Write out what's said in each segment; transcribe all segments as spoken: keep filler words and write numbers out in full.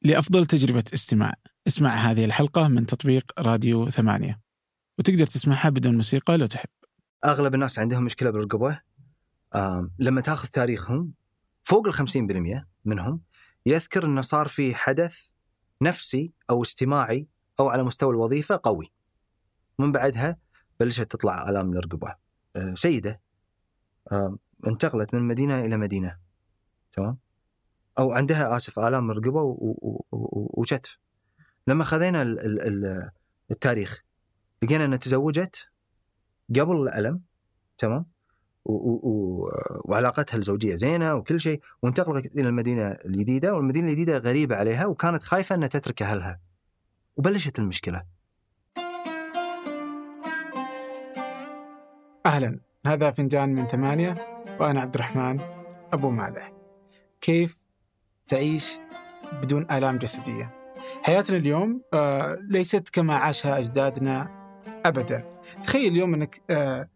لأفضل تجربة استماع. اسمع هذه الحلقة من تطبيق راديو ثمانية، وتقدر تسمعها بدون موسيقى لو تحب. أغلب الناس عندهم مشكلة بالرقبة. لما تأخذ تاريخهم فوق الخمسين بالمئة منهم يذكر أنه صار في حدث نفسي أو اجتماعي أو على مستوى الوظيفة قوي، من بعدها بلشت تطلع آلام الرقبة. سيدة انتقلت من مدينة إلى مدينة، تمام، أو عندها آسف آلام الرقبة وكتف. لما خذينا التاريخ لقينا أنها تزوجت قبل الألم، تمام، وعلاقتها الزوجية زينة وكل شيء، وانتقلت إلى المدينة الجديدة، والمدينة الجديدة غريبة عليها وكانت خايفة أن تترك أهلها، وبلشت المشكلة. أهلا، هذا فنجان من ثمانية وأنا عبد الرحمن أبو مالح. كيف تعيش بدون آلام جسدية؟ حياتنا اليوم آه ليست كما عاشها أجدادنا أبدا. تخيل اليوم أنك آه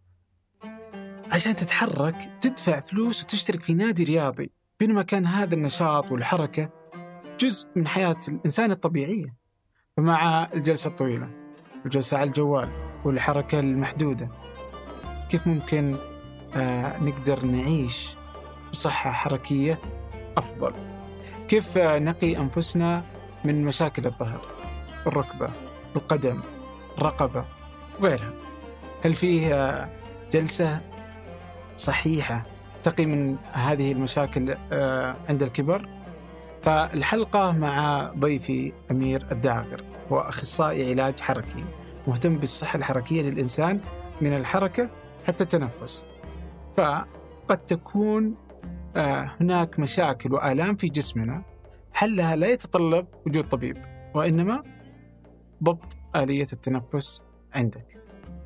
عشان تتحرك تدفع فلوس وتشترك في نادي رياضي، بينما كان هذا النشاط والحركة جزء من حياة الإنسان الطبيعية. فمع الجلسة الطويلة والجلسة على الجوال والحركة المحدودة، كيف ممكن آه نقدر نعيش بصحة حركية أفضل؟ كيف آه نقي أنفسنا من مشاكل الظهر، الركبة، القدم، الرقبة وغيرها؟ هل فيه آه جلسة صحيحة تقي من هذه المشاكل آه عند الكبر؟ فالحلقة مع ضيفي أمير الداغر، هو أخصائي علاج حركي مهتم بالصحة الحركية للإنسان من الحركة حتى التنفس. فقد تكون آه هناك مشاكل وآلام في جسمنا حلها لا يتطلب وجود طبيب، وإنما ضبط آلية التنفس عندك.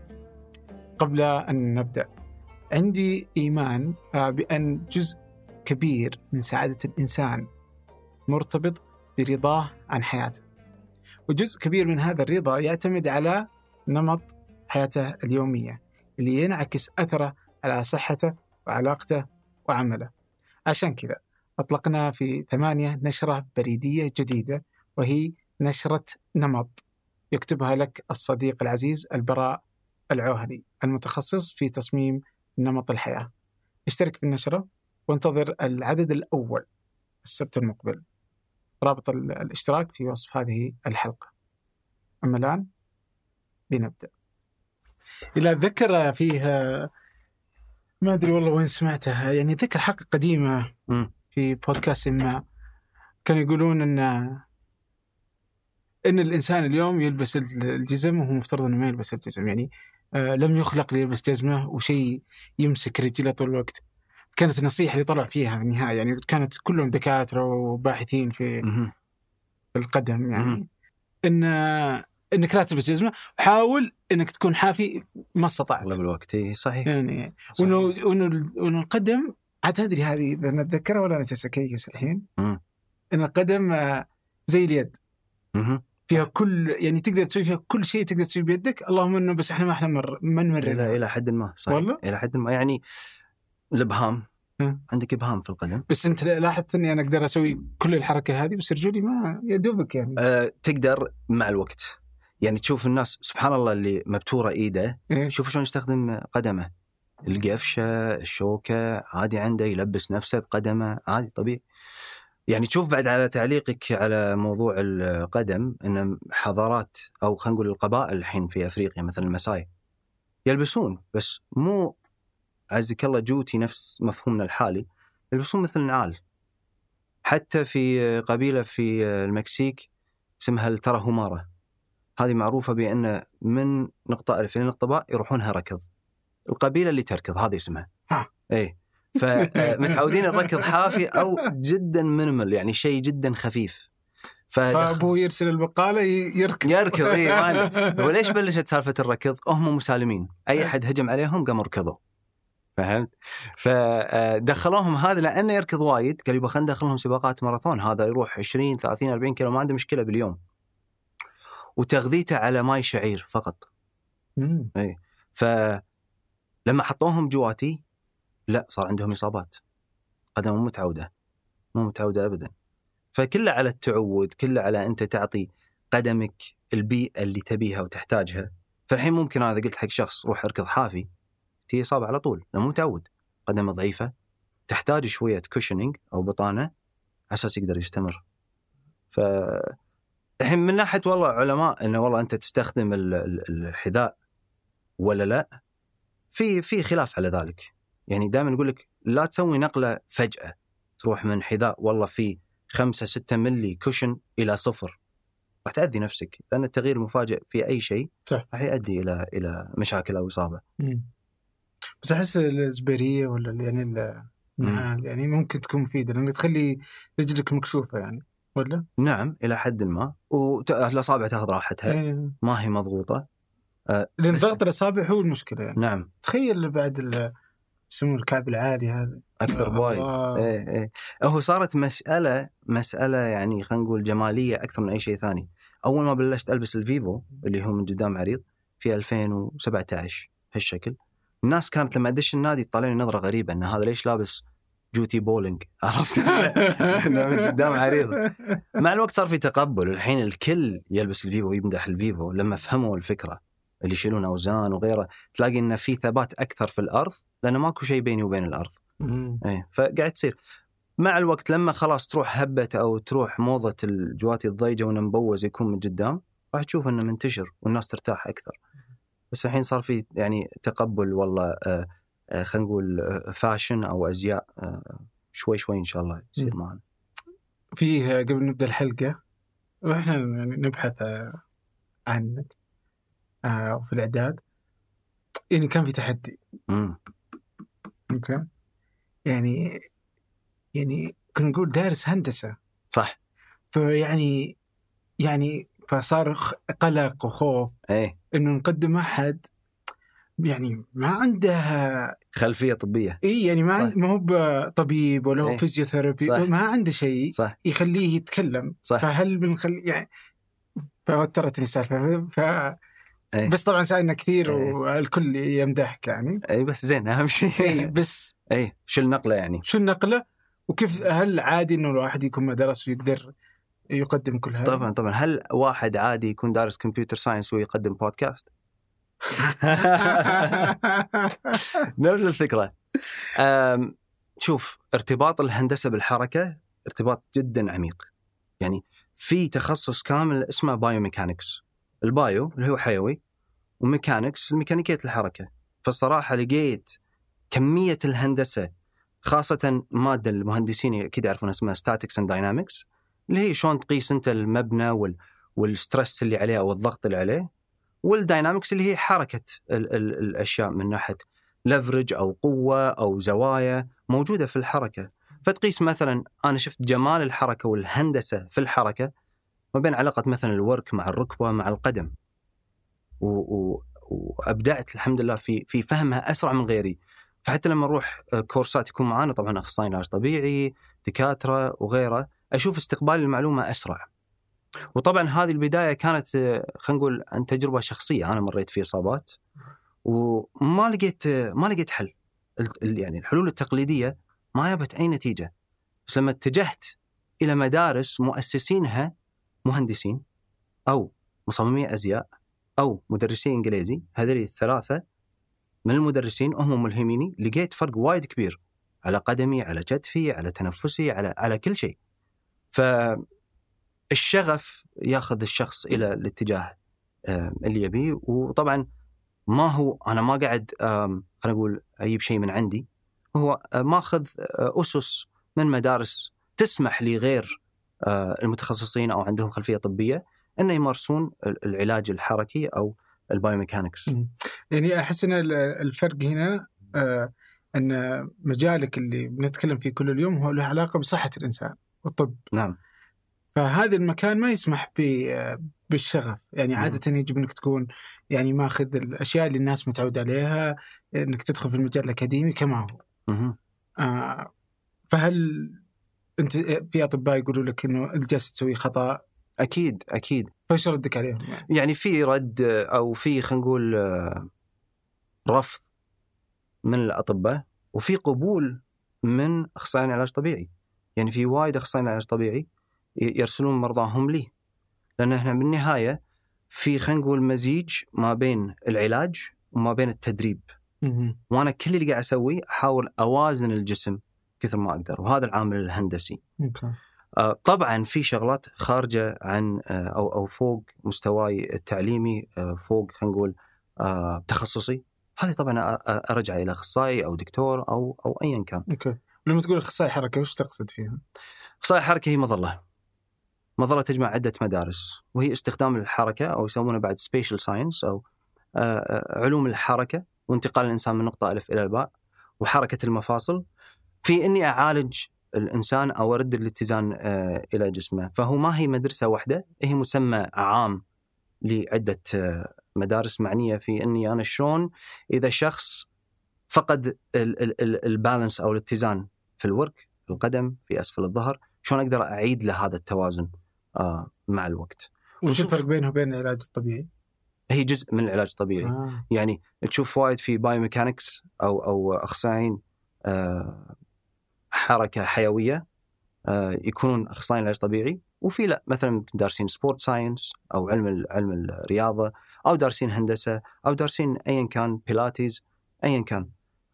قبل أن نبدأ، عندي إيمان آه بأن جزء كبير من سعادة الإنسان مرتبط برضاه عن حياته، وجزء كبير من هذا الرضا يعتمد على نمط حياته اليومية اللي ينعكس أثره على صحته وعلاقته وعمله. عشان كذا أطلقنا في ثمانية نشرة بريدية جديدة، وهي نشرة نمط، يكتبها لك الصديق العزيز البراء العوهري المتخصص في تصميم نمط الحياة. اشترك في النشرة وانتظر العدد الأول السبت المقبل. رابط الاشتراك في وصف هذه الحلقة. أما الآن لنبدأ. إلى ذكر فيها ما أدري والله وين سمعتها، يعني ذكر حلقة قديمة في بودكاست ما كانوا يقولون أن إن الإنسان اليوم يلبس الجزم وهو مفترض أنه ما يلبس الجزم، يعني آه لم يخلق ليلبس جزمة وشيء يمسك رجله طول الوقت. كانت النصيحة اللي طلع فيها في النهاية، يعني كانت كلهم دكاترة وباحثين في القدم، يعني إن إنك لا تلبس جزمة، حاول إنك تكون حافي ما استطعت أغلب الوقت. صحيح. يعني وإنه وإنه وإنه القدم عاد أدري هذه أنا أتذكرها ولا أنا جالس أكيس الحين. مم. إن القدم زي اليد، مم. فيها كل يعني تقدر تسوي فيها كل شيء تقدر تسوي بيدك، اللهم إنه بس إحنا ما إحنا مر ما نمر إلى إلى حد ما. صحيح. والله إلى حد ما، يعني الإبهام م. عندك إبهام في القدم، بس أنت لاحظت إني أنا أقدر أسوي كل الحركة هذه بس رجولي ما يدوبك يعني. أه تقدر مع الوقت، يعني تشوف الناس سبحان الله اللي مبتورة إيده إيه؟ شوف شلون يستخدم قدمه، القفشة الشوكة عادي عنده، يلبس نفسه بقدمه عادي طبيعي. يعني تشوف بعد على تعليقك على موضوع القدم أن حضارات أو خلينا نقول القبائل الحين في أفريقيا مثل المساي يلبسون، بس مو عزك الله جوتي نفس مفهومنا الحالي، يلبسون مثل النعال. حتى في قبيلة في المكسيك اسمها التراهمارة، هذه معروفة بأن من نقطة ألف إلى نقطة باء يروحونها ركض. القبيلة اللي تركض هذه اسمها ها. إيه، فمتعودين الركض حافي أو جدا مينيمال، يعني شيء جدا خفيف. فأبوه يرسل البقالة يركض يركض. إيه، وليش بلشت سالفة الركض؟ هم مسالمين، أي أحد هجم عليهم قاموا ركضوا، فهمت؟ فدخلوهم هذا لأنه يركض وايد، قالوا يبغى خلينا ندخلهم سباقات ماراثون، هذا يروح عشرين ثلاثين أربعين كيلو ما عنده مشكلة باليوم، وتغذيته على ماء شعير فقط. مم. إيه، فلما حطوهم جواتي لا صار عندهم إصابات، قدم مو متعودة مو متعودة أبدا. فكله على التعود، كله على أنت تعطي قدمك البيئة اللي تبيها وتحتاجها. فالحين ممكن أنا إذا قلت حق شخص روح اركض حافي تي إصابة على طول، لأنه مو متعود، قدمه ضعيفة تحتاج شوية كوشنينج أو بطانة على أساس يقدر يستمر. فالحين من ناحية والله علماء إنه والله أنت تستخدم الحذاء ولا لا، في في خلاف على ذلك. يعني دائما نقول لك لا تسوي نقلة فجأة تروح من حذاء والله في خمسة ستة ملي كوشن إلى صفر، راح تأذي نفسك، لأن التغيير المفاجئ في أي شيء راح يؤدي إلى إلى مشاكل أو إصابة. مم. بس أحس الزبيرية ولا يعني النعال يعني ممكن تكون مفيدة لأن تخلي رجلك مكشوفة يعني، ولا؟ نعم إلى حد ما، والأصابع تأخذ راحتها. أيه. ما هي مضغوطة، أه لأن ضغط الأصابع هو المشكلة يعني. نعم. تخيل بعد يسمون الكعب العالي هذا أكثر بوايد. إيه إيه. هو صارت مسألة مسألة يعني خلينا نقول جمالية أكثر من أي شيء ثاني. أول ما بلشت ألبس الفيفو اللي هو من قدام عريض في ألفين وسبعة عشر هالشكل، الناس كانت لما أدش النادي تطلعني نظرة غريبة إن هذا ليش لابس جوتي بولينج، عرفت؟ من قدام عريض. مع الوقت صار في تقبل، الحين الكل يلبس الفيفو ويمدح الفيفو لما فهموا الفكرة، اللي يشيلون أوزان وغيره تلاقي إن في ثبات أكثر في الأرض لأنه ماكو شيء بيني وبين الأرض. إيه فقاعد تصير مع الوقت لما خلاص تروح هبة أو تروح موضة الجواتي الضيجة ونمبوز يكون من قدام راح تشوف إنه منتشر والناس ترتاح أكثر. بس الحين صار في يعني تقبل والله آه آه خلينا نقول آه فاشن أو أزياء آه شوي شوي إن شاء الله يصير معنا. فيه قبل نبدأ الحلقة وإحنا يعني نبحث عنك آه وفي الإعداد يعني كان في تحدي. امم اوكي يعني يعني كنا نقول دارس هندسة صح، فيعني يعني فصار قلق وخوف ايه انه نقدم احد يعني ما عنده خلفية طبية. اي يعني ما عنده، ما هو طبيب ولا هو إيه؟ فيزيوثيرابي، ما عنده شيء يخليه يتكلم صح. فهل بنخلي يعني فوترتني السالفة ف أيه. بس طبعا سألنا كثير أيه. والكل يمدحك يعني اي بس زين اهم شيء اي بس اي شو النقلة يعني شو النقلة وكيف هل عادي انه الواحد يكون ما درس ويقدر يقدم كل هذا؟ طبعا طبعا هل واحد عادي يكون دارس كمبيوتر ساينس ويقدم بودكاست؟ نفس الفكرة. شوف ارتباط الهندسة بالحركة ارتباط جدا عميق، يعني في تخصص كامل اسمه بايوميكانكس. البايو اللي هو حيوي وميكانكس الميكانيكية الحركة. فالصراحة لقيت كمية الهندسة خاصة مادة المهندسين أكيد يعرفون اسمها statics and dynamics اللي هي شلون تقيس أنت المبنى وال والسترس اللي عليه أو الضغط اللي عليه، والداينامكس اللي هي حركة ال ال الأشياء من ناحية ليفرج أو قوة أو زوايا موجودة في الحركة. فتقيس مثلا أنا شفت جمال الحركة والهندسة في الحركة ما بين علاقة مثلا الورك مع الركبة مع القدم، و و وأبدعت الحمد لله في في فهمها أسرع من غيري. فحتى لما نروح كورسات يكون معانا طبعا أخصائيين علاج طبيعي دكاترة وغيره أشوف استقبال المعلومة أسرع. وطبعا هذه البداية كانت خلينا نقول عن تجربة شخصية، أنا مريت في إصابات وما لقيت ما لقيت حل، يعني الحلول التقليدية ما جابت أي نتيجة. بس لما اتجهت إلى مدارس مؤسسينها مهندسين أو مصممي أزياء أو مدرسين إنجليزي، هذول الثلاثة من المدرسين هم ملهميني، لقيت فرق وايد كبير على قدمي على كتفي على تنفسي على على كل شيء. فالشغف ياخذ الشخص إلى الاتجاه اللي يبيه. وطبعا ما هو أنا ما قاعد خلينا نقول أجيب شيء من عندي، هو ماخذ أسس من مدارس تسمح لغير المتخصصين أو عندهم خلفية طبية أن يمارسون العلاج الحركي أو البايوميكانكس. يعني أحس أن الفرق هنا أن مجالك اللي بنتكلم فيه كل اليوم هو له علاقة بصحة الإنسان والطب. نعم. فهذا المكان ما يسمح بالشغف، يعني عادة يجب أنك تكون يعني ماخذ الأشياء اللي الناس متعود عليها، أنك تدخل في المجال الأكاديمي كما هو. آه فهل أنت في أطباء يقولوا لك إنه الجالس تسوي خطأ؟ أكيد أكيد. فايش ردك عليهم؟ يعني, يعني في رد أو في خلينا نقول رفض من الأطباء، وفي قبول من أخصائيين علاج طبيعي. يعني في وايد أخصائيين علاج طبيعي يرسلون مرضاهم لي، لأن إحنا بالنهاية في خلينا نقول مزيج ما بين العلاج وما بين التدريب. وأنا كل اللي قاعد أسويه أحاول أوازن الجسم كثر ما أقدر، وهذا العامل الهندسي. آه طبعا في شغلات خارجة عن آه أو أو فوق مستواي التعليمي، آه فوق خلينا نقول آه تخصصي، هذه طبعا أرجع إلى أخصائي أو دكتور أو أو أيا كان. أوكي. لما تقول أخصائي حركة وش تقصد فيها؟ أخصائي حركة هي مظلة مظلة تجمع عدة مدارس، وهي استخدام الحركة أو يسمونه بعد spatial science أو آه علوم الحركة وانتقال الإنسان من نقطة ألف إلى الباء، وحركة المفاصل في إني أعالج الإنسان أو أرد الاتزان آه إلى جسمه. فهو ما هي مدرسة واحدة، هي مسمى عام لعدة آه مدارس معنية في إني أنا شلون إذا شخص فقد البالانس أو الاتزان في الورك، في القدم، في أسفل الظهر، شلون أقدر أعيد له هذا التوازن آه مع الوقت. وش الفرق بينه وبين العلاج الطبيعي؟ هي جزء من العلاج الطبيعي. آه. يعني تشوف وايد في بايوميكانكس أو أو أخصائيين آه حركة حيوية آه يكونون أخصائيين علاج طبيعي، وفي لا مثلا دارسين سبورت ساينس أو علم علم الرياضة أو دارسين هندسة أو دارسين أيا كان بيلاتيز أيا كان.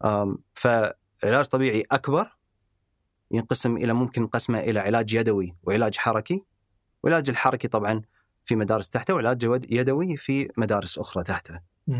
فعلاج طبيعي أكبر ينقسم إلى ممكن قسمه إلى علاج يدوي وعلاج حركي، وعلاج الحركي طبعا في مدارس تحته، وعلاج يدوي في مدارس أخرى تحته.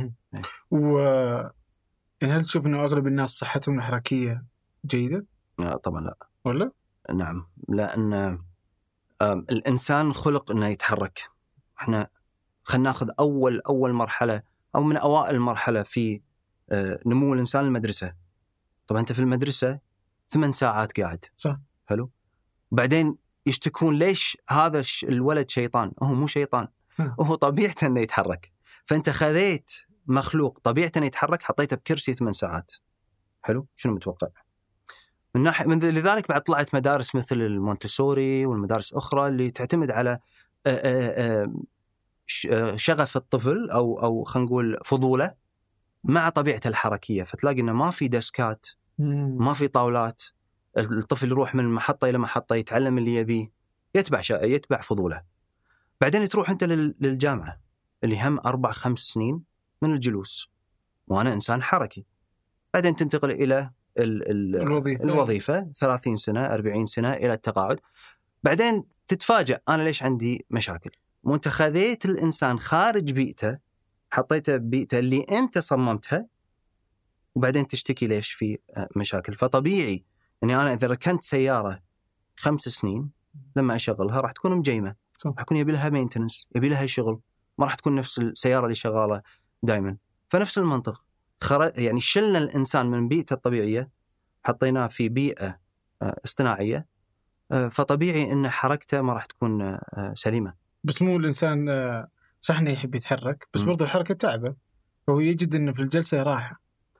و يعني هل تشوف إنه أغلب الناس صحتهم الحركية جيدة؟ لا طبعا لا. ولا؟ نعم، لأن الإنسان خلق إنه يتحرك. إحنا خلنا ناخذ أول أول مرحلة أو من أوائل مرحلة في نمو الإنسان المدرسة. طبعا أنت في المدرسة ثمان ساعات قاعد، صح. حلو. بعدين يشتكون ليش هذا الولد شيطان. هو مو شيطان، هو طبيعته إنه يتحرك. فأنت خذيت مخلوق طبيعته إنه يتحرك حطيته بكرسي ثمان ساعات، حلو. شنو متوقع؟ من ناحية من لذلك بعد طلعت مدارس مثل المونتسوري والمدارس أخرى اللي تعتمد على شغف الطفل أو أو خلينا نقول فضوله مع طبيعته الحركية. فتلاقي إنه ما في ديسكات، ما في طاولات، الطفل يروح من محطة إلى محطة يتعلم اللي يبيه، يتبع شا... يتبع فضوله. بعدين تروح أنت لل... للجامعة اللي هم أربع خمس سنين من الجلوس، وأنا إنسان حركي. بعدين تنتقل إلى ال... ال... الوظيفة. الوظيفة ثلاثين سنة أربعين سنة إلى التقاعد. بعدين تتفاجأ أنا ليش عندي مشاكل. وأنت خذيت الإنسان خارج بيئته حطيته ببيئته اللي أنت صممتها، وبعدين تشتكي ليش في مشاكل. فطبيعي يعني أنا إذا ركنت سيارة خمس سنين لما أشغلها راح تكون مجيمة، راح يكون يبي لها مينتنس، يبي لها شغل، ما راح تكون نفس السيارة اللي شغالة دائما. فنفس المنطق خر... يعني شلنا الإنسان من بيئته الطبيعية حطيناه في بيئة اصطناعية، فطبيعي إن حركته ما راح تكون سليمة. بس مو الإنسان صح إنه يحب يتحرك، بس برضو الحركة تعبه، وهو يجد إنه في الجلسة راحة.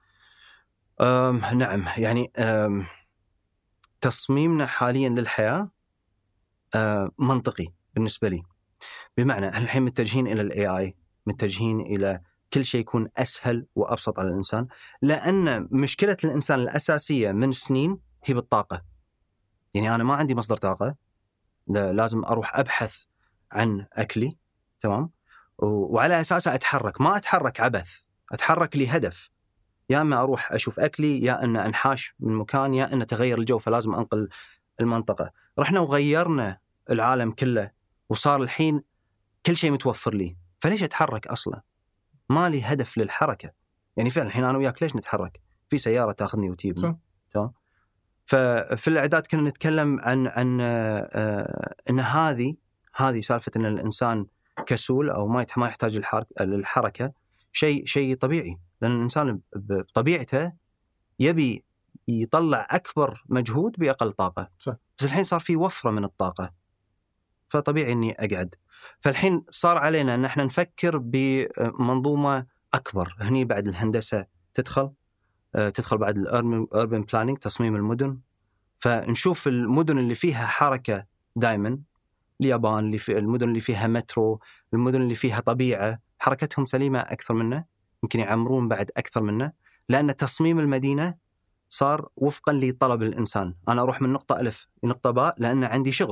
أم نعم، يعني أم تصميمنا حاليا للحياة أم منطقي بالنسبة لي. بمعنى الحين متجهين إلى الاي اي، متجهين إلى كل شيء يكون أسهل وأبسط على الإنسان، لأن مشكلة الإنسان الأساسية من سنين هي بالطاقة. يعني أنا ما عندي مصدر طاقة، لازم أروح أبحث عن أكلي، تمام، وعلى أساسه أتحرك. ما أتحرك عبث، أتحرك لهدف، يا أما أروح أشوف أكلي، يا أن أنحاش من مكان، يا أن تغير الجو فلازم أنقل المنطقة. رحنا وغيرنا العالم كله وصار الحين كل شيء متوفر لي، فليش أتحرك أصلا؟ ما لي هدف للحركة. يعني فعلا الحين أنا وياك ليش نتحرك؟ في سيارة تأخذني وتجيبني، تمام. ففي الإعداد كنا نتكلم عن عن آه أن هذه هذه سالفة أن الإنسان كسول أو ما ما يحتاج للحركة شيء شيء طبيعي، لأن الإنسان بطبيعته يبي يطلع أكبر مجهود بأقل طاقة. صح. بس الحين صار في وفرة من الطاقة، فطبيعي إني أقعد. فالحين صار علينا أن احنا نفكر بمنظومة أكبر. هني بعد الهندسة تدخل تدخل بعد الأربن بلانينج، تصميم المدن. فنشوف المدن اللي فيها حركة دائما، اليابان اللي في المدن اللي فيها مترو، المدن اللي فيها طبيعة حركتهم سليمة أكثر منه، يمكن يعمرون بعد أكثر منه، لأن تصميم المدينة صار وفقا لطلب الإنسان. أنا أروح من نقطة ألف لنقطة باء لأن عندي شغل،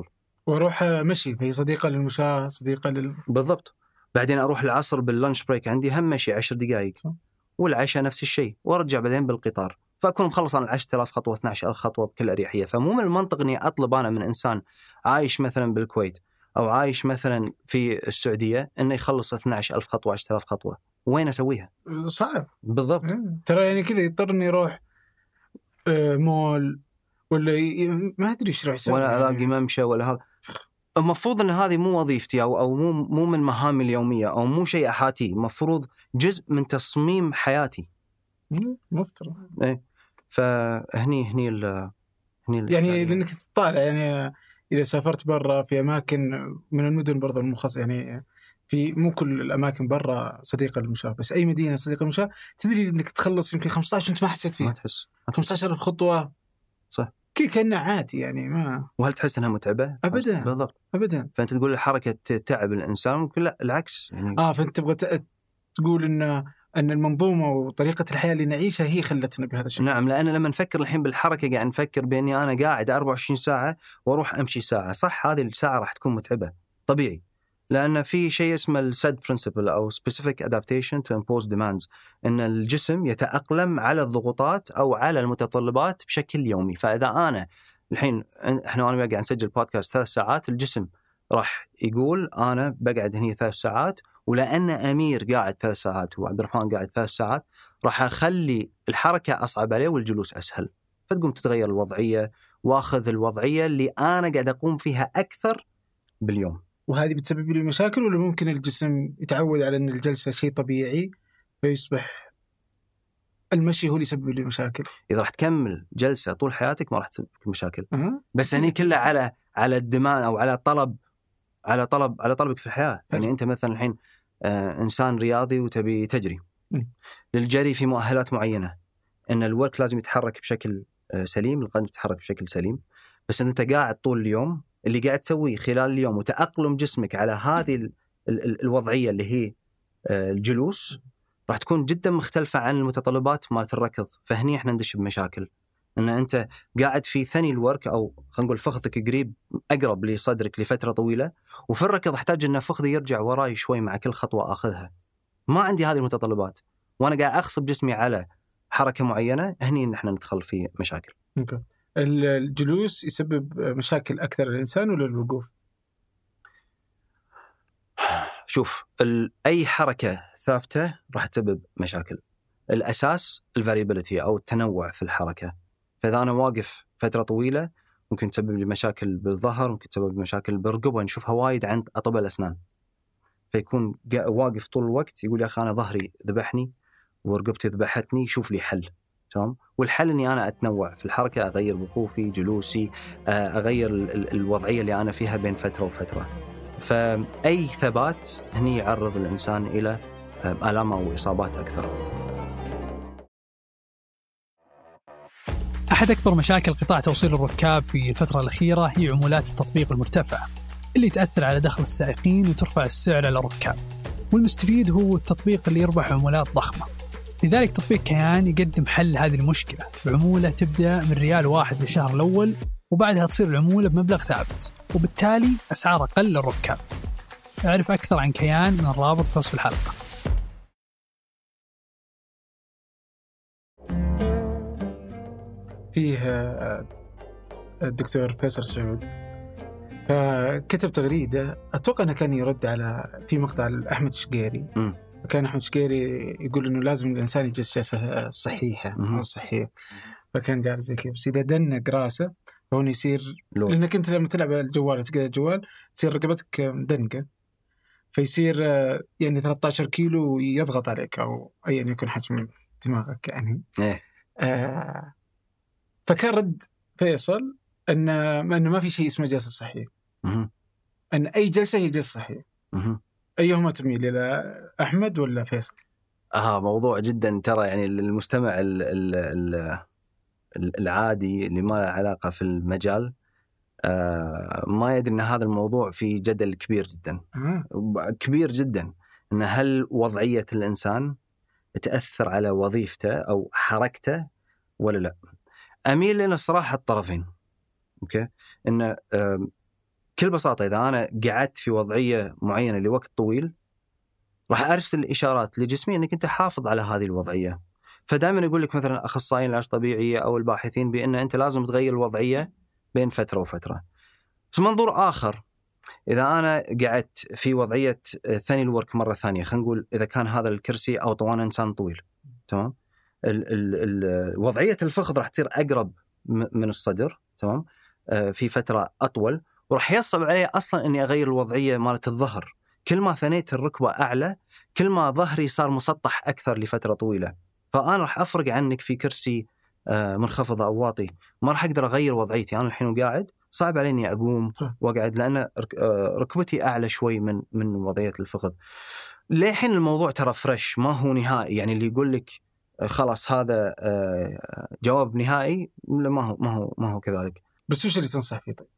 واروح مشي في صديقه للمشاة صديقه لل بالضبط. بعدين اروح العصر باللانش بريك عندي هم مشي عشر دقائق، والعشاء نفس الشيء، وارجع بعدين بالقطار، فاكون مخلص انا عشرة آلاف خطوه اثني عشر ألف خطوه بكل اريحيه. فمو من المنطق اني اطلب انا من انسان عايش مثلا بالكويت او عايش مثلا في السعوديه انه يخلص اثني عشر ألف خطوه عشرة آلاف خطوه. وين اسويها؟ صعب. بالضبط. ترى يعني كذا يضطر اني اروح مول ولا ي... ما ادري ايش راح يسوي، ولا الاقي ممشى ولا هذا. المفروض ان هذه مو وظيفتي او او مو مو من مهامي اليوميه او مو شيء احاتي، المفروض جزء من تصميم حياتي. مفترض. ايه. فهني هني ال هني يعني لانك تطالع يعني اذا سافرت برا في اماكن من المدن برضه المخصصه، يعني في مو كل الاماكن برا صديقه للمشاة، بس اي مدينه صديقه للمشاة تدري انك تخلص يمكن خمسة عشر وانت ما حسيت فيه. ما تحس خمسة عشر خطوه صح كي كأنه عادي يعني. ما وهل تحس انها متعبه؟ ابدا. بالضبط ابدا. فانت تقول الحركه تعب الانسان، ممكن لا العكس يعني. اه فانت تبغى تقول ان ان المنظومه وطريقه الحياه اللي نعيشها هي خلتنا بهذا الشكل. نعم، لان لما نفكر الحين بالحركه قاعد نفكر باني انا قاعد أربعة وعشرين ساعه واروح امشي ساعه. صح، هذه الساعه راح تكون متعبه طبيعي، لان في شيء اسمه السد برنسبل او specific adaptation to impose demands، ان الجسم يتاقلم على الضغوطات او على المتطلبات بشكل يومي. فاذا انا الحين احنا وانا قاعد نسجل بودكاست ثلاث ساعات، الجسم راح يقول انا بقعد هني ثلاث ساعات، ولان امير قاعد ثلاث ساعات وعبد الرحمن قاعد ثلاث ساعات راح اخلي الحركه اصعب عليه والجلوس اسهل. فتقوم تتغير الوضعيه، واخذ الوضعيه اللي انا قاعد اقوم فيها اكثر باليوم. وهذه بتسبب لي مشاكل، ولا ممكن الجسم يتعود على ان الجلسه شيء طبيعي فيصبح المشي هو اللي يسبب لي مشاكل؟ اذا راح تكمل جلسه طول حياتك ما راح تسبب لك مشاكل. أه؟ بس هني كله على على الدمان او على طلب على طلب على طلبك في الحياه. يعني انت مثلا الحين آه انسان رياضي وتبي تجري. م. للجري في مؤهلات معينه، ان الورك لازم يتحرك بشكل آه سليم، القدم تتحرك بشكل سليم. بس انت قاعد طول اليوم، اللي قاعد تسويه خلال اليوم وتأقلم جسمك على هذه ال ال الوضعيه اللي هي آه الجلوس، راح تكون جدا مختلفه عن المتطلبات مالت الركض. فهني احنا ندش بمشاكل، ان انت قاعد في ثني الورك او خلينا نقول فخذك قريب اقرب لصدرك لفتره طويله، وفي الركض احتاج ان فخذي يرجع وراي شوي مع كل خطوه اخذها. ما عندي هذه المتطلبات وانا قاعد اخصب جسمي على حركه معينه، هني نحن ندخل في مشاكل. ممكن الجلوس يسبب مشاكل اكثر للانسان ولا الوقوف؟ شوف، اي حركه ثابته راح تسبب مشاكل. الاساس الفاريبيليتي او التنوع في الحركه. فاذا انا واقف فتره طويله ممكن تسبب لي مشاكل بالظهر، ممكن تسبب لي مشاكل بالرقبه، نشوفها وايد عند اطباء الاسنان. فيكون واقف طول الوقت يقول يا اخي انا ظهري ذبحني ورقبتي ذبحتني، شوف لي حل. تمام. والحل اني انا اتنوع في الحركه، اغير وقوفي، جلوسي، اغير الوضعيه اللي انا فيها بين فتره وفتره. فاي ثبات هني يعرض الانسان الى آلام او اصابات اكثر. أحد أكبر مشاكل قطاع توصيل الركاب في الفترة الأخيرة هي عمولات التطبيق المرتفعة اللي تأثر على دخل السائقين وترفع السعر على الركاب، والمستفيد هو التطبيق اللي يربح عمولات ضخمة. لذلك تطبيق كيان يقدم حل هذه المشكلة بعمولة تبدأ من ريال واحد للشهر الأول، وبعدها تصير العمولة بمبلغ ثابت، وبالتالي أسعار أقل للركاب. أعرف أكثر عن كيان من الرابط في وصف الحلقة. فيه الدكتور فيصل سعود فكتب تغريدة، أتوقع أنه كان يرد على في مقطع أحمد شقيري. م. كان أحمد شقيري يقول إنه لازم الإنسان يجلس جلسة صحيحة أو صحية، فكان جالس زي كذا. بس إذا دنق راسه هون يصير لو. لأنك أنت لما تلعب الجوال وتقعد الجوال تصير رقبتك مدنقة، فيصير يعني ثلاثة عشر كيلو يضغط عليك أو أيا يكون حجم دماغك يعني. إيه. آه فكان رد فيصل أن أنه ما في شيء اسمه جلسة صحية، أن أي جلسة هي جلسة صحية. أيهما تميل إلى أحمد ولا فيصل؟ آه موضوع جدا ترى يعني المستمع ال ال ال العادي اللي ما له علاقة في المجال آه ما يدري أن هذا الموضوع في جدل كبير جدا. آه. كبير جدا، أن هل وضعية الإنسان تأثر على وظيفته أو حركته ولا لا. أميل لنا الصراحة الطرفين. أوكي، إن بكل بساطة إذا أنا قعدت في وضعية معينة لوقت طويل راح أرسل إشارات لجسمي أنك أنت حافظ على هذه الوضعية. فدائما يقول لك مثلا أخصائيين العلاج الطبيعي أو الباحثين بأن أنت لازم تغير الوضعية بين فترة وفترة. بس منظور آخر، إذا أنا قعدت في وضعية ثاني الورك مرة ثانية، خلينا نقول إذا كان هذا الكرسي أو طوال إنسان طويل، تمام، ال ال ال وضعية الفخذ راح تصير أقرب من الصدر، تمام، آه في فترة أطول، وراح يصعب علي أصلا أني أغير الوضعية مالت الظهر. كل ما ثنيت الركبة أعلى كل ما ظهري صار مسطح أكثر لفترة طويلة. فأنا راح أفرق عنك في كرسي آه منخفض أو واطي، ما راح أقدر أغير وضعيتي. أنا الحين وقاعد صعب علي إني أقوم وأقعد لأن ركبتي أعلى شوي من من وضعية الفخذ. لحين الموضوع ترى فريش، ما هو نهائي. يعني اللي يقول لك خلاص هذا جواب نهائي، ما هو ما هو ما هو كذلك. بس وش اللي تنصح فيه طيب؟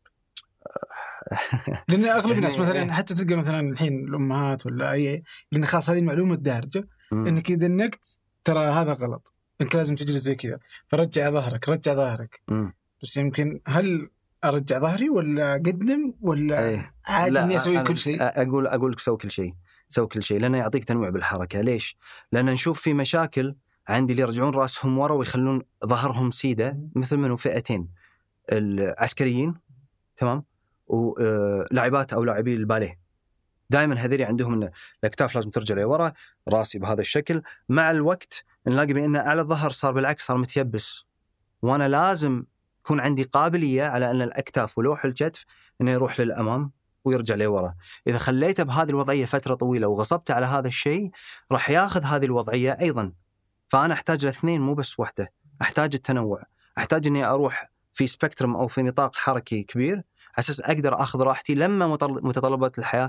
لأن أغلب الناس مثلا حتى تلقى مثلا الحين الأمهات ولا أي، لأن خلاص هذه المعلومة الدارجة إنك إذا نكت ترى هذا غلط، إنك لازم تجلس زي كذا، فرجع ظهرك رجع ظهرك. م. بس يمكن هل أرجع ظهري ولا أقدم ولا أيه. عادي إني أسوي كل شيء؟ أقول أقول لك سوي كل شيء، سوي كل شيء، لأنه يعطيك تنوع بالحركة. ليش؟ لأن نشوف في مشاكل عندي اللي يرجعون رأسهم ورا ويخلون ظهرهم سيدة، مثل منه فئتين، العسكريين، تمام، ولاعبات أو لاعبي الباليه. دائما هذيري عندهم إن الأكتاف لازم ترجع لورا، راسي بهذا الشكل. مع الوقت نلاقي بأن أعلى الظهر صار بالعكس، صار متيبس، وأنا لازم يكون عندي قابلية على أن الأكتاف ولوح الكتف إنه يروح للأمام ويرجع لورا. إذا خليته بهذه الوضعية فترة طويلة وغصبت على هذا الشيء راح ياخذ هذه الوضعية أيضا. فأنا أحتاج الاثنين مو بس واحدة، أحتاج التنوع، أحتاج إني أروح في سبكترم أو في نطاق حركي كبير أساس أقدر أخذ راحتي لما متطلبات الحياة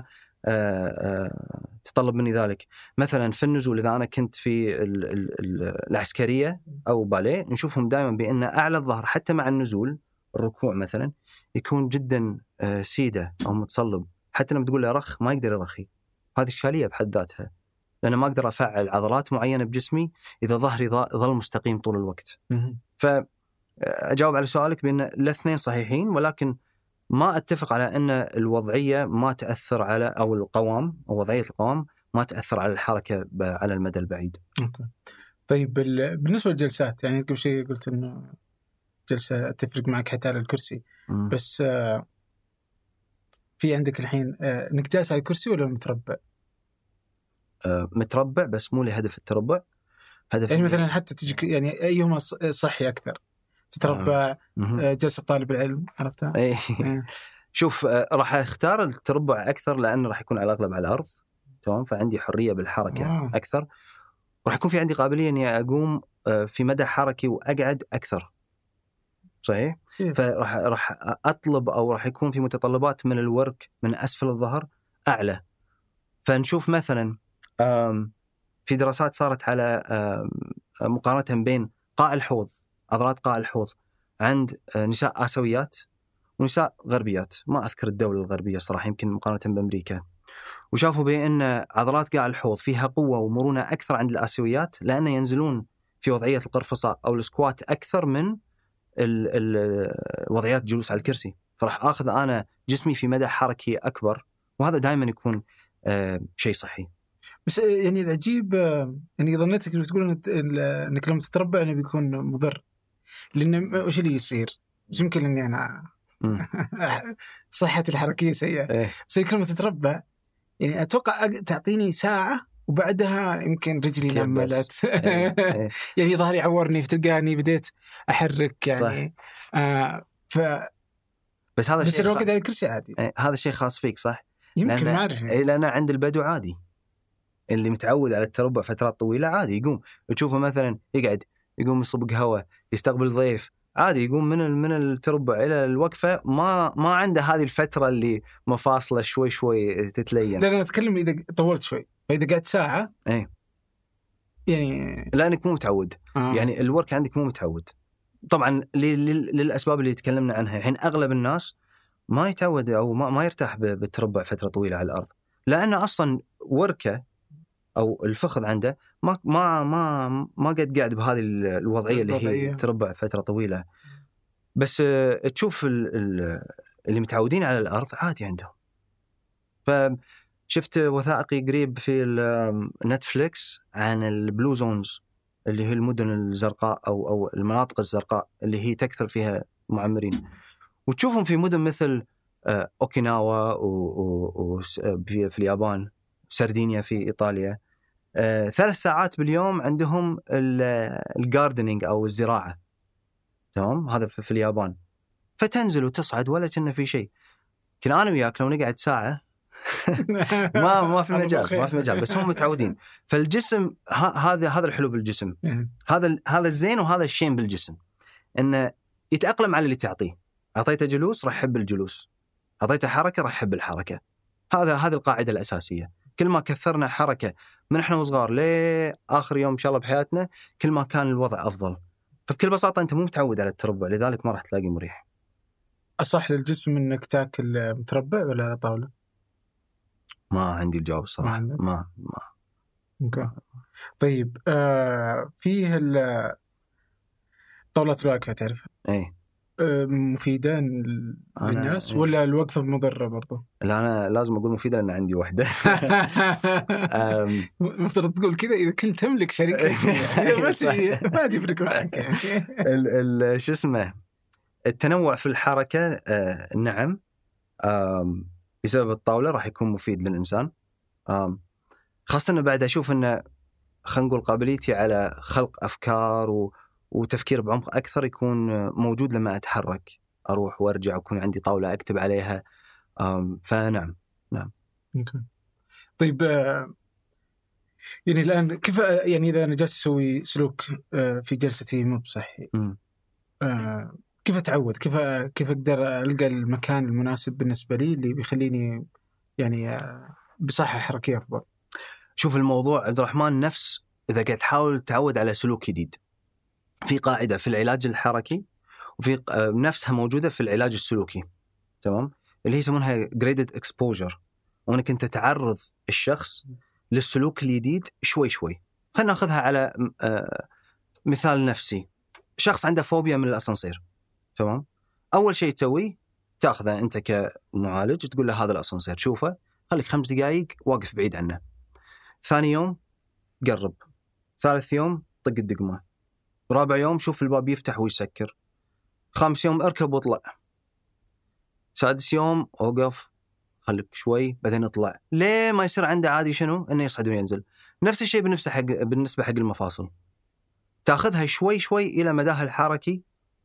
تطلب مني ذلك. مثلا في النزول إذا أنا كنت في ال ال ال العسكرية أو باليه، نشوفهم دائما بأن أعلى الظهر حتى مع النزول، الركوع مثلا، يكون جدا سيدة أو متصلب، حتى لما تقول له رخ ما يقدر يرخي. هذه إشكالية بحد ذاتها، لأن ما أقدر أفعل عضلات معينة بجسمي إذا ظهري ظل مستقيم طول الوقت. فأجاوب على سؤالك بأن الاثنين صحيحين، ولكن ما أتفق على أن الوضعية ما تأثر على، أو القوام أو وضعية القوام ما تأثر على الحركة على المدى البعيد. أوكي. طيب بالنسبة للجلسات، يعني قبل شيء قلت إنه جلسة تفرق معك حتى على الكرسي، م. بس في عندك الحين إنك جالس على الكرسي ولا متربع؟ متربع بس مو لهدف التربع، هدف يعني مثلا حتى تجيك يعني أيهما صحي أكثر، تتربع آه. جلسة طالب العلم، عرفتها؟ أيه. شوف، راح أختار التربع أكثر لأنه راح يكون على الأغلب على الأرض، تمام، فعندي حرية بالحركة آه. أكثر، وراح يكون في عندي قابلية إني أقوم في مدى حركي وأقعد أكثر، صحيح؟ إيه. فراح راح أطلب أو راح يكون في متطلبات من الورك من أسفل الظهر أعلى. فنشوف مثلا في دراسات صارت على مقارنة بين قاع الحوض، عضلات قاع الحوض عند نساء آسيويات ونساء غربيات، ما أذكر الدولة الغربية صراحة، يمكن مقارنة بأمريكا، وشافوا بأن عضلات قاع الحوض فيها قوة ومرونة أكثر عند الآسيويات، لأن ينزلون في وضعية القرفصاء أو السكوات أكثر من الوضعيات الجلوس على الكرسي. فراح أخذ أنا جسمي في مدى حركي أكبر، وهذا دائما يكون آه شيء صحي. بس يعني العجيب يعني ظنيتك تقول إنك لما تتربع إنه بيكون مضر، لأن وش اللي يصير؟ مش يمكن إني أنا صحتي الحركية سيئة، إيه؟ بس لما تتربع يعني أتوقع تعطيني ساعة وبعدها يمكن رجلي نملت إيه؟ إيه؟ يعني ظهري عورني، فتلقاني بديت أحرك يعني آه ف بس هذا بس الوقت على الكرسي عادي. إيه؟ هذا شيء خاص فيك صح؟ يمكن ما أعرف يعني. لأن عند البدو عادي، اللي متعود على التربع فترات طويلة عادي يقوم، تشوفه مثلا يقعد يقوم يصب قهوة، يستقبل ضيف عادي، يقوم من من التربع إلى الوقفة، ما ما عنده هذه الفترة اللي مفاصله شوي شوي تتلين. لا أنا أتكلم إذا طولت شوي، فإذا قعدت ساعة إيه يعني لأنك مو متعود آه. يعني الورك عندك مو متعود طبعا للأسباب اللي تكلمنا عنها. الحين أغلب الناس ما يتعود أو ما ما يرتاح بالتربع فترة طويلة على الأرض، لأن أصلا وركه أو الفخذ عنده ما ما ما ما قد قاعد بهذه الوضعية اللي هي تربع فترة طويلة. بس تشوف اللي متعودين على الأرض عادي عندهم. فشفت وثائقي قريب في نتفليكس عن البلو زونز اللي هي المدن الزرقاء أو أو المناطق الزرقاء اللي هي تكثر فيها معمرين، وتشوفهم في مدن مثل أوكيناوا وفي اليابان، سردينيا في إيطاليا، ثلاث ساعات باليوم عندهم الجاردنينج أو الزراعة، تمام؟ هذا في اليابان. فتنزل وتصعد ولا كنا في شيء. كنا أنا وياك لو نقعد ساعة ما ما في مجال ما في مجال بس هم متعودين. فالجسم هذا هذا الحلو بالجسم، هذا هذا الزين وهذا الشين بالجسم، إنه يتأقلم على اللي تعطيه. أعطيته جلوس راح يحب الجلوس، أعطيته حركة راح يحب الحركة. هذا هذه القاعدة الأساسية. كل ما كثرنا حركة من إحنا وصغار لآخر يوم إن شاء الله بحياتنا كل ما كان الوضع أفضل. فبكل بساطة أنت مو متعود على التربع، لذلك ما راح تلاقي مريح. أصح للجسم إنك تأكل متربع ولا على طاولة؟ ما عندي الجواب الصراحة. ما ما, ما. أوكي. طيب آه فيه طاولة الواقفة تعرفها؟ إيه. مفيدة للناس إيه؟ ولا الوقفة مضرة برضو؟ لا أنا لازم أقول مفيدة لأن عندي واحدة. مفترض تقول كذا إذا كنت تملك شركة بس ما تفرق معك. ال شو اسمه التنوع في الحركة آه نعم آه بسبب الطاولة راح يكون مفيد للإنسان، آه خاصة أنه بعد أشوف أنه خلينا نقول قابليتي على خلق أفكار و وتفكير بعمق أكثر يكون موجود لما أتحرك، أروح وأرجع ويكون عندي طاولة أكتب عليها. فنعم نعم. طيب يعني الآن كيف يعني إذا أنا جالس أسوي سلوك في جلستي مو بصحي كيف أتعود؟ كيف كيف أقدر ألقى المكان المناسب بالنسبة لي اللي بيخليني يعني بصحة حركية أفضل؟ شوف الموضوع عبد الرحمن نفس إذا قاعد تحاول تعود على سلوك جديد، في قاعدة في العلاج الحركي وفي نفسها موجودة في العلاج السلوكي، تمام؟ اللي هي يسمونها graded exposure، وأنك أنت تعرض الشخص للسلوك الجديد شوي شوي. خلينا نأخذها على مثال نفسي. شخص عنده فوبيا من الأسانسير، تمام؟ أول شيء تسويه تأخذه أنت كمعالج تقول له هذا الأسانسير شوفه، خليك خمس دقائق واقف بعيد عنه. ثاني يوم قرب، ثالث يوم طق الدقمة، رابع يوم شوف الباب يفتح ويسكر، خامس يوم اركب واطلع، سادس يوم اوقف خليك شوي بعدين اطلع، ليه ما يصير عنده عادي شنو انه يصعد وينزل. نفس الشيء بالنسبه حق بالنسبه حق المفاصل، تاخذها شوي شوي الى مداها الحركي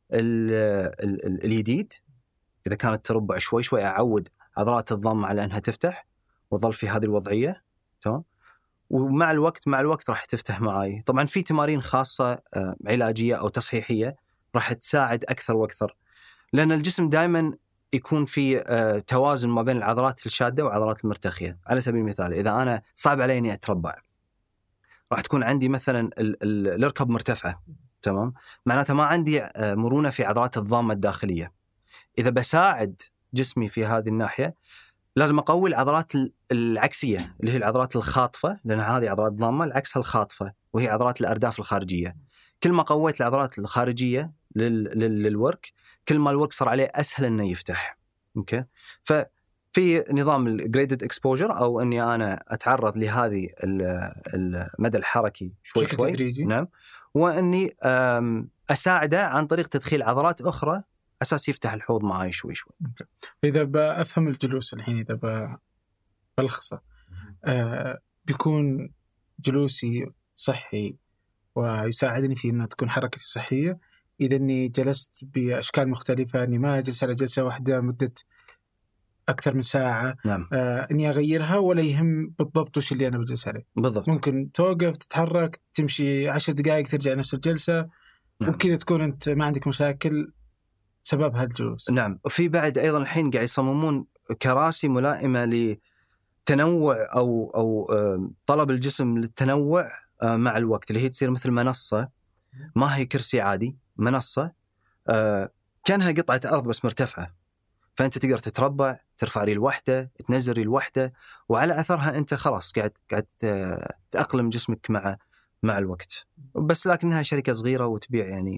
الجديد. اذا كانت تربع شوي شوي اعود عضلات الضم على انها تفتح وظل في هذه الوضعيه، تمام؟ ومع الوقت مع الوقت راح تفتح معاي. طبعا في تمارين خاصة علاجية أو تصحيحية راح تساعد أكثر وأكثر، لأن الجسم دائما يكون في توازن ما بين العضلات الشادة والعضلات المرتخية. على سبيل المثال إذا أنا صعب علي إني أتربع راح تكون عندي مثلا الركب مرتفعة، تمام؟ معناته ما عندي مرونة في عضلات الضامة الداخلية. إذا بساعد جسمي في هذه الناحية لازم أقوي العضلات العكسية اللي هي العضلات الخاطفة، لأن هذه عضلات ضامة، العكسها الخاطفة وهي عضلات الأرداف الخارجية. كل ما قويت العضلات الخارجية لل... للورك كل ما الورك صار عليه أسهل إنه يفتح. أوكي، ففي نظام الجريدد اكسبوجر أو إني أنا أتعرض لهذه المدى الحركي شوي شوي تدريجي. نعم، وإني أساعده عن طريق تدخيل عضلات أخرى أساس يفتح الحوض معاي شوي شوي. إذا بأفهم الجلوس الحين، إذا بلخصه آه بيكون جلوسي صحي ويساعدني في أن تكون حركتي صحية إذا أني جلست بأشكال مختلفة، أني ما أجلس على جلسة واحدة مدة أكثر من ساعة. نعم. آه أني أغيرها ولا يهم بالضبط وش اللي أنا بجلس عليه. بالضبط. ممكن توقف تتحرك تمشي عشر دقائق ترجع نفس الجلسة. نعم. وبكذا تكون أنت ما عندك مشاكل سبب هالجلوس. نعم. وفي بعد أيضا الحين قاعد يصممون كراسي ملائمة لتنوع أو أو طلب الجسم للتنوع مع الوقت، اللي هي تصير مثل منصة، ما هي كرسي عادي، منصة كانها قطعة أرض بس مرتفعة، فأنت تقدر تتربع، ترفع ريل واحدة، تنزل ريل واحدة، وعلى أثرها أنت خلاص قاعد قاعد تأقلم جسمك مع مع الوقت. بس لكنها شركة صغيرة وتبيع يعني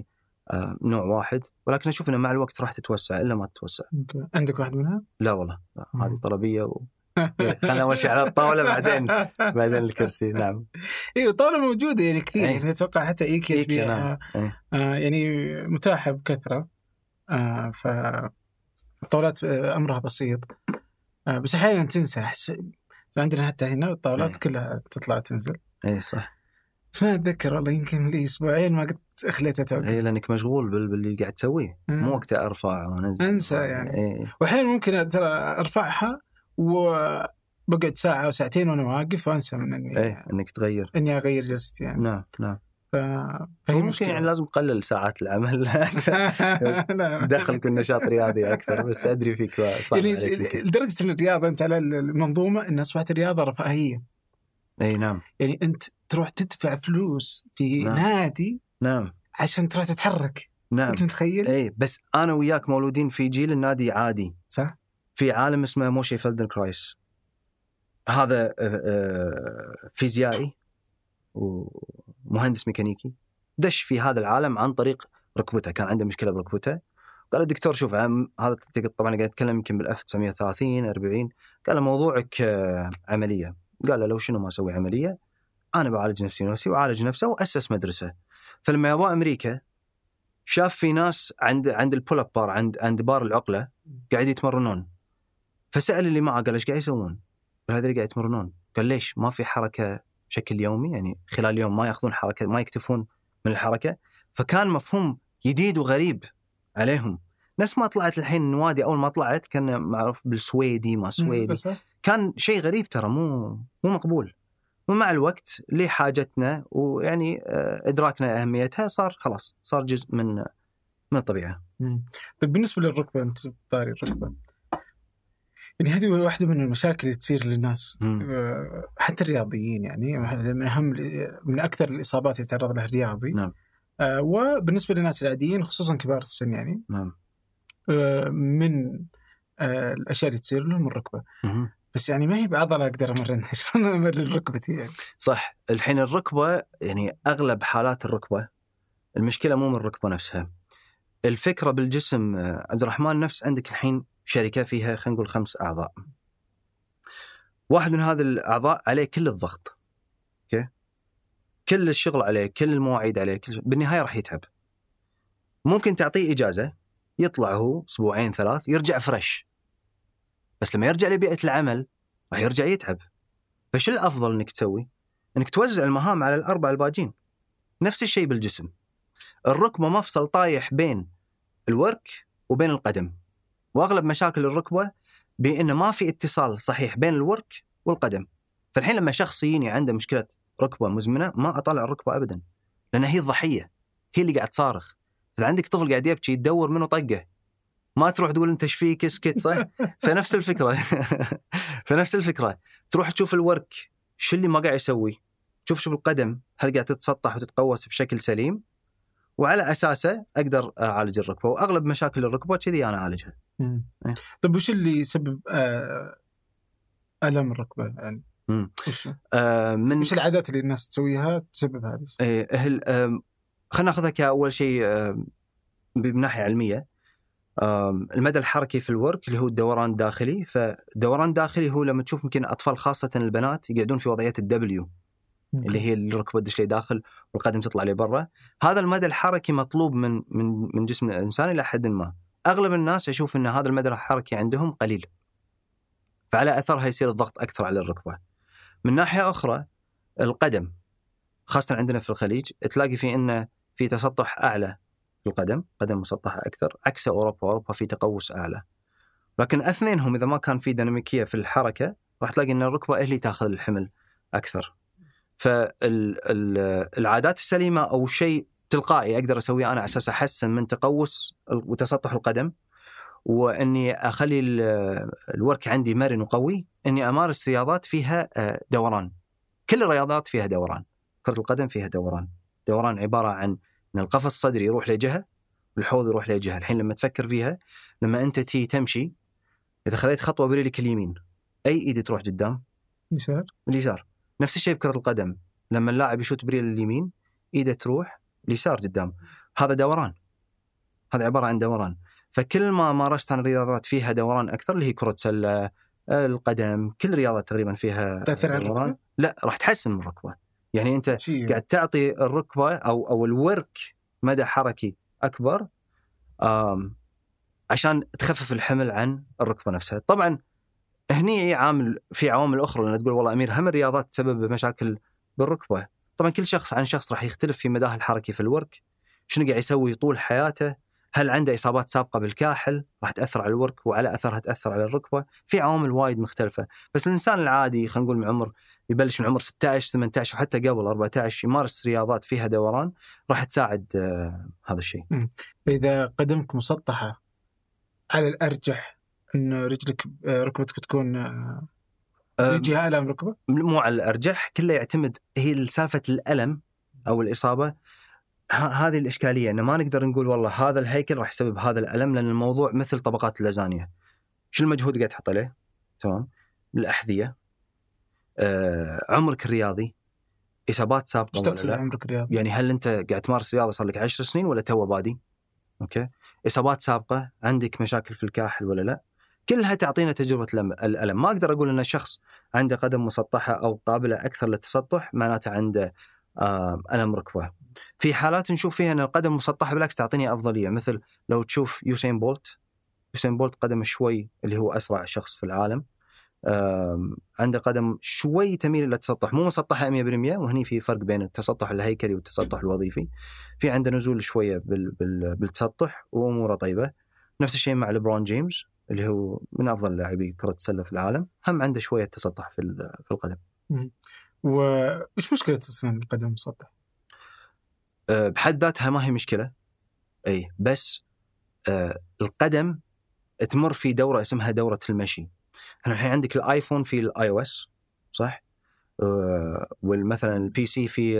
آه نوع واحد، ولكن اشوف انه مع الوقت راح تتوسع الا ما تتوسع. عندك واحد منها؟ لا والله، لا. هذه طلبيه و... خلنا اول شيء على الطاوله بعدين بعدين الكرسي. نعم. ايوه الطاوله موجوده يعني كثير. أي. يعني اتوقع حتى ايكيا إيكيا تبيعها. نعم. آه يعني متاحه بكثره. آه فالطاولات امرها بسيط. آه بس احيانا تنسى. أحس... عندنا حتى هنا الطاولات أي. كلها تطلع تنزل. اي صح. بس ما اتذكر والله، يمكن لي اسبوعين ما قد اخليتها توقف. اي لانك مشغول باللي قاعد تسويه، مو وقت ارفع وننزل انسى يعني. إيه. واحيانا ممكن ترى ارفعها وبقعد ساعه او ساعتين وانا واقف وانسى من اني ايه انك تغير اني اغير جلستي يعني. نعم نعم. ف... فهي ممكن يعني لازم تقلل ساعات العمل دخلك النشاط رياضي اكثر. بس ادري فيك صح يعني عليك لدرجه ان الرياضه انت على المنظومه ان اصبحت الرياضه رفاهيه. اي نعم. يعني انت تروح تدفع فلوس في نعم. نادي نعم عشان تروح تتحرك. نعم. انت متخيل؟ اي بس انا وياك مولودين في جيل النادي عادي. صح. في عالم اسمه موشي فيلدنكرايس، هذا فيزيائي ومهندس ميكانيكي، دش في هذا العالم عن طريق ركبته. كان عنده مشكله بركبته، قال الدكتور شوف عم هذا طبعا قاعد يتكلم يمكن بال ألف وتسعمية وثلاثين أربعين، قال له موضوعك عمليه. قال له لو شنو ما اسوي عمليه، انا بعالج نفسي نفسي وعالج نفسه واسس مدرسه. فلما يابا امريكا شاف في ناس عند عند البول اب بار، عند عند بار العقله قاعد يتمرنون، فسال اللي معه قال ايش قاعد يسوون؟ قال هذول قاعد يتمرنون. قال ليش ما في حركه بشكل يومي؟ يعني خلال اليوم ما ياخذون حركه، ما يكتفون من الحركه. فكان مفهوم جديد وغريب عليهم. نفس ما طلعت الحين النوادي، اول ما طلعت كان معروف بالسويدي ما سويدي، كان شيء غريب ترى، مو مو مقبول. ومع الوقت لحاجتنا ويعني ادراكنا اهميتها صار خلاص صار جزء من من الطبيعه. طيب بالنسبه للركبه، انت طاري الركبه، يعني هذه واحده من المشاكل اللي تصير للناس م. حتى الرياضيين، يعني من اهم من اكثر الاصابات يتعرض لها الرياضي. نعم. آه وبالنسبه للناس العاديين خصوصا كبار السن يعني. نعم. آه من آه الاشياء اللي تصير لهم الركبه. م. بس يعني ما هي بعضلة أقدر أمرنها، شلون أمرن ركبتي يعني؟ صح. الحين الركبة يعني أغلب حالات الركبة المشكلة مو من الركبة نفسها، الفكرة بالجسم. عبد الرحمن نفس عندك الحين شركة فيها خلينا نقول خمس أعضاء، واحد من هذه الأعضاء عليه كل الضغط، أوكي؟ كل الشغل عليه، كل المواعيد عليه، كل... بالنهاية راح يتعب. ممكن تعطيه إجازة يطلع هو أسبوعين ثلاث يرجع فريش، بس لما يرجع لبيئة العمل راح يرجع يتعب. فش الأفضل إنك تسوي؟ إنك توزع المهام على الأربع الباجين. نفس الشيء بالجسم، الركبة مفصل طايح بين الورك وبين القدم، وأغلب مشاكل الركبة بأن ما في اتصال صحيح بين الورك والقدم. فالحين لما شخص يجيني عنده مشكلة ركبة مزمنة ما أطالع الركبة أبدا، لأن هي الضحية، هي اللي قاعد تصارخ. إذا عندك طفل قاعد يبكي تدور منه طقه، ما تروح تقول أنت إيش فيك اسكت، صح؟ فنفس الفكرة فنفس الفكرة تروح تشوف الورك شو اللي ما قاعد يسوي، شوف شوف القدم هل قاعد تتسطح وتتقوس بشكل سليم، وعلى أساسه أقدر أعالج الركبة. وأغلب مشاكل الركبة كذي أنا أعالجها. طيب وش اللي يسبب ألم الركبة يعني؟ وش آه من وش العادات اللي الناس تسويها تسبب هذا؟ إيه آه خلنا ناخذها كأول شيء آه من ناحية علمية. آه المدى الحركي في الورك اللي هو الدوران الداخلي، فالدوران الداخلي هو لما تشوف يمكن أطفال خاصة البنات يقعدون في وضعية الدبليو اللي هي الركبة تدش لي داخل والقدم تطلع لي برا. هذا المدى الحركي مطلوب من من من جسم الإنسان إلى حد ما. أغلب الناس يشوف أن هذا المدى الحركي عندهم قليل، فعلى أثرها يصير الضغط أكثر على الركبة. من ناحية أخرى القدم خاصة عندنا في الخليج تلاقي في أنه في تسطح أعلى في القدم، قدم مسطحة أكثر، عكس أوروبا. أوروبا في تقوس أعلى. لكن اثنينهم إذا ما كان في ديناميكية في الحركة راح تلاقي أن الركبة اللي تأخذ الحمل أكثر. فالعادات السليمة أو شيء تلقائي أقدر أسويه أنا على أساس أحسن من تقوس وتسطح القدم وأني أخلي الورك عندي مرن وقوي، أني أمارس رياضات فيها دوران. كل الرياضات فيها دوران، كرة القدم فيها دوران. دوران عبارة عن أن القفص الصدري يروح لجهة والحوض يروح لجهة. الحين لما تفكر فيها، لما أنت تي تمشي إذا خذيت خطوة بريلك اليمين أي إيدي تروح قدام؟ اليسار. اليسار. نفس الشيء بكرة القدم، لما اللاعب يشوت بريل اليمين إيده تروح اليسار قدام. هذا دوران. هذا عبارة عن دوران. فكل ما مارست عن الرياضات فيها دوران أكثر، اللي هي كرة السلة، القدم، كل رياضة تقريبا فيها دوران، لا راح تحسن من الركبة. يعني أنت قاعد تعطي الركبة أو أو الورك مدى حركي أكبر عشان تخفف الحمل عن الركبة نفسها. طبعا هني عامل في عوامل أخرى، لأن تقول والله أمير هم الرياضات تسبب مشاكل بالركبة. طبعا كل شخص عن شخص راح يختلف في مداه الحركي في الورك، شنو قاعد يسوي طول حياته، هل عنده إصابات سابقة بالكاحل راح تأثر على الورك وعلى أثرها تأثر على الركبة. في عوامل وايد مختلفة. بس الإنسان العادي خلينا نقول من عمر يبلش من عمر ستة عشر ثمانية عشر حتى قبل أربعة عشر يمارس رياضات فيها دوران راح تساعد آه هذا الشيء. إذا قدمك مسطحة على الأرجح إن رجلك آه ركبتك تكون آه يجيها ألم ركبة؟ مو على الأرجح، كله يعتمد هي السالفة الألم أو الإصابة. هذه الإشكالية، إن ما نقدر نقول والله هذا الهيكل راح يسبب هذا الألم، لأن الموضوع مثل طبقات اللازانيا. شو المجهود قاعد تحط عليه؟ تمام، الأحذية، آه، عمرك الرياضي، إصابات سابقة ولا لا؟ عمرك الرياضي يعني هل أنت قاعد تمارس رياضة صار لك عشر سنين ولا تو بادي؟ أوكي، إصابات سابقة، عندك مشاكل في الكاحل ولا لا؟ كلها تعطينا تجربة الألم. ما أقدر أقول إن الشخص عنده قدم مسطحة أو قابلة أكثر للتسطح معناته عنده آه، ألم ركبة. في حالات نشوف فيها أن القدم مسطحة بالعكس تعطيني أفضلية، مثل لو تشوف يوسين بولت. يوسين بولت قدم شوي اللي هو أسرع شخص في العالم، عنده قدم شوي تميل إلى التسطح، مو مسطحة مية بالمية، وهني في فرق بين التسطح الهيكلي والتسطح الوظيفي. في عنده نزول شوية بال بال بالتسطح وأموره طيبة. نفس الشيء مع ليبرون جيمس اللي هو من أفضل لاعبي كرة السلة في العالم، هم عنده شوية تسطح في في القدم. وإيش مشكلة تصنيع القدم مسطح؟ بحد ذاتها ما هي مشكلة، أي بس آه القدم تمر في دورة اسمها دورة المشي. احنا الحين عندك الايفون في الاي او اس صح، آه والمثلا البي سي في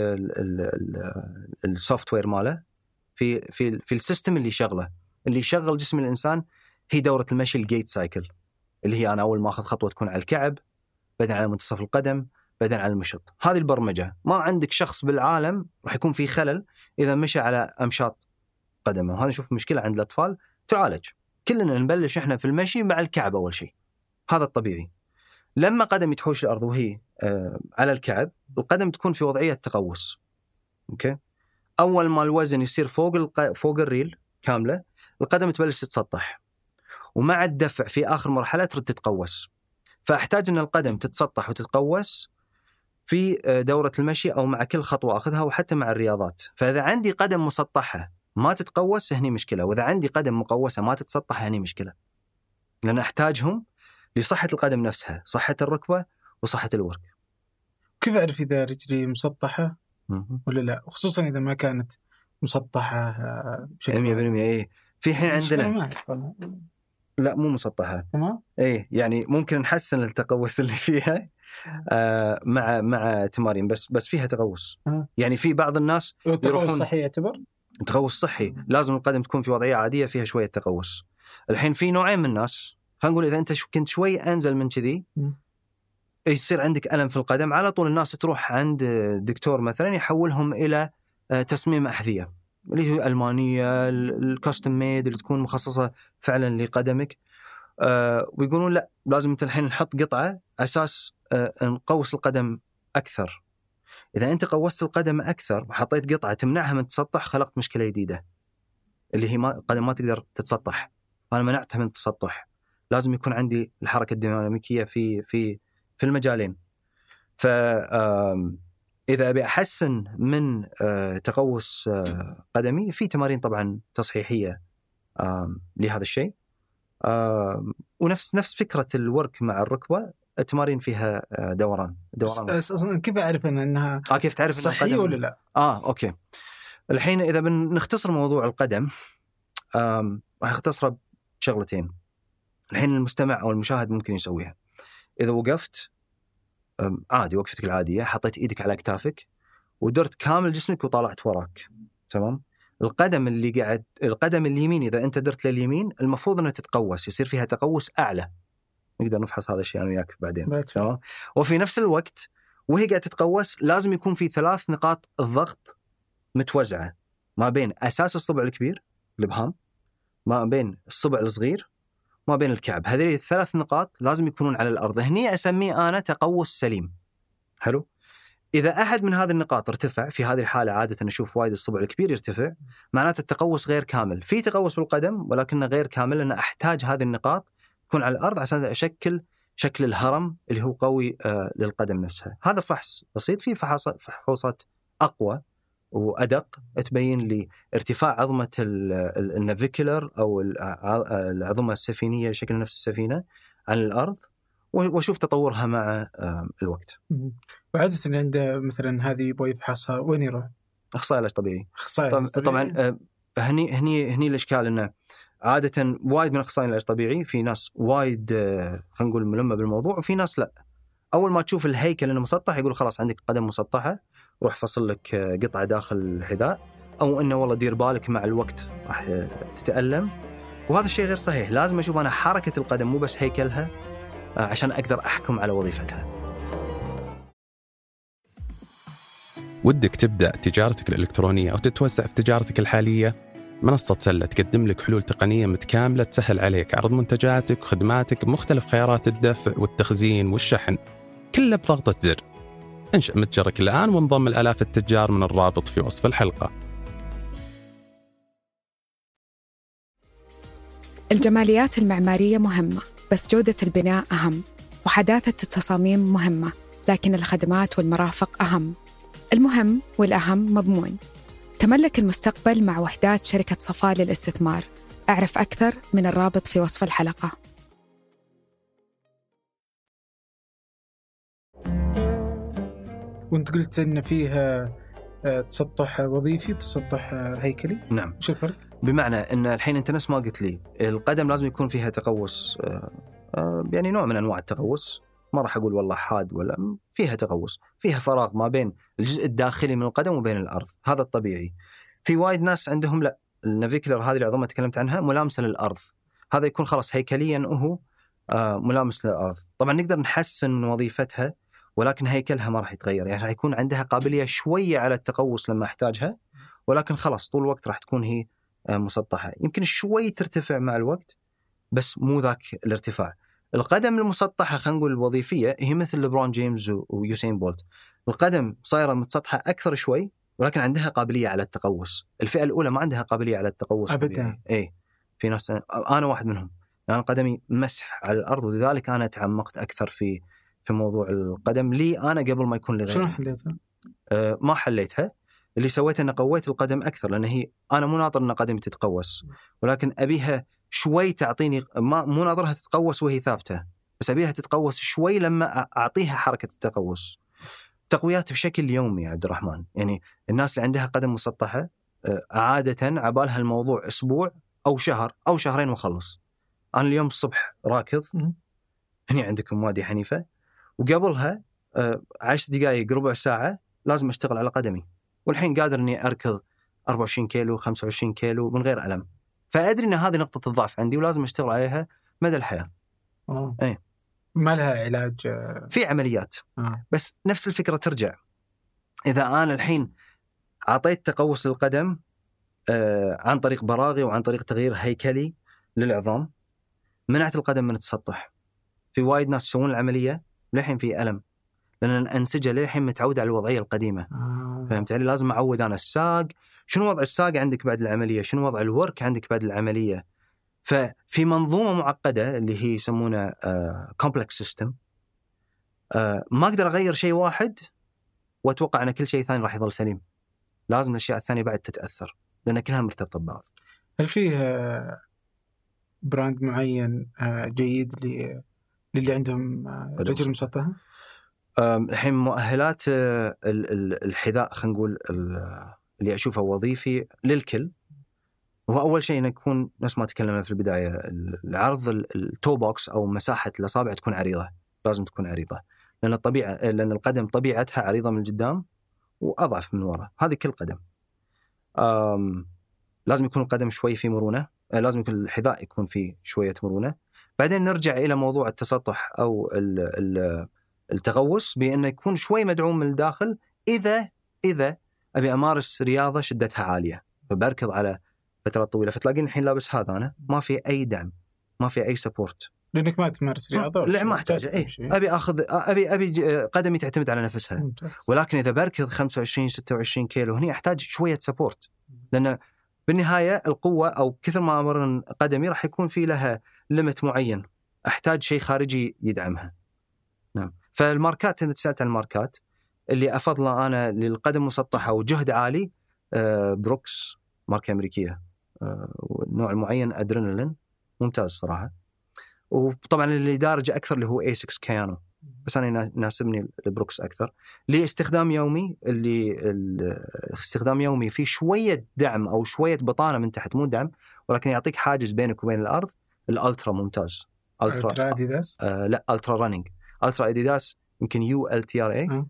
السوفت وير ماله، في في في السيستم اللي يشغله اللي يشغل جسم الانسان، هي دورة المشي الجيت سايكل، اللي هي انا اول ما اخذ خطوة تكون على الكعب، بعدين على منتصف القدم، بعدين على المشط. هذه البرمجة. ما عندك شخص بالعالم راح يكون في خلل إذا مشى على أمشاط قدمه. وهذا نشوف مشكلة عند الأطفال تعالج. كلنا نبلش إحنا في المشي مع الكعب أول شيء، هذا الطبيعي. لما قدم يتحوش الأرض وهي آه على الكعب، القدم تكون في وضعية تقوس. أوكي، أول ما الوزن يصير فوق الق... فوق الريل كاملة، القدم تبلش تتسطح، ومع الدفع في آخر مرحلة ترد تتقوس. فأحتاج أن القدم تتسطح وتتقوس في دورة المشي أو مع كل خطوة أخذها، وحتى مع الرياضات. فإذا عندي قدم مسطحة ما تتقوس هني مشكلة، وإذا عندي قدم مقوسة ما تتسطح هني مشكلة، لأن أحتاجهم لصحة القدم نفسها، صحة الركبة وصحة الورك. كيف أعرف إذا رجلي مسطحة ولا لا، خصوصا إذا ما كانت مسطحة بشكل مية بالمية؟ إيه، في حين عندنا لا مو مسطحة، تمام، إيه يعني ممكن نحسن التقوس اللي فيها آه مع مع تمارين، بس بس فيها تقوس. أه. يعني في بعض الناس تقوس صحي يعتبر تقوس صحي، لازم القدم تكون في وضعية عادية فيها شوية تقوس. الحين في نوعين من الناس، خلينا نقول إذا أنت كنت شوي أنزل من كذي يصير عندك ألم في القدم، على طول الناس تروح عند دكتور مثلا يحولهم إلى تصميم أحذية اللي هي ألمانية، الكاستم ميد اللي تكون مخصصة فعلا لقدمك. أه ويقولون لا، لازم انت الحين نحط قطعة أساس أه نقوس القدم أكثر. إذا أنت قوست القدم أكثر وحطيت قطعة تمنعها من تسطح، خلقت مشكلة جديدة اللي هي ما القدم ما تقدر تتسطح، فأنا منعتها من التسطح. لازم يكون عندي الحركة الديناميكية في في في المجالين. فإذا أبي أحسن من أه تقوس أه قدمي، في تمارين طبعا تصحيحية أه لهذا الشيء. آه ونفس نفس فكرة الورك مع الركبة، التمارين فيها دوران دوران. أصلاً كيف أعرف أن أنها آه كيف تعرف صحية ولا لا؟ آه أوكي. الحين إذا بنختصر موضوع القدم، آه راح أختصره بشغلتين. الحين المستمع أو المشاهد ممكن يسويها. إذا وقفت آه عادي وقفتك العادية، حطيت إيدك على أكتافك ودرت كامل جسمك وطالعت وراك، تمام. القدم اللي قاعد القدم اليمين إذا أنت درت لليمين المفروض أنها تتقوس، يصير فيها تقوس أعلى. نقدر نفحص هذا الشيء أنا وياك بعدين، تمام. وفي نفس الوقت وهي قاعد تتقوس لازم يكون في ثلاث نقاط الضغط متوزعة ما بين أساس الصبع الكبير الإبهام، ما بين الصبع الصغير ما بين الكعب. هذه الثلاث نقاط لازم يكونون على الأرض. هني أسميه أنا تقوس سليم. حلو. إذا أحد من هذه النقاط ارتفع، في هذه الحالة عادة نشوف وايد الصبع الكبير يرتفع، معناته التقوس غير كامل. في تقوس بالقدم ولكنه غير كامل، لأن أحتاج هذه النقاط تكون على الأرض عشان أشكل شكل الهرم اللي هو قوي آه للقدم نفسها. هذا فحص بسيط. في فحوصات أقوى وأدق تبين لي ارتفاع عظمة النافيكولر أو العظمة السفينية شكل نفس السفينة عن الأرض، وشوف تطورها مع الوقت. وعادة عند مثلا هذه يبغى يفحصها وين يروح؟ أخصائي علاج طبيعي. أخصائي طبعا, طبعا هني هني هني الإشكال إنه عادة وايد من أخصائي العلاج الطبيعي في ناس وايد خلينا نقول ملمة بالموضوع، وفي ناس لا. أول ما تشوف الهيكل إنه مسطح يقول خلاص عندك قدم مسطحة، روح فصل لك قطعة داخل الحذاء، أو إنه والله دير بالك مع الوقت راح تتألم. وهذا الشيء غير صحيح. لازم أشوف أنا حركة القدم مو بس هيكلها عشان أقدر أحكم على وظيفتها. ودك تبدأ تجارتك الإلكترونية أو تتوسع في تجارتك الحالية؟ منصة سلة تقدم لك حلول تقنية متكاملة تسهل عليك عرض منتجاتك وخدماتك بمختلف خيارات الدفع والتخزين والشحن، كله بضغطة زر. انشأ متجرك الآن وانضم الآلاف التجار من الرابط في وصف الحلقة. الجماليات المعمارية مهمة، بس جودة البناء أهم، وحداثة التصاميم مهمة، لكن الخدمات والمرافق أهم. المهم والأهم مضمون. تملك المستقبل مع وحدات شركة صفاء للاستثمار. أعرف أكثر من الرابط في وصف الحلقة. وانت قلت إن فيها تسطح وظيفي تسطح هيكلي. نعم. شو الفرق؟ بمعنى أن الحين أنت نفس ما قلت لي القدم لازم يكون فيها تقوس، يعني نوع من أنواع التقوس. ما راح أقول والله حاد ولا، فيها تقوس، فيها فراغ ما بين الجزء الداخلي من القدم وبين الأرض. هذا الطبيعي. في وايد ناس عندهم لا، النافيكولر هذه العظمة تكلمت عنها ملامسة للأرض، هذا يكون خلاص هيكليا وهو ملامس للأرض. طبعا نقدر نحسن من وظيفتها، ولكن هيكلها ما راح يتغير. يعني راح يكون عندها قابلية شوية على التقوس لما أحتاجها، ولكن خلاص طول الوقت راح تكون هي مسطحة. يمكن شوي ترتفع مع الوقت بس مو ذاك الارتفاع. القدم المسطحة خلينا نقول الوظيفية هي مثل لبرون جيمس ويوسين بولت. القدم صايرة متسطحة أكثر شوي، ولكن عندها قابلية على التقوس. الفئة الأولى ما عندها قابلية على التقوس أبدا. إيه، في ناس، أنا واحد منهم، أنا قدمي مسح على الأرض، ولذلك أنا تعمقت أكثر في في موضوع القدم لي أنا قبل ما يكون لي غيري. شلون حليتها؟ أه ما حليتها. اللي سويته أن قويت القدم أكثر، لأن هي أنا مو ناطر أن قدمي تتقوس، ولكن أبيها شوي تعطيني، ما مو ناظرها تتقوس وهي ثابتة، بس أبيها تتقوس شوي لما أعطيها حركة التقوس. تقويات بشكل يومي يا عبد الرحمن. يعني الناس اللي عندها قدم مسطحة عادة عبالها الموضوع أسبوع أو شهر أو شهرين وخلص. أنا اليوم الصبح راكض هني عندكم وادي حنيفة، وقبلها عشر دقائق ربع ساعة لازم أشتغل على قدمي، والحين قادر أني أركض أربعة وعشرين كيلو خمسة وعشرين كيلو من غير ألم. فأدري أن هذه نقطة الضعف عندي ولازم أشتغل عليها مدى الحياة. أوه. أي. ما لها علاج؟ في عمليات. أوه. بس نفس الفكرة ترجع. إذا أنا الحين عطيت تقوس للقدم آه عن طريق براغي وعن طريق تغيير هيكلي للعظام، منعت القدم من التسطح. في وايد ناس يسوون العملية للحين في ألم، لأن الأنسجة للحين متعودة على الوضعية القديمة. آه. فهمت علي؟ لازم أعود أنا الساق. شنو وضع الساق عندك بعد العملية؟ شنو وضع الورك عندك بعد العملية؟ ففي منظومة معقدة اللي هي يسمونها complex system، ما أقدر أغير شيء واحد وأتوقع أن كل شيء ثاني راح يظل سليم. لازم الأشياء الثانية بعد تتأثر، لأن كلها مرتبطة ببعض. هل فيه براند معين جيد للي عندهم رجل مسطحة؟ الحين مؤهلات الحذاء خلينا نقول اللي أشوفه وظيفي للكل، هو أول شيء أن يكون نفس ما تكلمنا في البداية، العرض التو بوكس أو مساحة الأصابع تكون عريضة، لازم تكون عريضة، لأن الطبيعة لأن القدم طبيعتها عريضة من قدام وأضعف من وراء. هذه كل قدم. لازم يكون القدم شوي في مرونة، لازم يكون الحذاء يكون فيه شوية مرونة. بعدين نرجع إلى موضوع التسطح أو التغوص بأنه يكون شوي مدعوم من الداخل. إذا إذا أبي أمارس رياضة شدتها عالية، فبركض على فترات طويله، فتلاقيني الحين لابس هذا انا ما في اي دعم، ما في اي سبورت، لانك ما تمارس رياضه. لا ما احتاج. إيه؟ ابي اخذ ابي ابي قدمي تعتمد على نفسها. ممتاز. ولكن اذا بركض خمسة وعشرين ستة وعشرين كيلو هني احتاج شويه سبورت، لان بالنهايه القوه او كثر ما امرن قدمي راح يكون في لها ليمت معين، احتاج شيء خارجي يدعمها. نعم. فالماركات، انت سالت عن الماركات اللي افضله انا للقدم مسطحه وجهد عالي، آه بروكس ماركه امريكيه، آه نوع معين ادرينالين ممتاز صراحه. وطبعا اللي دارج اكثر اللي هو إيه سكس كيانو، بس انا يناسبني البروكس اكثر لاستخدام يومي. اللي الاستخدام يومي فيه شويه دعم او شويه بطانه من تحت، مو دعم ولكن يعطيك حاجز بينك وبين الارض. الالترا ممتاز. الترا اديداس؟ آه لا الترا رانينج. الترا اديداس يمكن يو ال تي ار اي.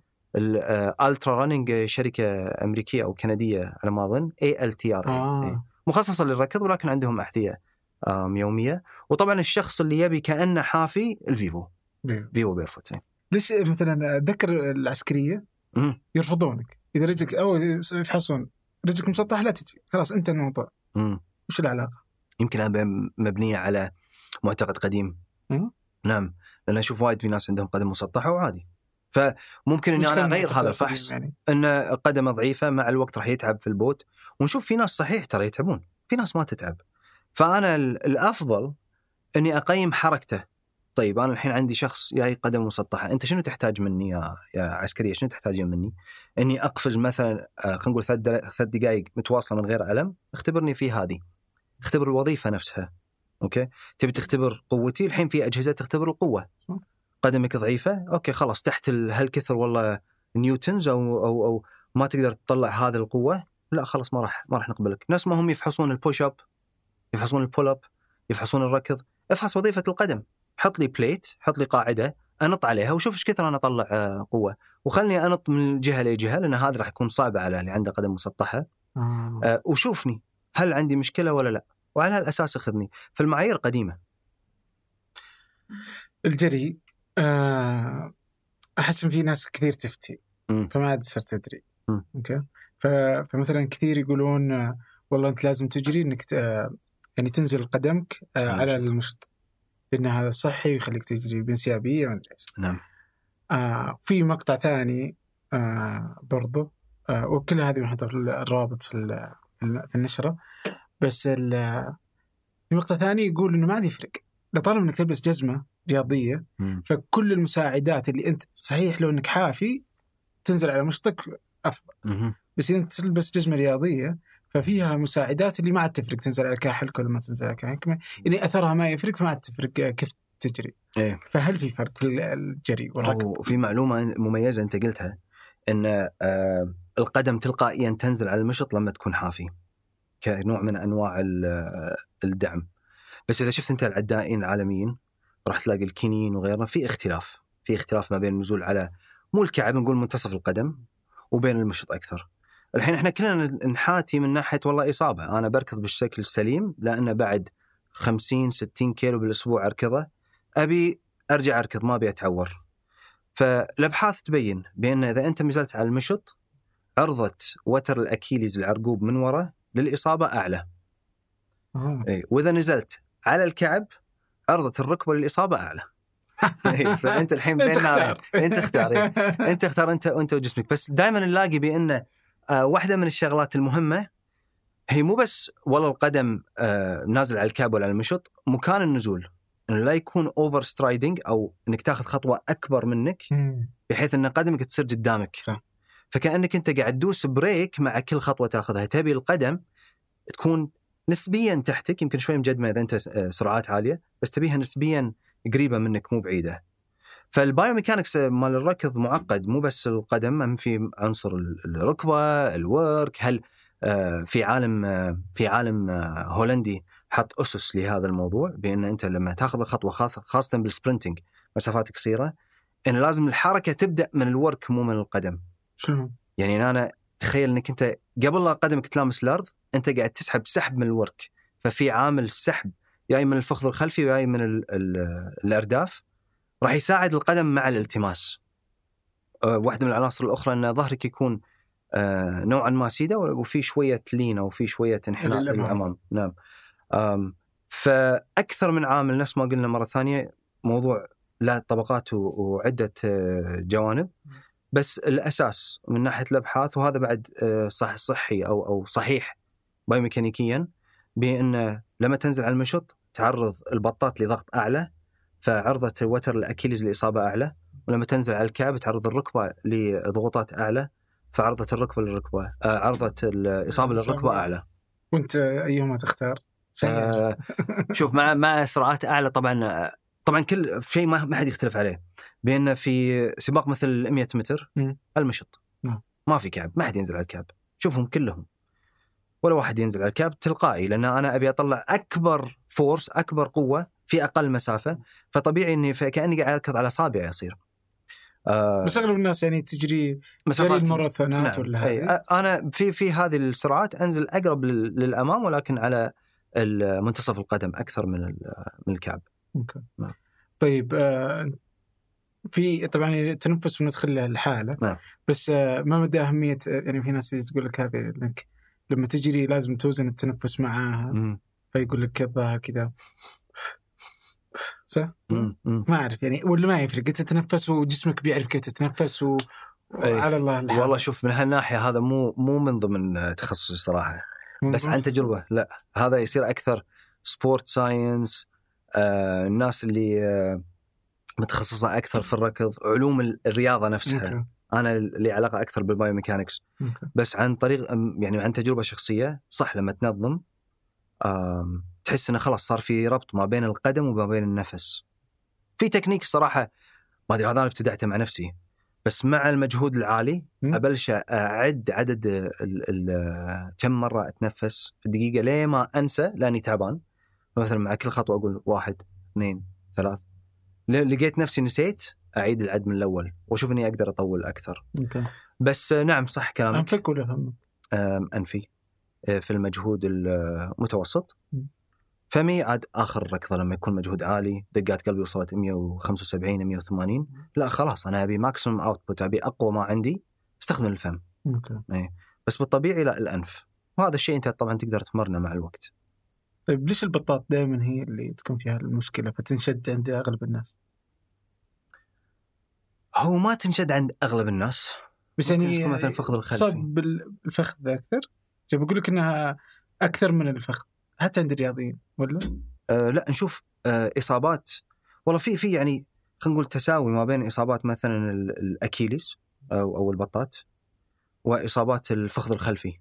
الالترا رانينج شركه امريكيه او كنديه على ما اظن، اي ال تي ار اي، مخصصه للركض ولكن عندهم احذيه يوميه. وطبعا الشخص اللي يبي كأنه حافي الفيفو بيو. فيفو بيرفوت. ليش مثلا ذكر العسكريه مم. يرفضونك اذا رجلك او يفحصون رجلك مسطح لا تجي، خلاص انت الموضوع. مم. وش العلاقه؟ يمكن هذا مبنيه على معتقد قديم. مم. نعم، لان اشوف وايد في ناس عندهم قدم مسطحه وعادي، فممكن اني انا اغير هذا الفحص يعني. ان قدمه ضعيفه مع الوقت راح يتعب في البوت، ونشوف في ناس صحيح ترى يتعبون، في ناس ما تتعب. فانا الافضل اني اقيم حركته. طيب انا الحين عندي شخص جاي قدم مسطحه، انت شنو تحتاج مني يا يا عسكريه؟ شنو تحتاجين مني؟ اني اقفز مثلا خلينا نقول ثلاث دقائق متواصله من غير الم، اختبرني في هذه، اختبر الوظيفه نفسها. اوكي، تبي تختبر قوتي؟ الحين في اجهزه تختبر القوه. قدمك ضعيفه، اوكي خلاص تحت هالكثر والله نيوتنز او او او ما تقدر تطلع هذه القوه، لا خلاص ما راح ما راح نقبلك. ناس ما هم يفحصون البوش اب، يفحصون البول اب، يفحصون الركض. افحص وظيفه القدم، حط لي بليت، حط لي قاعده انط عليها وشوف ايش كثر انا اطلع قوه، وخلني انط من جهه لجهه، لان هذا راح يكون صعب على اللي عنده قدم مسطحه. آه. آه وشوفني هل عندي مشكله ولا لا، وعلى هالاساس اخذني. فالمعايير قديمه. الجري آه احس ان في ناس كثير تفتي م. فما عاد صرت تدري. م. اوكي، فمثلا كثير يقولون آه والله انت لازم تجري انك آه يعني تنزل قدمك آه على المشط، لأن هذا صحي ويخليك تجري بانسيابية ما أدري إيش. نعم. آه في مقطع ثاني آه برضو آه وكل هذه محطة في الروابط في في النشرة، بس في مقطع ثاني يقول إنه ما عاد يفرق لطالما إنك تلبس جزمة رياضية. م. فكل المساعدات اللي أنت صحيح لو إنك حافي تنزل على مشطك أفضل، م. بس إذا أنت تلبس جزمة رياضية ففيها مساعدات اللي ما عاد تفرق تنزل على كاحلك ولا ما تنزل على كاحلك، يعني أثرها ما يفرق فما عاد تفرق كيف تجري. إيه؟ فهل في فرق في الجري والركض؟ وفي معلومة مميزة أنت قلتها، إن آه القدم تلقائيا تنزل على المشط لما تكون حافي كنوع من أنواع الدعم. بس إذا شفت أنت العدائين العالميين راح تلاقي الكينيين وغيرهم في اختلاف في اختلاف ما بين النزول على مو الكعب، نقول منتصف القدم، وبين المشط أكثر. الحين احنا كلنا نحاتي من ناحية والله إصابة، أنا بركض بالشكل السليم لأنه بعد خمسين ستين كيلو بالأسبوع أركضه، أبي أرجع أركض ما أبي أتعور. فالأبحاث تبين بأن إذا أنت نزلت على المشط عرضة وتر الأكيليز العرقوب من وراء للإصابة أعلى. آه. إيه. وإذا نزلت على الكعب عرضة الركبة للإصابة أعلى. إيه. فأنت الحين بين نارين، أنت اختار إيه. أنت اختار أنت وأنت وجسمك. بس دائما نلاقي بأن آه واحدة من الشغلات المهمة هي مو بس والله القدم آه نازل على الكعب ولا على المشط، مكان النزول إنه لا يكون أوفر سترايدنج أو إنك تأخذ خطوة أكبر منك بحيث إن قدمك تصير قدامك. صح. فكأنك أنت قاعد تدوس بريك مع كل خطوة تأخذها. تبي القدم تكون نسبيا تحتك، يمكن شوي مجدمة إذا أنت سرعات عالية، بس تبيها نسبيا قريبة منك مو بعيدة. فالبايوميكانكس مال الركض معقد، مو بس القدم، هم في عنصر الركبة، الورك. هل في عالم في عالم هولندي حط أسس لهذا الموضوع، بأن أنت لما تأخذ الخطوة خاصة بالسبرنتينج مسافات قصيرة، إن لازم الحركة تبدأ من الورك مو من القدم. شنو؟ يعني أنا تخيل إنك أنت قبل لا قدمك تلامس الأرض أنت قاعد تسحب سحب من الورك، ففي عامل السحب جاي من الفخذ الخلفي وجاي من ال ال الأرداف، راح يساعد القدم مع الالتماس. أه واحدة من العناصر الأخرى أن ظهرك يكون آه نوعا ما سيدة وفي شوية لينة وفي شوية انحناء للأمام. نعم. فأكثر من عامل نفس ما قلنا مرة ثانية، موضوع لا طبقات وعدة جوانب، بس الأساس من ناحية الأبحاث، وهذا بعد صح صحي أو أو صحيح بايوميكانيكيا، بأن لما تنزل على المشط تعرض البطات لضغط أعلى، فعرضة وتر الأكيليز لإصابة أعلى، ولما تنزل على الكعب تعرض الركبة لضغوطات أعلى، فعرضة الركبة للركبة آه عرضة الإصابة للركبة أعلى. وأنت أيهما تختار؟ آه شوف، مع مع سرعات أعلى طبعا طبعا كل شيء ما ما حد يختلف عليه، بأن في سباق مثل مئة متر المشط ما في كعب، ما حد ينزل على الكعب، شوفهم كلهم ولا واحد ينزل على الكعب تلقائي، لأن أنا أبي أطلع أكبر فورس أكبر قوة في أقل مسافة، فطبيعي إني كأني قاعد أركض على أصابع يصير. آه بس أغلب الناس يعني تجري جري الماراثونات. نعم. ولا هذه أنا في في هذه السرعات أنزل أقرب للأمام، ولكن على منتصف القدم أكثر من من الكعب. أوكي. نعم. طيب آه في طبعا التنفس وندخل الحالة. نعم. بس آه ما مدى أهمية، يعني في ناس تقول لك هذه إنك لما تجري لازم توزن التنفس معاها. م. فيقول لك كذا كذا صح؟ م. م. ما أعرف يعني، ولا ما يفرق تتنفس وجسمك بيعرف كيف تتنفس و... وعلى الله الحال. والله شوف، من هالناحية هذا مو مو من ضمن تخصصي صراحة، بس عن تجربة. لا، هذا يصير أكثر سبورت ساينس، آه الناس اللي آه متخصصة أكثر في الركض، علوم الرياضة نفسها. مكي. أنا لي علاقة أكثر بالبايوميكانكس. مكي. بس عن طريق يعني عن تجربة شخصية، صح لما تنظم تحس إنه خلاص صار في ربط ما بين القدم وما بين النفس. في تكنيك صراحة ما أدري، هذا أنا ابتدعته مع نفسي، بس مع المجهود العالي أبلش أعد عدد ال ال كم مرة أتنفس في الدقيقة ليه ما أنسى لأني تعبان. مثلا مع كل خطوة أقول واحد اثنين ثلاث، لقيت نفسي نسيت أعيد العد من الأول وأشوف إني أقدر أطول أكثر. okay. بس نعم صح كلامك. أنفك ولا فمك؟ أنفي في المجهود المتوسط. فمي عاد آخر ركضة لما يكون مجهود عالي، دقات قلبي وصلت مئة وخمسة وسبعين مئة وثمانين، لا خلاص أنا أبي ماكسيمم أوتبوت، أبي أقوى ما عندي، استخدم الفم. okay. أي. بس بالطبيعي لا، الأنف، وهذا الشيء أنت طبعا تقدر تمرنه مع الوقت. طيب ليش البطاط دائما هي اللي تكون فيها المشكلة فتنشد عند أغلب الناس؟ هو ما تنشد عند أغلب الناس، بس يعني مثلا الفخذ الخلفي صب الفخذ أكثر. جاب بقول لك إنها أكثر من الفخذ حتى عند الرياضيين ولا؟ أه لا نشوف أه إصابات، والله في في يعني خلينا نقول تساوي ما بين إصابات مثلا الأكيليس أو أو البطات وإصابات الفخذ الخلفي،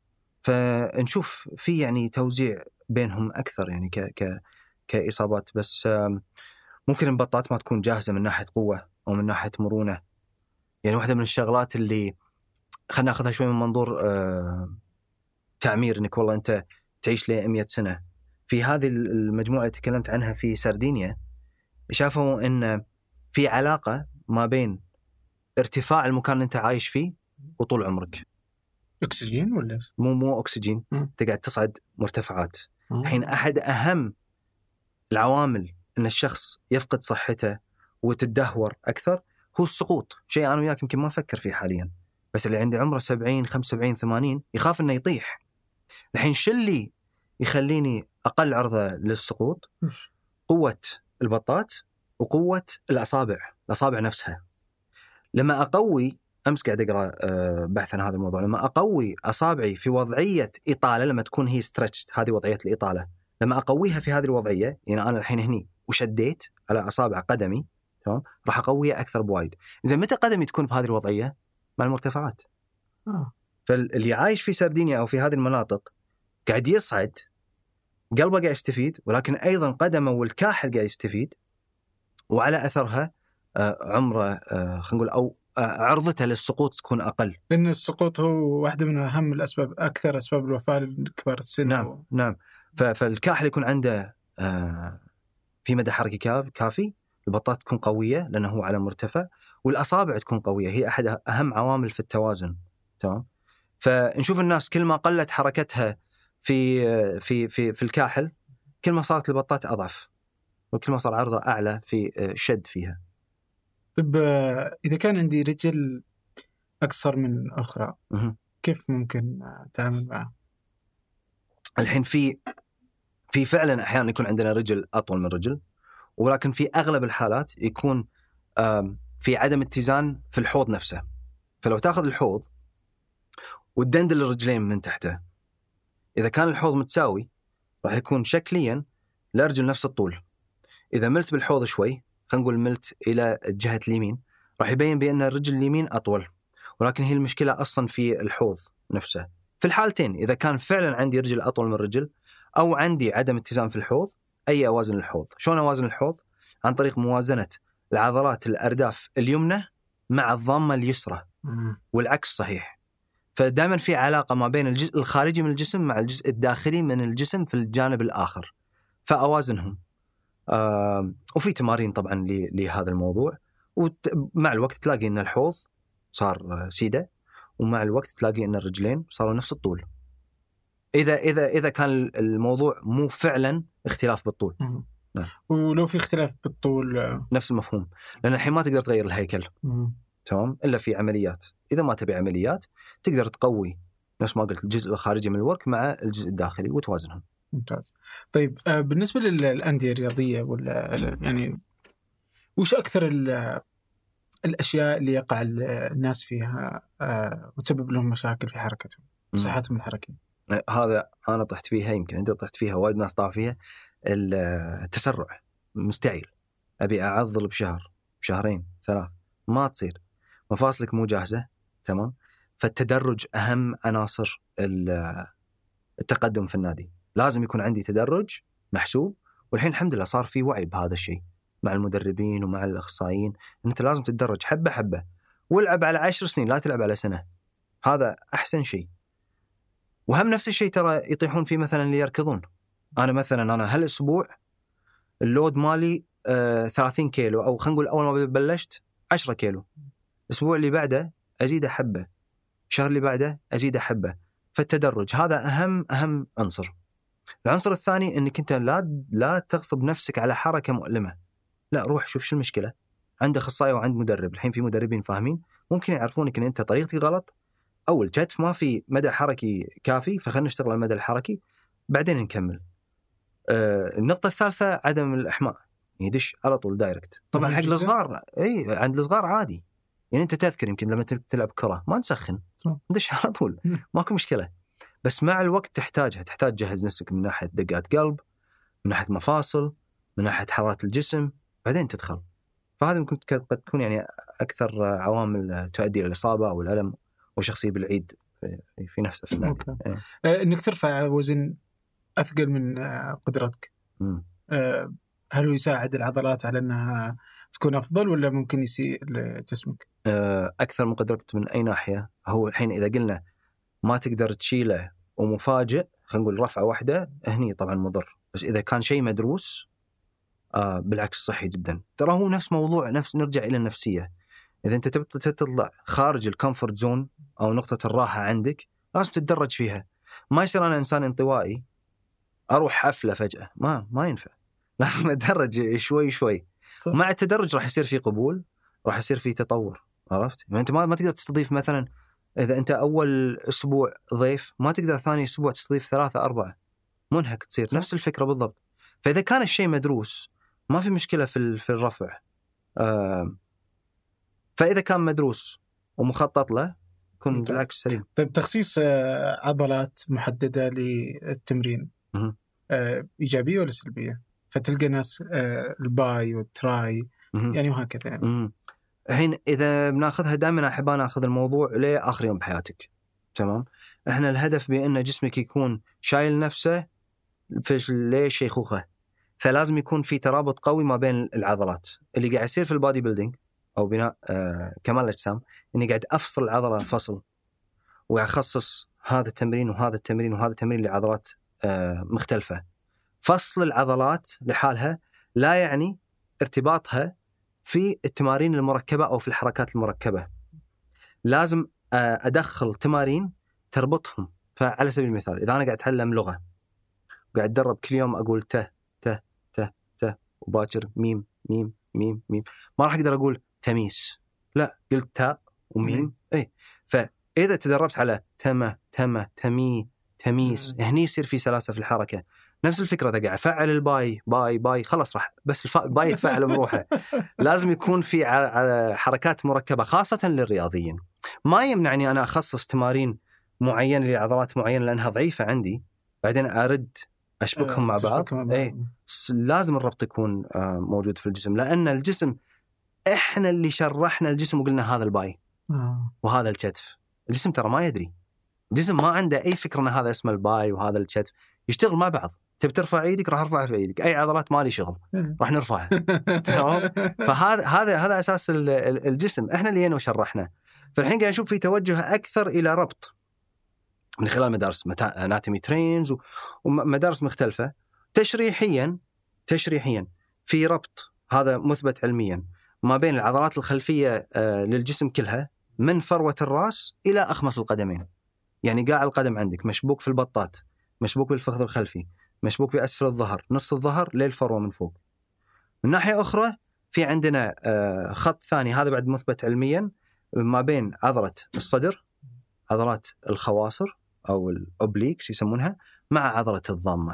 فنشوف في يعني توزيع بينهم أكثر يعني ك ك كإصابات. بس ممكن البطات ما تكون جاهزة من ناحية قوة أو من ناحية مرونة. يعني واحدة من الشغلات اللي خلنا ناخذها شوي من منظور آه تعمير، إنك والله أنت تعيش لي مئة سنة. في هذه المجموعة اللي تكلمت عنها في سردينيا، شافوا إن في علاقة ما بين ارتفاع المكان اللي أنت عايش فيه وطول عمرك. أكسجين ولا مو مو أكسجين، تقعد تصعد مرتفعات. الحين أحد أهم العوامل إن الشخص يفقد صحته وتدهور أكثر هو السقوط، شيء أنا وياك يمكن ما أفكر فيه حاليا، بس اللي عنده عمره سبعين خمسة وسبعين ثمانين يخاف إنه يطيح. الحين شو اللي يخليني أقل عرضة للسقوط؟ قوة البطات وقوة الأصابع، الأصابع نفسها. لما أقوي، أمس قاعد أقرأ بحث عن هذا الموضوع، لما أقوي أصابعي في وضعية إطالة، لما تكون هي ستريتشت، هذه وضعية الإطالة، لما أقويها في هذه الوضعية، يعني أنا الحين هني وشديت على أصابع قدمي، تمام، راح أقويها أكثر بوايد. إذا متى قدمي تكون في هذه الوضعية؟ مع المرتفعات. آه. فاللي عايش في سردينيا أو في هذه المناطق قاعد يصعد، قلبه قاعد يستفيد، ولكن أيضا قدمه والكاحل قاعد يستفيد، وعلى أثرها آه عمره آه خلينا نقول أو آه عرضته للسقوط تكون أقل. لأن السقوط هو واحدة من أهم الأسباب، أكثر أسباب الوفاة لكبار السن. نعم و... نعم. فالكاحل يكون عنده آه في مدى حركي كافي، البطات تكون قوية لأنه هو على مرتفع، والأصابع تكون قوية، هي أحد أهم عوامل في التوازن. تمام. فنشوف الناس كل ما قلت حركتها في في في في الكاحل، كل ما صارت البطات أضعف، وكل ما صار عرضة أعلى في شد فيها. طيب إذا كان عندي رجل أقصر من أخرى، م- كيف ممكن تعامل معه؟ الحين في في فعلا أحيانا يكون عندنا رجل أطول من رجل، ولكن في أغلب الحالات يكون في عدم اتزان في الحوض نفسه. فلو تأخذ الحوض وتدندل الرجلين من تحته، إذا كان الحوض متساوي راح يكون شكليا الأرجل نفس الطول. إذا ملت بالحوض شوي، خلينا نقول ملت إلى جهة اليمين، راح يبين بأن الرجل اليمين أطول، ولكن هي المشكلة أصلا في الحوض نفسه. في الحالتين إذا كان فعلا عندي رجل أطول من رجل أو عندي عدم اتزان في الحوض، أي أوازن الحوض. شلون أوازن الحوض؟ عن طريق موازنة العضلات الأرداف اليمنى مع الضامة اليسرى، والعكس صحيح. فدائما في علاقة ما بين الجزء الخارجي من الجسم مع الجزء الداخلي من الجسم في الجانب الآخر، فأوازنهم. آه وفي تمارين طبعا لهذا الموضوع، ومع الوقت تلاقي أن الحوض صار سيدة، ومع الوقت تلاقي أن الرجلين صاروا نفس الطول، إذا إذا إذا كان الموضوع مو فعلا اختلاف بالطول. نعم. ولو في اختلاف بالطول نفس المفهوم، لأن الحين ما تقدر تغير الهيكل تمام إلا في عمليات. إذا ما تبي عمليات تقدر تقوي نفس ما قلت الجزء الخارجي من الورك مع الجزء الداخلي وتوازنهم. ممتاز. طيب بالنسبة للأندية الرياضية ولا يعني وش أكثر الأشياء اللي يقع الناس فيها وتسبب لهم مشاكل في حركتهم وصحتهم الحركية؟ هذا أنا طحت فيها، يمكن أنت طحت فيها، وايد ناس طاح فيها. التسرع مستعجل، أبي أعضل بشهر بشهرين ثلاث، ما تصير، مفاصلك مو جاهزة تمام. فالتدرج أهم عناصر التقدم في النادي، لازم يكون عندي تدرج محسوب. والحين الحمد لله صار في وعي بهذا الشيء مع المدربين ومع الأخصائيين، أن أنت لازم تتدرج حبة حبة، والعب على عشر سنين لا تلعب على سنة، هذا أحسن شيء. وهم نفس الشيء ترى يطيحون فيه مثلا اللي يركضون. أنا مثلا أنا هالأسبوع اللود مالي آه ثلاثين كيلو، أو خلينا نقول أول ما بلشت عشرة كيلو، الأسبوع اللي بعده أزيد حبة، الشهر اللي بعده أزيد حبة. فالتدرج هذا أهم أهم عنصر. العنصر الثاني أنك أنت لا لا تغصب نفسك على حركة مؤلمة، لا روح شوف شو المشكلة، عند أخصائي وعند مدرب. الحين في مدربين فاهمين ممكن يعرفونك أن أنت طريقتي غلط، أو الكتف ما في مدى حركي كافي، فخلنا نشتغل على المدى الحركي بعدين نكمل. آه النقطة الثالثة عدم الإحماء، يدش على طول دايركت. طبعا حق الصغار أي عند الصغار عادي، يعني أنت تذكر يمكن لما تلعب كرة ما نسخن، ندش على طول ماكو مشكلة. بس مع الوقت تحتاجها، تحتاج جهز نفسك من ناحية دقات قلب، من ناحية مفاصل، من ناحية حرارة الجسم، بعدين تدخل. فهذا ممكن قد تكون يعني أكثر عوامل تؤدي إلى الإصابة أو الألم وشخصية بالعيد في, في نفسه في النادي. إيه. إنك ترفع وزن أثقل من قدرتك، أه هل هو يساعد العضلات على أنها تكون أفضل ولا ممكن يسيء لجسمك؟ أه أكثر من قدرتك من أي ناحية؟ هو الحين إذا قلنا ما تقدر تشيله ومفاجئ، خلينا نقول رفعة واحدة، هني طبعا مضر. بس إذا كان شيء مدروس آه بالعكس صحي جدا. ترى هو نفس موضوع، نفس نرجع إلى النفسية. إذا أنت تبغى تطلع خارج الكومفورت زون أو نقطة الراحة عندك، لازم تتدرج فيها. ما يصير أنا إنسان انطوائي أروح حفلة فجأة، ما ما ينفع، لازم أتدرج شوي شوي. صح. مع التدرج راح يصير في قبول، راح يصير في تطور، عرفت؟ يعني أنت ما ما تقدر تستضيف مثلا، إذا أنت أول أسبوع ضيف ما تقدر ثاني أسبوع تستضيف ثلاثة أربعة، منهك تصير. صح. نفس الفكرة بالضبط. فإذا كان الشيء مدروس ما في مشكلة في في الرفع. آه فإذا كان مدروس ومخطط له يكون بالعكس سليم. طيب تخصيص عضلات محددة للتمرين آه إيجابية ولا سلبية؟ فتلقى ناس آه الباي والتراي مه. يعني وهكذا يعني. الحين إذا بناخذها دائما أحب أنا أخذ الموضوع لآخر يوم بحياتك، تمام؟ إحنا الهدف بأن جسمك يكون شايل نفسه في للشيخوخة، فلازم يكون في ترابط قوي ما بين العضلات. اللي قاعد يصير في البادي بيلدينج أو بناء آه كمال الأجسام إني قاعد أفصل العضلة فصل، وأخصص هذا التمرين وهذا التمرين وهذا التمرين لعضلات آه مختلفة. فصل العضلات لحالها لا يعني ارتباطها في التمارين المركبة أو في الحركات المركبة. لازم آه أدخل تمارين تربطهم. فعلى سبيل المثال إذا أنا قاعد أتعلم لغة قاعد أدرب كل يوم أقول ته ته ته ته وباكر ميم ميم ميم ميم، ما راح أقدر أقول تميس، لا قلت تاء وميم. اي فاذا تدربت على تمه تمه تمي تميس مم. هني يصير في سلاسه في الحركه. نفس الفكره اذا قاعد افعل الباي باي باي خلاص راح بس الف... الباي يتفعل بروحه. لازم يكون في على حركات مركبه خاصه للرياضيين. ما يمنعني انا اخصص تمارين معينه لعضلات معينه لانها ضعيفه عندي بعدين ارد اشبكهم مع بعض. اي لازم الربط يكون موجود في الجسم لان الجسم احنا اللي شرحنا الجسم وقلنا هذا الباي وهذا الكتف. الجسم ترى ما يدري. الجسم ما عنده اي فكره ان هذا اسمه الباي وهذا الكتف. يشتغل مع بعض. تبي ترفع ايدك راح ارفع في ايدك. اي عضلات ما لي شغل راح نرفعها. تمام. فهذا هذا هذا اساس الجسم احنا اللي هنا وشرحنا. فالحين قاعد نشوف في توجه اكثر الى ربط من خلال مدارس اناتومي ترينز ومدارس مختلفه. تشريحيا تشريحيا في ربط هذا مثبت علميا ما بين العضلات الخلفيه للجسم كلها من فروه الراس الى اخمص القدمين. يعني قاع القدم عندك مشبوك في البطات، مشبوك بالفخذ الخلفي، مشبوك بأسفل الظهر، نص الظهر للفروة من فوق. من ناحية أخرى في عندنا خط ثاني هذا بعد مثبت علميا ما بين عضلة الصدر، عضلات الخواصر أو الأوبليكس يسمونها، مع عضلة الضامة.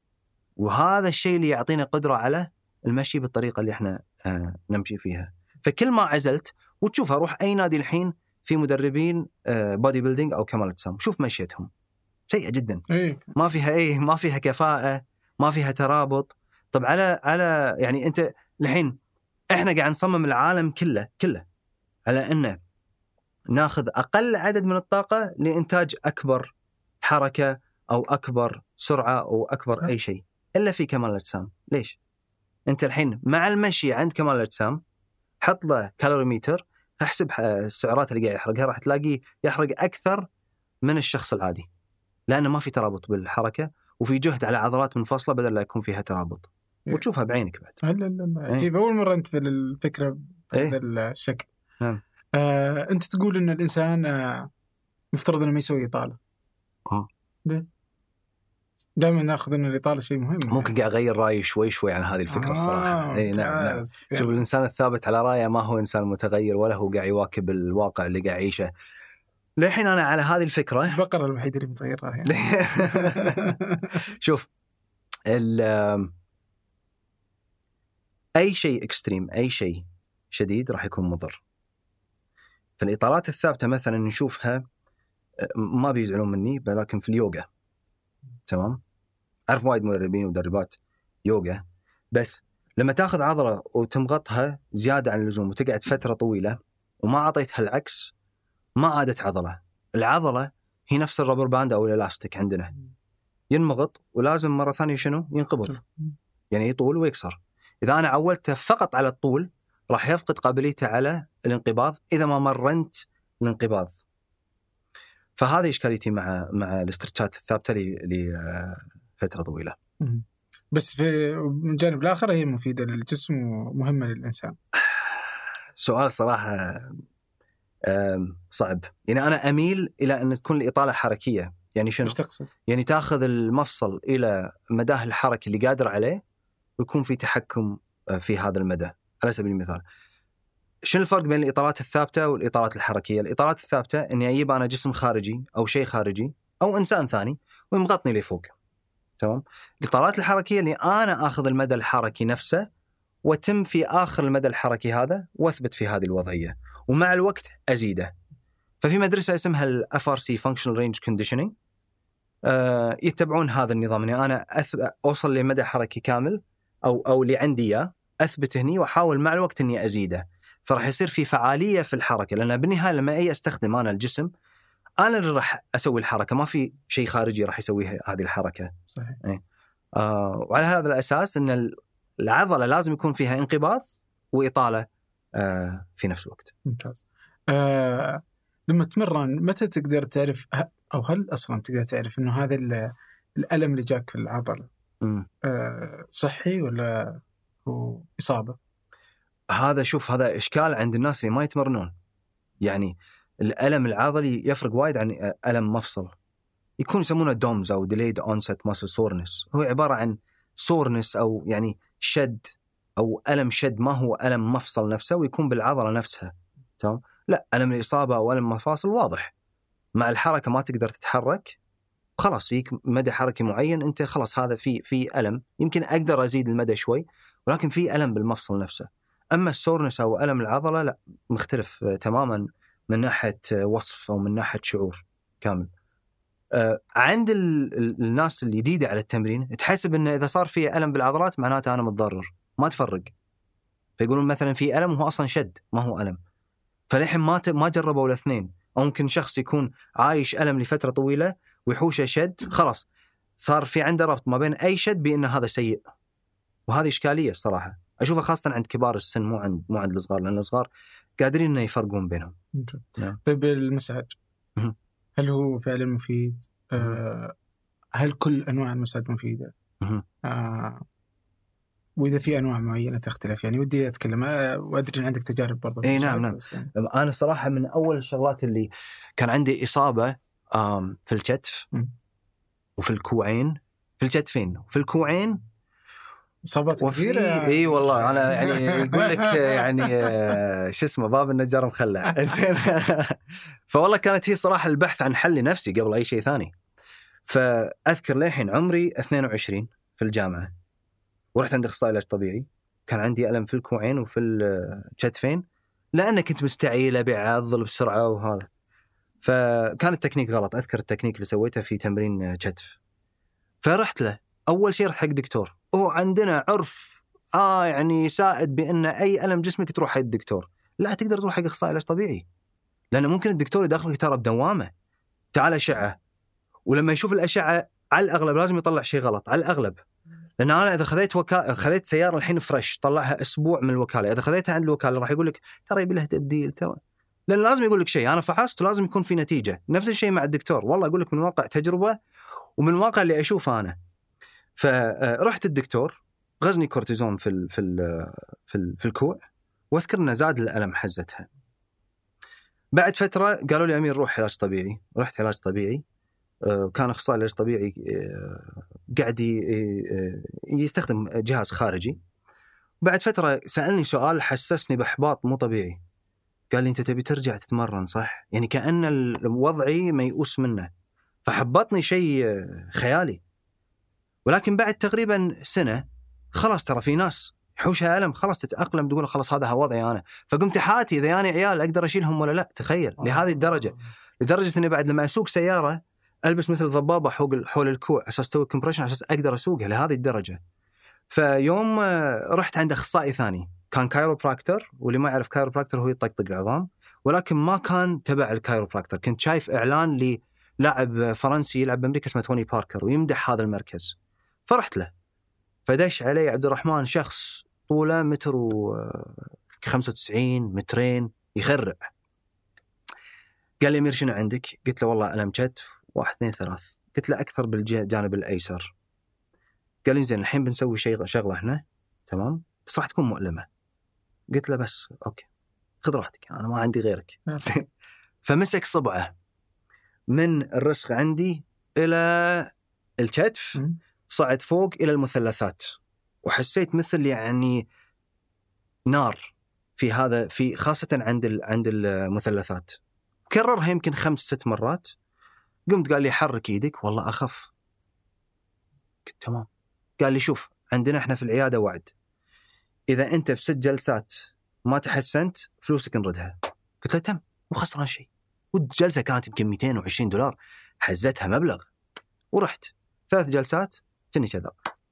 وهذا الشيء اللي يعطينا قدرة على المشي بالطريقة اللي احنا نمشي فيها. فكل ما عزلت وتشوف أروح أي نادي الحين في مدربين بودي بيلدينج أو كمال أجسام، شوف مشيتهم سيئة جدا. ما فيها أي ما فيها كفاءة، ما فيها ترابط. طب على على يعني أنت الحين إحنا قاعد نصمم العالم كله كله على أنه ناخذ أقل عدد من الطاقة لإنتاج أكبر حركة أو أكبر سرعة أو أكبر أي شيء، إلا في كمال الأجسام. ليش؟ أنت الحين مع المشي عند كمال الأجسام حط له كالوريميتر، احسب السعرات اللي قاعد يحرقها، راح تلاقيه يحرق أكثر من الشخص العادي، لأنه ما في ترابط بالحركة وفي جهد على عضلات منفصلة بدل لا يكون فيها ترابط. وتشوفها بعينك بعد. لا لا لا عجيب. أول مرة أنت في الفكرة بهذا الشكل. نعم. آه، أنت تقول إن الإنسان آه، مفترض إنه ما يسوي إطالة. ها. ده دائما ناخذ إن الإطالة شيء مهم. ممكن قاعد أغير رأيي شوي شوي عن هذه الفكرة. آه الصراحة. إيه نعم نعم. يعني. شوف الإنسان الثابت على رأيه ما هو إنسان متغير ولا هو قاعد يواكب الواقع اللي قاعد يعيشه. لحين أنا على هذه الفكرة. البقرة الوحيدة اللي متغير رأيها. شوف أي شيء إكستريم، أي شيء شديد راح يكون مضر. فالإطالات الثابتة مثلا نشوفها ما بيزعلون مني، ولكن في اليوغا تمام. أعرف وايد مدربين ومدربات يوغا، بس لما تاخذ عضلة وتمغطها زيادة عن اللزوم وتقعد فترة طويلة وما عطيتها العكس ما عادت عضلة. العضلة هي نفس الربر باند أو الإلاستيك عندنا، ينمغط ولازم مرة ثانية شنو ينقبض، يعني يطول ويكسر. إذا أنا عولته فقط على الطول راح يفقد قابليته على الانقباض إذا ما مرنت الانقباض. فهذه إشكاليتي مع مع الاسترتشات الثابتة لفترة طويلة. بس في الجانب الآخر هي مفيدة للجسم ومهمة للإنسان. سؤال صراحة صعب. يعني أنا أميل إلى أن تكون الإطالة حركية. يعني شنو؟ يعني تأخذ المفصل إلى مداه الحركي اللي قادر عليه ويكون في تحكم في هذا المدى. على سبيل المثال شنو الفرق بين الإطالات الثابتة والإطالات الحركية؟ الإطالات الثابتة إني أجيب أنا جسم خارجي أو شيء خارجي أو إنسان ثاني ويمغطني لفوق، تمام. الإطالات الحركية اللي أنا أخذ المدى الحركي نفسه وتم في آخر المدى الحركي هذا وأثبت في هذه الوضعية ومع الوقت أزيده. ففي مدرسة اسمها ال إف آر سي Functional Range Conditioning آه يتبعون هذا النظام، إني أنا أوصل لمدى حركي كامل أو أو اللي عندي إياه أثبت هني وأحاول مع الوقت إني أزيده. فراح يصير في فعالية في الحركة، لأن بالنهاية لما أي أستخدم أنا الجسم أنا اللي راح أسوي الحركة، ما في شيء خارجي راح يسوي هذه الحركة. صحيح. إيه. آه وعلى هذا الأساس إن العضلة لازم يكون فيها انقباض وإطالة آه في نفس الوقت. ممتاز. آه لما تمرن متى تقدر تعرف، أو هل أصلا تقدر تعرف إنه هذا الألم اللي جاك في العضلة آه صحي ولا هو إصابة؟ هذا شوف هذا إشكال عند الناس اللي ما يتمرنون. يعني الألم العضلي يفرق وايد عن ألم مفصل، يكون يسمونه دومز أو delayed onset muscle soreness. هو عبارة عن soreness أو يعني شد أو ألم شد، ما هو ألم مفصل نفسه ويكون بالعضلة نفسها، تمام. لا، ألم الإصابة أو ألم مفاصل واضح، مع الحركة ما تقدر تتحرك، خلاص يك مدى حركي معين، أنت خلاص هذا في في ألم، يمكن أقدر أزيد المدى شوي، ولكن في ألم بالمفصل نفسه. أما السورنس أو ألم العضلة لا، مختلف تماما من ناحية وصف أو من ناحية شعور كامل. آه عند ال ال الناس الجديدة على التمرين تحسب إن إذا صار في ألم بالعضلات معناته أنا متضرر، ما تفرق، فيقولون مثلا في ألم وهو أصلا شد ما هو ألم، فلحين ما ما جربوا الاثنين. أو ممكن شخص يكون عايش ألم لفترة طويلة ويحوشه شد، خلاص صار في عنده ربط ما بين أي شد بأن هذا سيء، وهذه إشكالية الصراحة أشوفها خاصة عند كبار السن، مو عند مو عند الصغار، لأن الصغار قادرين إنه يفرقون بينهم. طيب المساج هل هو فعلا مفيد؟ آه هل كل أنواع المساج مفيدة؟ آه وإذا في أنواع معينة تختلف؟ يعني ودي أتكلم، وأدري إن عندك تجارب برضه. إيه نعم نعم. يعني. أنا صراحة من أول الشغلات اللي كان عندي إصابة في الكتف م. وفي الكوعين، في الكتفين وفي الكوعين، إصابات كثيرة. إيه والله أنا يعني يقول لك يعني شو اسمه باب النجار مخلع. فوالله كانت هي صراحة البحث عن حل نفسي قبل أي شيء ثاني. فأذكر لحين عمري اثنين وعشرين في الجامعة، ورحت عند أخصائي علاج طبيعي، كان عندي ألم في الكوعين وفي الكتفين، لأن كنت مستعيل أبي أعضل بسرعة وهذا، فكان التكنيك غلط. أذكر التكنيك اللي سويته في تمرين كتف، فرحت له. أول شيء رحت حق دكتور، أو عندنا عرف آه يعني سائد بأن أي ألم جسمك تروح حق الدكتور، لا تقدر تروح حق أخصائي علاج طبيعي، لأن ممكن الدكتور يدخلك ترى بدوامة، تعال أشعة، ولما يشوف الأشعة على الأغلب لازم يطلع شيء غلط على الأغلب. لأن أنا إذا خذيت وكا... خذيت سيارة الحين فريش طلعها أسبوع من الوكالة، إذا خذيتها عند الوكالة راح يقول لك ترى يبي لها تبديل ترى، لأن لازم يقول لك شيء، أنا فحصت ولازم يكون في نتيجة. نفس الشيء مع الدكتور، والله أقول لك من واقع تجربة ومن واقع اللي أشوفه أنا. فرحت الدكتور غزني كورتيزون في ال... في ال... في, ال... في الكوع، واذكر إنه زاد الألم حزتها. بعد فترة قالوا لي أمير روح علاج طبيعي، رحت علاج طبيعي. كان أخصائي علاج طبيعي قاعد يستخدم جهاز خارجي. بعد فترة سألني سؤال حسسني بإحباط مو طبيعي، قال لي أنت تبي ترجع تتمرن صح؟ يعني كأن الوضعي ميؤوس منه، فحبطني شيء خيالي. ولكن بعد تقريبا سنة خلاص ترى في ناس يحوشها ألم خلاص تتأقلم، تقول خلاص هذا هو وضعي أنا. فقمت حاتي إذا يعني عيال أقدر أشيلهم ولا لا، تخيل لهذه الدرجة، لدرجة أني بعد لما أسوق سيارة ألبس مثل ضبابة حول حول الكوع أساس أسوي كومبريشن عشان أقدر أسوقها لهذه الدرجة. فيوم رحت عند أخصائي ثاني كان كايروبراكتر، واللي ما يعرف كايروبراكتر هو يطقطق العظام، ولكن ما كان تبع الكايروبراكتر. كنت شايف إعلان للاعب فرنسي يلعب بأمريكا اسمه توني باركر ويمدح هذا المركز، فرحت له. فدش علي عبد الرحمن شخص طوله متر وخمسة وتسعين مترين يخرع، قال لي أمير شنو عندك؟ قلت له والله ألم كتف واحد اثنين ثلاث. قلت له أكثر بالجانب الأيسر. قال لي زين الحين بنسوي شيء شغلة هنا تمام، بس راح تكون مؤلمة. قلت له بس أوكي خذ راحتك أنا ما عندي غيرك. فمسك صبعه من الرسغ عندي إلى الكتف، صعد فوق إلى المثلثات، وحسيت مثل يعني نار في هذا، في خاصة عند عند المثلثات. كررها يمكن خمس ست مرات. قمت قال لي حرك يدك والله أخف. قلت تمام. قال لي شوف عندنا احنا في العيادة وعد، إذا أنت بست جلسات ما تحسنت فلوسك نردها. قلت له تم مو خسران شيء، والجلسة كانت يمكن مئتين وعشرين دولار، حزتها مبلغ. ورحت ثلاث جلسات تني كذا.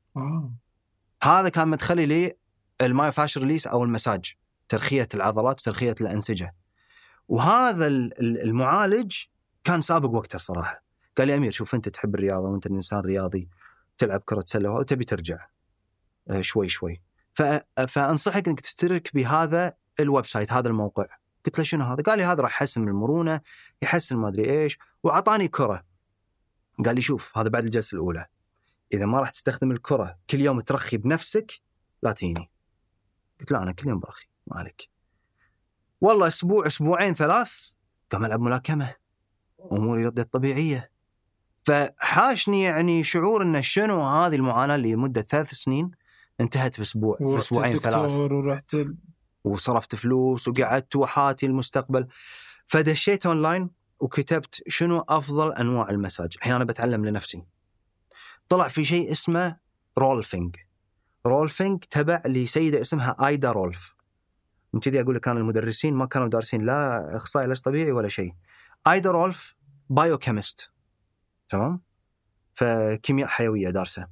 هذا كان مدخلي لي المايوفاشر ريليس أو المساج، ترخية العضلات وترخية الأنسجة. وهذا المعالج كان سابق وقته الصراحة. قال لي أمير شوف أنت تحب الرياضة وأنت إنسان رياضي، تلعب كرة سلة وتبي ترجع شوي شوي، فأنصحك أنك تشترك بهذا الويب سايت هذا الموقع. قلت له شنو هذا؟ قال لي هذا راح يحسن من المرونة، يحسن ما أدري إيش، وعطاني كرة. قال لي شوف هذا بعد الجلسة الأولى، إذا ما راح تستخدم الكرة كل يوم ترخي بنفسك لا تيني. قلت لا أنا كل يوم برخي ما عليك. والله أسبوع أسبوعين ثلاث قام ألعب ملاكمة، أموري ردت طبيعية. فحاشني يعني شعور إن شنو هذه المعاناة اللي مدة ثلاث سنين انتهت في أسبوع في أسبوعين ثلاث. ورحت وصرفت فلوس وقعدت وحاتي المستقبل. فدشيت أونلاين وكتبت شنو أفضل أنواع المساج، الحين أنا بتعلم لنفسي. طلع في شيء اسمه رولفينج. رولفينج تبع لسيدة اسمها آيدا رولف. من كذي أقول لك كان المدرسين ما كانوا دارسين لا إخصائي علاج طبيعي ولا شيء. آيدا رولف بايوكيمست، تمام، فكيمياء حيوية دارسة.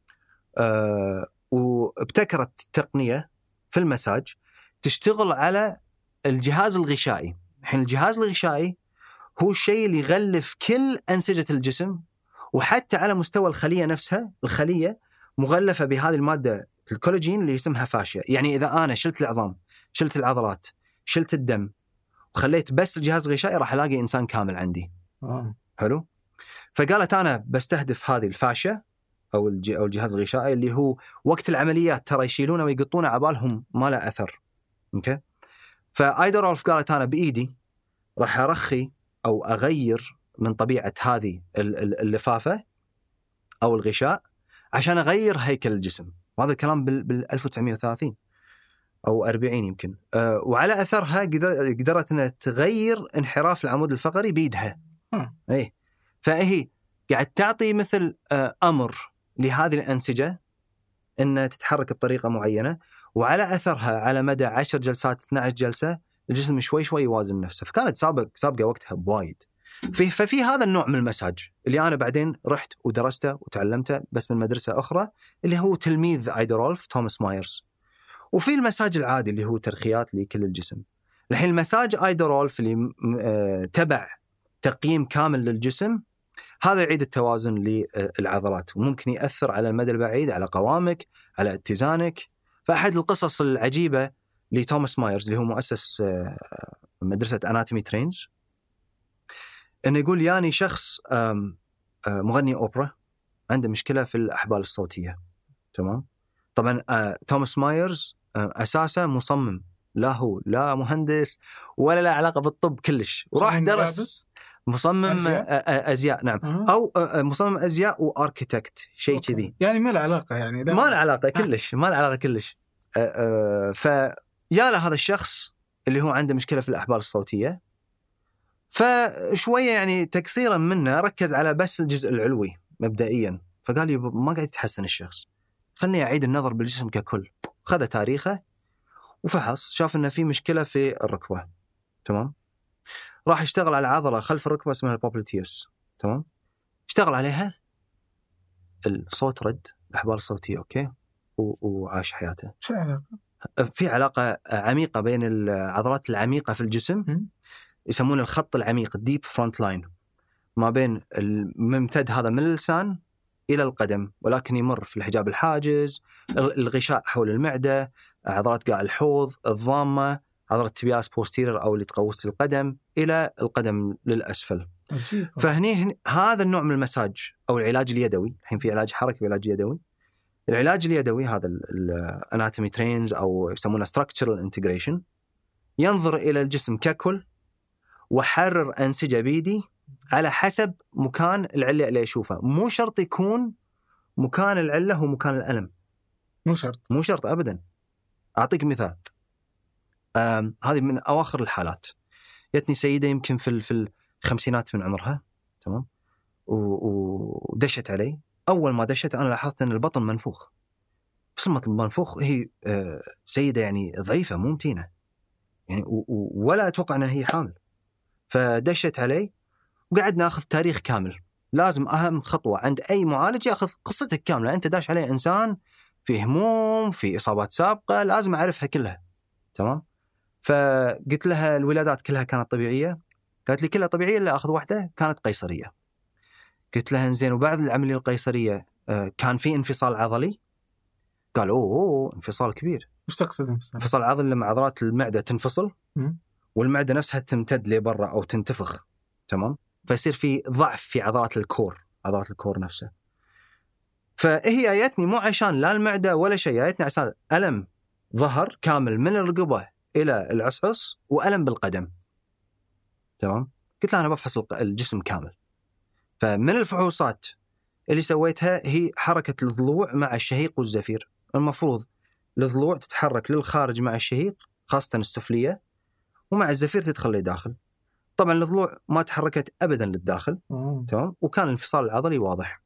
أه وابتكرت تقنية في المساج تشتغل على الجهاز الغشائي. الحين الجهاز الغشائي هو الشيء اللي يغلف كل أنسجة الجسم، وحتى على مستوى الخلية نفسها، الخلية مغلفة بهذه المادة الكولاجين اللي اسمها فاشيا. يعني إذا أنا شلت العظام، شلت العضلات، شلت الدم، وخليت بس الجهاز الغشائي، راح ألاقي إنسان كامل عندي. آه. حلو. فقالت أنا بستهدف هذه الفاشيا أو أو الجهاز الغشائي اللي هو وقت العمليات ترى يشيلونه ويقطونه عبالهم ما له أثر. أوكي. فآيدا رولف قالت أنا بإيدي راح أرخي أو أغير من طبيعة هذه اللفافة أو الغشاء عشان أغير هيكل الجسم. وهذا الكلام بال ألف وتسعمائة وثلاثين أو أربعين يمكن. أه وعلى أثرها قدرت أنها تغير انحراف العمود الفقري بيدها. أي فهي قاعد تعطي مثل أه أمر لهذه الأنسجة أن تتحرك بطريقة معينة، وعلى أثرها على مدى عشر جلسات اثنتي عشرة جلسة الجسم شوي شوي يوازن نفسه. فكانت سابق سابقة وقتها بوايد. في ففي هذا النوع من المساج اللي أنا بعدين رحت ودرسته وتعلمته بس من مدرسة أخرى اللي هو تلميذ آيدا رولف توماس مايرز. وفي المساج العادي اللي هو ترخيات لكل الجسم. الحين المساج آيدا رولف اللي تبع تقييم كامل للجسم، هذا يعيد التوازن للعضلات وممكن يأثر على المدى البعيد على قوامك، على اتزانك. فأحد القصص العجيبة لتوماس مايرز اللي هو مؤسس مدرسة أناتومي ترينز، إنه يقول يعني شخص مغني أوبرا عنده مشكلة في الأحبال الصوتية، تمام. طبعا توماس مايرز أساسا مصمم، لا هو لا مهندس ولا لا علاقة بالطب كلش، وراح درس مصمم أزياء, أزياء نعم أه. أو مصمم أزياء وأركيتكت شيء كذي، يعني ما له علاقة، يعني ما له علاقة كلش، ما له علاقة كلش. فيا له هذا الشخص اللي هو عنده مشكلة في الأحبال الصوتية، فشوية يعني تكسيرا منه ركز على بس الجزء العلوي مبدئيا. فقال لي ما قاعد يتحسن الشخص، خلني أعيد النظر بالجسم ككل. خذ تاريخه وفحص، شاف إنه في مشكلة في الركبة، تمام. راح يشتغل على عضلة خلف الركبة اسمها البوبليتيوس، تمام. اشتغل عليها، الصوت رد، الأحبال الصوتية أوكي، وعاش حياته. شو العلاقة؟ في علاقة عميقة بين العضلات العميقة في الجسم، يسمون الخط العميق الديب فرونت لاين، ما بين الممتد هذا من اللسان إلى القدم، ولكن يمر في الحجاب الحاجز، الغشاء حول المعدة، عضلات قاع الحوض، الضامة، عضلة تبياس بوستيرير أو اللي تقوس القدم، إلى القدم للأسفل. فهني هذا النوع من المساج أو العلاج اليدوي، الحين في علاج حركي وعلاج يدوي. العلاج اليدوي هذا الاناتومي ترينز أو يسمونه structural integration، ينظر إلى الجسم ككل وحرر أنسجة بيدي على حسب مكان العلة اللي يشوفها. مو شرط يكون مكان العلة هو مكان الألم، مو شرط مو شرط أبدا. أعطيك مثال، هذه من أواخر الحالات. جتني سيدة يمكن في في الخمسينات من عمرها، تمام، ودشت علي. أول ما دشت أنا لاحظت أن البطن منفوخ، بس المنفوخ هي سيدة يعني ضعيفة مو متينة يعني، ولا أتوقع أنها هي حامل. فدشت علي وقعدنا ناخذ تاريخ كامل. لازم أهم خطوة عند أي معالج يأخذ قصتك كاملة. أنت داش عليه إنسان في هموم، في إصابات سابقة، لازم أعرفها كلها، تمام. فقلت لها الولادات كلها كانت طبيعية؟ قالت لي كلها طبيعية إلا أخذ واحدة كانت قيصرية. قلت لها إنزين وبعد العملية القيصرية كان في انفصال عضلي؟ قال أوه, أوه انفصال كبير. وش تقصد انفصال؟ انفصال عضلي لما عضلات المعدة تنفصل م? والمعدة نفسها تمتد لبرا أو تنتفخ، تمام، فيصير في ضعف في عضلات الكور، عضلات الكور نفسها. فهي آيتني مو عشان لا المعدة ولا شيء، آيتني عشان ألم ظهر كامل من الرقبة إلى العصعص وألم بالقدم، تمام. قلت لها أنا بفحص الجسم كامل. فمن الفحوصات اللي سويتها هي حركة الضلوع مع الشهيق والزفير. المفروض الضلوع تتحرك للخارج مع الشهيق خاصة السفلية، ومع الزفير تدخل لداخل. طبعا الضلوع ما تحركت أبدا للداخل، تمام، وكان الانفصال العضلي واضح.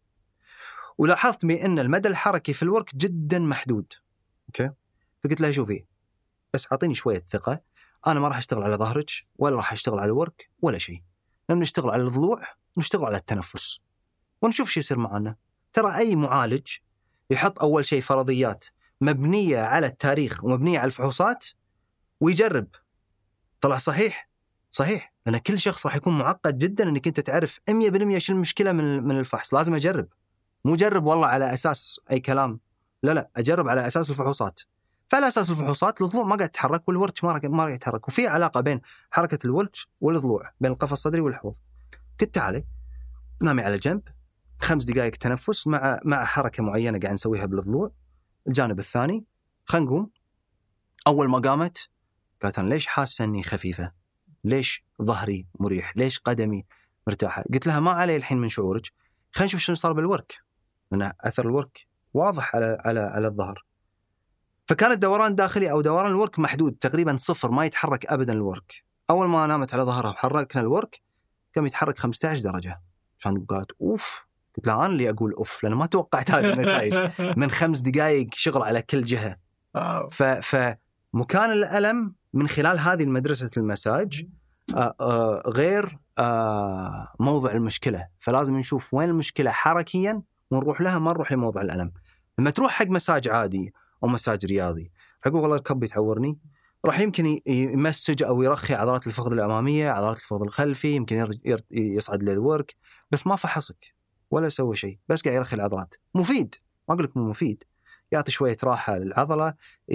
ولاحظت بأن المدى الحركي في الورك جدا محدود. أوكي، فقلت لها شوفي بس أعطيني شوية ثقة، أنا ما راح أشتغل على ظهرك ولا راح أشتغل على الورك ولا شيء، لما نشتغل على الضلوع نشتغل على التنفس ونشوف شو يصير معنا. ترى أي معالج يحط أول شيء فرضيات مبنية على التاريخ ومبنية على الفحوصات ويجرب، طلع صحيح صحيح، لأن كل شخص راح يكون معقد جدا أنك أنت تعرف مية بالمية شو المشكلة من من الفحص. لازم أجرب، مو جرب والله على أساس أي كلام، لا لا، أجرب على أساس الفحوصات. فعلى أساس الفحوصات الضلوع ما قاعد تتحرك والورك ما ما قاعد يتحرك، وفي علاقة بين حركة الورك والضلوع، بين القفص الصدري والحوض. قلت تعالي نامي على جنب، خمس دقائق تنفس مع مع حركة معينة قاعد نسويها بالضلوع. الجانب الثاني خلينا نقوم. أول ما قامت قالت أنا ليش حاسة أني خفيفة، ليش ظهري مريح، ليش قدمي مرتاحة؟ قلت لها ما علي الحين من شعورك، خلينا نشوف شو صار بالورك، لأن أثر الورك واضح على على على الظهر. فكان الدوران الداخلي أو دوران الورك محدود تقريبا صفر، ما يتحرك أبدا الورك. أول ما نامت على ظهرها وحركنا الورك قام يتحرك خمسة عشر درجة. عشان قالت أوف، قلت لها أنا اللي أقول أوف، لأن ما توقعت هذه النتائج من خمس دقائق شغل على كل جهة. ف فمكان الألم من خلال هذه المدرسة المساج آآ آآ غير آآ موضع المشكلة، فلازم نشوف وين المشكلة حركيا ونروح لها، ما نروح لموضع الألم. لما تروح حق مساج عادي أو مساج رياضي أقول والله الكب يتعورني، راح يمكن يمسج أو يرخي عضلات الفخذ الأمامية، عضلات الفخذ الخلفي، يمكن يصعد للورك، بس ما فحصك ولا سوى شيء، بس قاعد يرخي العضلات. مفيد، ما أقول لك مو مفيد، يعطي شوية راحة للعضلة،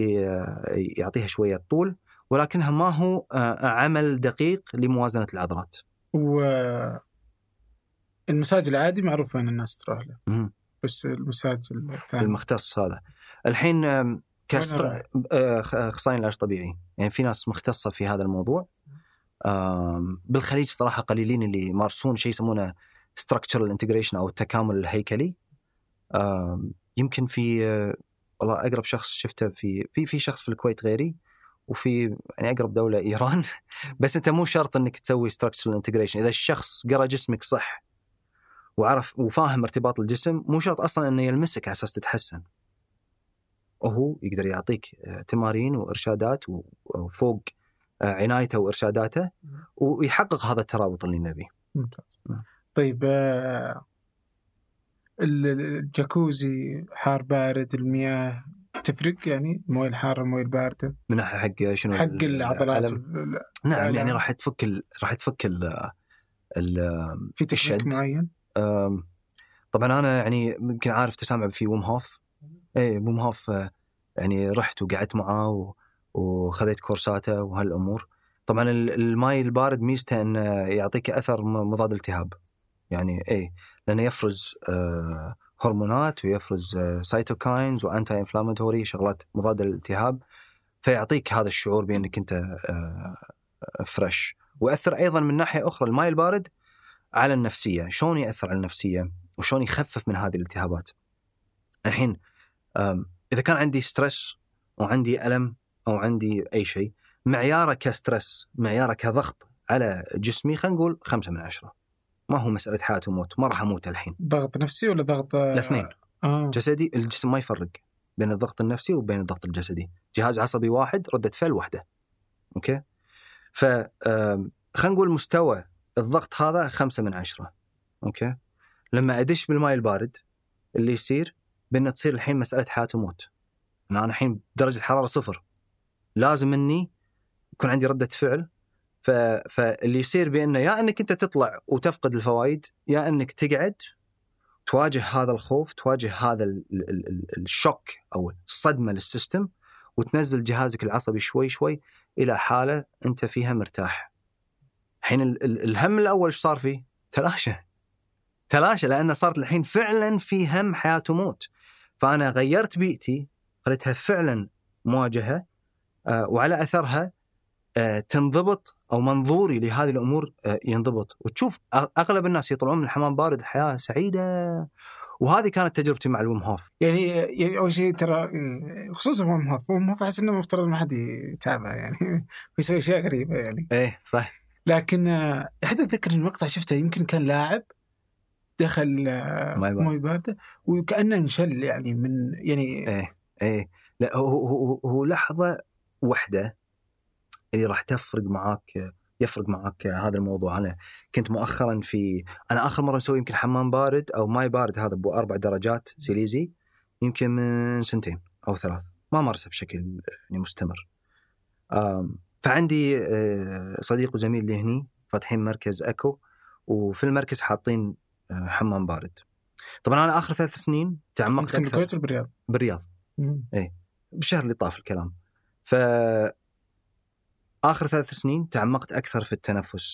يعطيها شوية طول، ولكنها ما هو عمل دقيق لموازنة العضلات. والمساج العادي معروف وين الناس تروح له، مم. بس المساج الثاني المختص هذا الحين كاستر... أخصائي العلاج الطبيعي، يعني في ناس مختصة في هذا الموضوع. بالخليج صراحة قليلين اللي يمارسون شيء يسمونه structural integration أو التكامل الهيكلي. يمكن في والله أقرب شخص شفته في في في شخص في الكويت غيري، وفي يعني أقرب دولة إيران. بس أنت مو شرط إنك تسوي structural integration. إذا الشخص قرأ جسمك صح وعرف وفاهم ارتباط الجسم، مو شرط أصلا إنه يلمسك على أساس تتحسن، وهو يقدر يعطيك تمارين وإرشادات وفوق عنايته وإرشاداته ويحقق هذا الترابط اللي نبيه. ممتاز. طيب الجاكوزي حار بارد، المياه تفرق يعني المويه الحارة المويه الباردة من ناحية حق شنو؟ حق العضلات. نعم، يعني راح تفك ال... راح تفك ال ال في تكنيك معين. طبعا أنا يعني يمكن عارف تسامع في ويم هوف. إيه ويم هوف يعني رحت وقعدت معاه و... وخذيت كورساته وهالأمور. طبعا الماء البارد ميزته أنه يعطيك أثر مضاد التهاب، يعني إيه لأنه يفرز آه هرمونات ويفرز آه سايتوكاينز وأنتي إنفلاماتوري، شغلات مضاد الالتهاب، فيعطيك هذا الشعور بأنك أنت آه فريش. ويأثر أيضا من ناحية أخرى الماء البارد على النفسية. شلون يأثر على النفسية وشلون يخفف من هذه الالتهابات؟ الحين إذا كان عندي ستريس وعندي ألم أو عندي أي شيء، معياره كستريس، معياره كضغط على جسمي، خلينا نقول خمسة من عشرة، ما هو مسألة حياة وموت، ما راح أموت الحين. ضغط نفسي ولا ضغط؟ الاثنين. آه. جسدي، الجسم ما يفرق بين الضغط النفسي وبين الضغط الجسدي، جهاز عصبي واحد، ردة فعل واحدة. أوكي، ف خلينا نقول مستوى الضغط هذا خمسة من عشرة. أوكي، لما أدش بالماء البارد اللي يصير بأن تصير الحين مسألة حياة وموت. أنا الحين درجة حرارة صفر، لازم إني يكون عندي ردة فعل. ف... فاللي يصير بأنه يا أنك أنت تطلع وتفقد الفوائد، يا أنك تقعد تواجه هذا الخوف، تواجه هذا ال... ال... ال... الشوك أو الصدمة للسيستم، وتنزل جهازك العصبي شوي شوي إلى حالة أنت فيها مرتاح. الحين ال... ال... الهم الأول إيش صار فيه؟ تلاشى تلاشى لأنه صارت الحين فعلا في هم حياة وموت. فأنا غيرت بيئتي، خليتها فعلا مواجهة، آه وعلى أثرها آه تنضبط، أو منظوري لهذه الأمور آه ينضبط. وتشوف أغلب الناس يطلعون من الحمام بارد حياة سعيدة وهذه كانت تجربتي مع الويم هوف. يعني يعني اول شيء ترى خصوصا ويم هوف ويم هوف احس انه مفترض ما حد يتابع يعني ويسوي اشياء غريبه يعني. ايه صح. لكن احد اتذكر المقطع شفته يمكن كان لاعب دخل مويه بارده وكانه انشل يعني من يعني ايه ايه لا هو هو, هو لحظه واحده اللي راح تفرق معاك يفرق معاك هذا الموضوع. أنا كنت مؤخرا في أنا آخر مرة أسوي يمكن حمام بارد أو ماي بارد هذا بو أربع درجات سيليزي يمكن من سنتين أو ثلاث، ما مارسه بشكل يعني مستمر. فعندي صديق وزميل لي هني فاتحين مركز أكو، وفي المركز حاطين حمام بارد. طبعا أنا آخر ثلاث سنين تعمقت أكثر في بالرياض بالرياض إيه بالشهر اللي طاف الكلام. ف آخر ثلاث سنين تعمقت أكثر في التنفس،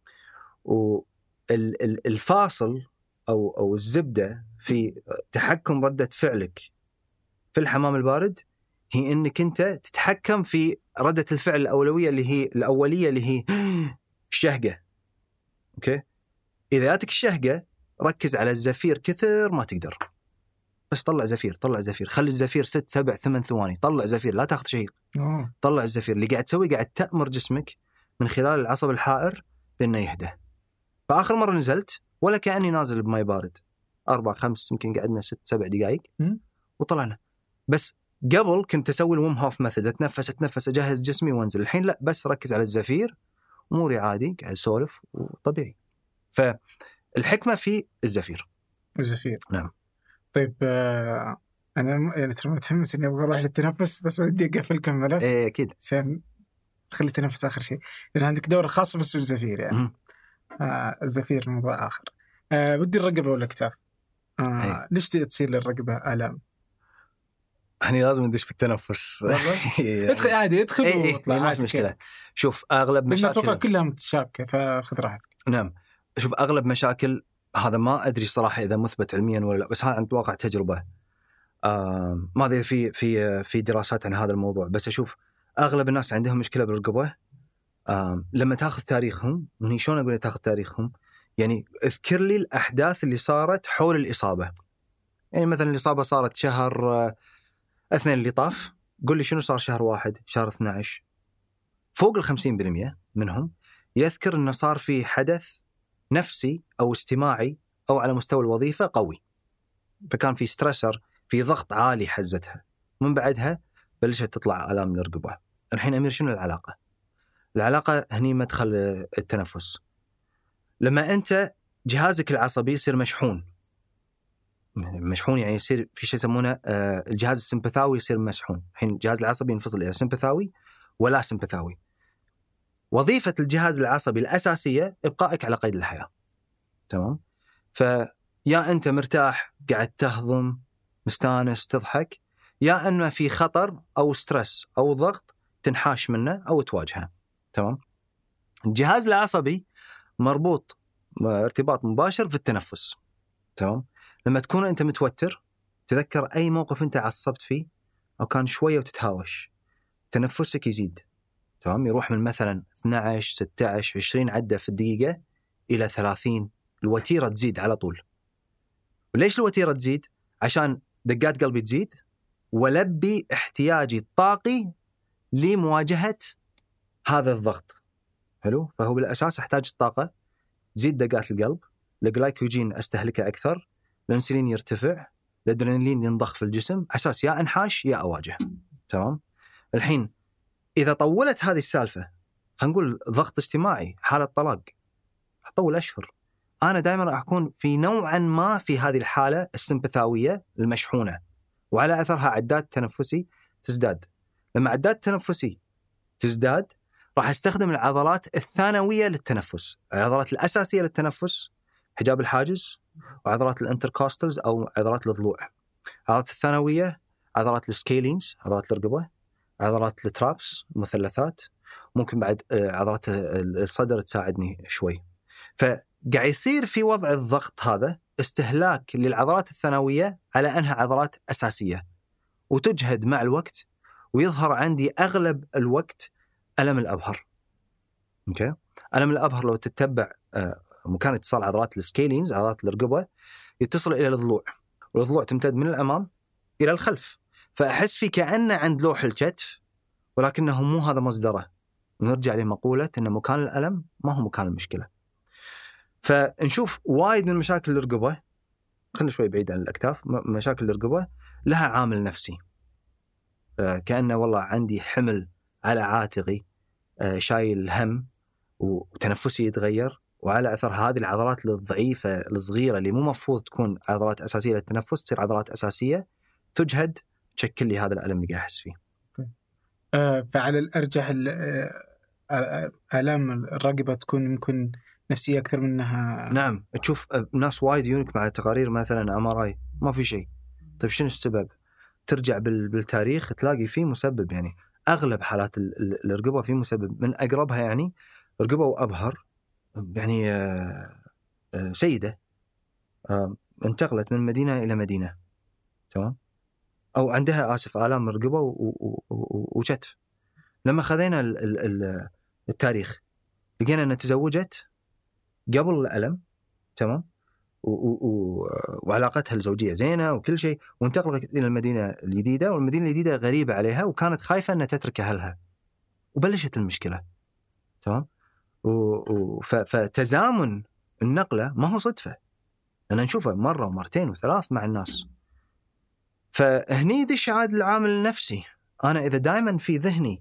والفاصل أو أو الزبدة في تحكم ردة فعلك في الحمام البارد هي إنك أنت تتحكم في ردة الفعل الأولوية اللي هي الأولية اللي هي الشهقة. أوكي، إذا جاتك الشهقة ركز على الزفير كثر ما تقدر، بس طلع زفير طلع زفير، خلي الزفير ست سبع ثمان ثواني، طلع زفير لا تاخذ شهيق. أوه. طلع الزفير اللي قاعد تسوي قاعد تأمر جسمك من خلال العصب الحائر بأنه يهدى. فآخر مرة نزلت ولا كأني نازل بماء بارد أربع خمس يمكن قعدنا ست سبع دقائق وطلعنا. بس قبل كنت أسوي الويم هوف ميثود، أتنفس أتنفس أجهز جسمي وأنزل. الحين لا، بس ركز على الزفير أموري عادي قاعد أسولف وطبيعي. فالحكمة في الزفير. الزفير نعم. طيب آه أنا يعني ترى متحمس إني أبغى أروح للتنفس، بس ودي أقفل كم ملف. إيه أكيد. عشان خلي التنفس آخر شيء، لأن عندك دورة خاصة بس بالزفير يعني. آه الزفير موضوع آخر. آه بدي الرقبة ولا كتاف؟ آه ليش تصير للرقبة آلام؟ هني لازم ندش في التنفس. ادخل عادي ادخل إيه وطلع. ما في مشكلة. شوف أغلب مشاكل أتوقع كلها متشابكة فخذ راحتك. نعم. شوف أغلب مشاكل هذا ما أدري صراحة إذا مثبت علميا ولا لا، بس هذا عن واقع تجربة. آه ما أدري في في في دراسات عن هذا الموضوع، بس أشوف أغلب الناس عندهم مشكلة بالرقبة. آه لما تأخذ تاريخهم، من شلون أقول تأخذ تاريخهم؟ يعني اذكر لي الأحداث اللي صارت حول الإصابة. يعني مثلا الإصابة صارت شهر آه اثنين اللي طاف، قل لي شنو صار شهر واحد شهر اثنا عشر. فوق الخمسين بالمئة منهم يذكر أنه صار في حدث نفسي أو اجتماعي أو على مستوى الوظيفة قوي، فكان في ستريسر، في ضغط عالي حزتها، من بعدها بلشت تطلع آلام الرقبة. الحين أمير شنو العلاقة؟ العلاقة هني مدخل التنفس. لما أنت جهازك العصبي يصير مشحون، مشحون يعني يصير في شيء يسمونه الجهاز السمبثاوي يصير مشحون. الحين الجهاز العصبي ينفصل إلى سمبثاوي ولا سمبثاوي. وظيفة الجهاز العصبي الأساسية إبقائك على قيد الحياة. تمام؟ فيا أنت مرتاح قاعد تهضم مستانس تضحك، يا أنه في خطر أو سترس أو ضغط تنحاش منه أو تواجهه. تمام؟ الجهاز العصبي مربوط ارتباط مباشر في التنفس. تمام؟ لما تكون أنت متوتر تذكر أي موقف أنت عصبت فيه أو كان شوية وتتهاوش، تنفسك يزيد. تمام؟ يروح من مثلا اثنا عشر ستة عشر عشرين عدة في الدقيقة إلى ثلاثين. الوتيرة تزيد على طول. وليش الوتيرة تزيد؟ عشان دقات قلبي تزيد ولبي احتياجي الطاقي لمواجهة هذا الضغط. حلو؟ فهو بالأساس احتاج الطاقة، تزيد دقات القلب، الجلايكوجين استهلكه أكثر، الأنسولين يرتفع، الأدرينالين ينضخ في الجسم، أساس يا أنحاش يا أواجه. تمام؟ الحين إذا طولت هذه السالفة، خلينا نقول ضغط اجتماعي، حالة طلاق، هتطول أشهر. أنا دائما راح أكون في نوعا ما في هذه الحالة السمبثاوية المشحونة، وعلى أثرها عدات تنفسي تزداد. لما عدات تنفسي تزداد راح أستخدم العضلات الثانوية للتنفس، العضلات الأساسية للتنفس حجاب الحاجز وعضلات الانتركوستلز أو عضلات الضلوع. العضلات الثانوية عضلات السكيلينز، عضلات الرقبة، عضلات الترابس المثلثات، ممكن بعد عضلات الصدر تساعدني شوي. فقاعد يصير في وضع الضغط هذا استهلاك للعضلات الثانوية على أنها عضلات أساسية، وتجهد مع الوقت، ويظهر عندي أغلب الوقت ألم الأبهر. أوكي؟ ألم الأبهر لو تتبع مكان اتصال عضلات السكيلينز عضلات الرقبة يتصل إلى الضلوع، والضلوع تمتد من الأمام إلى الخلف، فأحس في كأنه عند لوح الكتف، ولكنه مو هذا مصدره. نرجع لمقولة أن مكان الألم ما هو مكان المشكلة. فنشوف وايد من مشاكل الرقبة، خلنا شوي بعيد عن الأكتاف، مشاكل الرقبة لها عامل نفسي، كأنه والله عندي حمل على عاتقي، شايل هم وتنفسي يتغير، وعلى أثر هذه العضلات الضعيفة الصغيرة اللي مو مفروض تكون عضلات أساسية للتنفس تصير عضلات أساسية تجهد، تشكل لي هذا الألم اللي قاعد أحس فيه. فعلى الأرجح آلام الرقبة تكون ممكن نفسية أكثر منها. نعم، تشوف ناس وايد يونك مع تقارير مثلا إم آر آي ما في شيء. طيب شنو السبب؟ ترجع بالتاريخ تلاقي فيه مسبب. يعني أغلب حالات الرقبة فيه مسبب. من أقربها يعني رقبة وأبهر، يعني سيدة انتقلت من مدينة إلى مدينة، تمام، أو عندها آسف آلام رقبة وكتف. لما خذينا التاريخ لقينا أنها تزوجت قبل الألم، تمام، وعلاقتها الزوجية زينة وكل شيء، وانتقلت إلى المدينة الجديدة، والمدينة الجديدة غريبة عليها وكانت خايفة أن تترك أهلها، وبلشت المشكلة، تمام. فتزامن النقلة ما هو صدفة، أنا نشوفه مرة ومرتين وثلاث مع الناس. فهني يدش عاد العامل النفسي. أنا إذا دائما في ذهني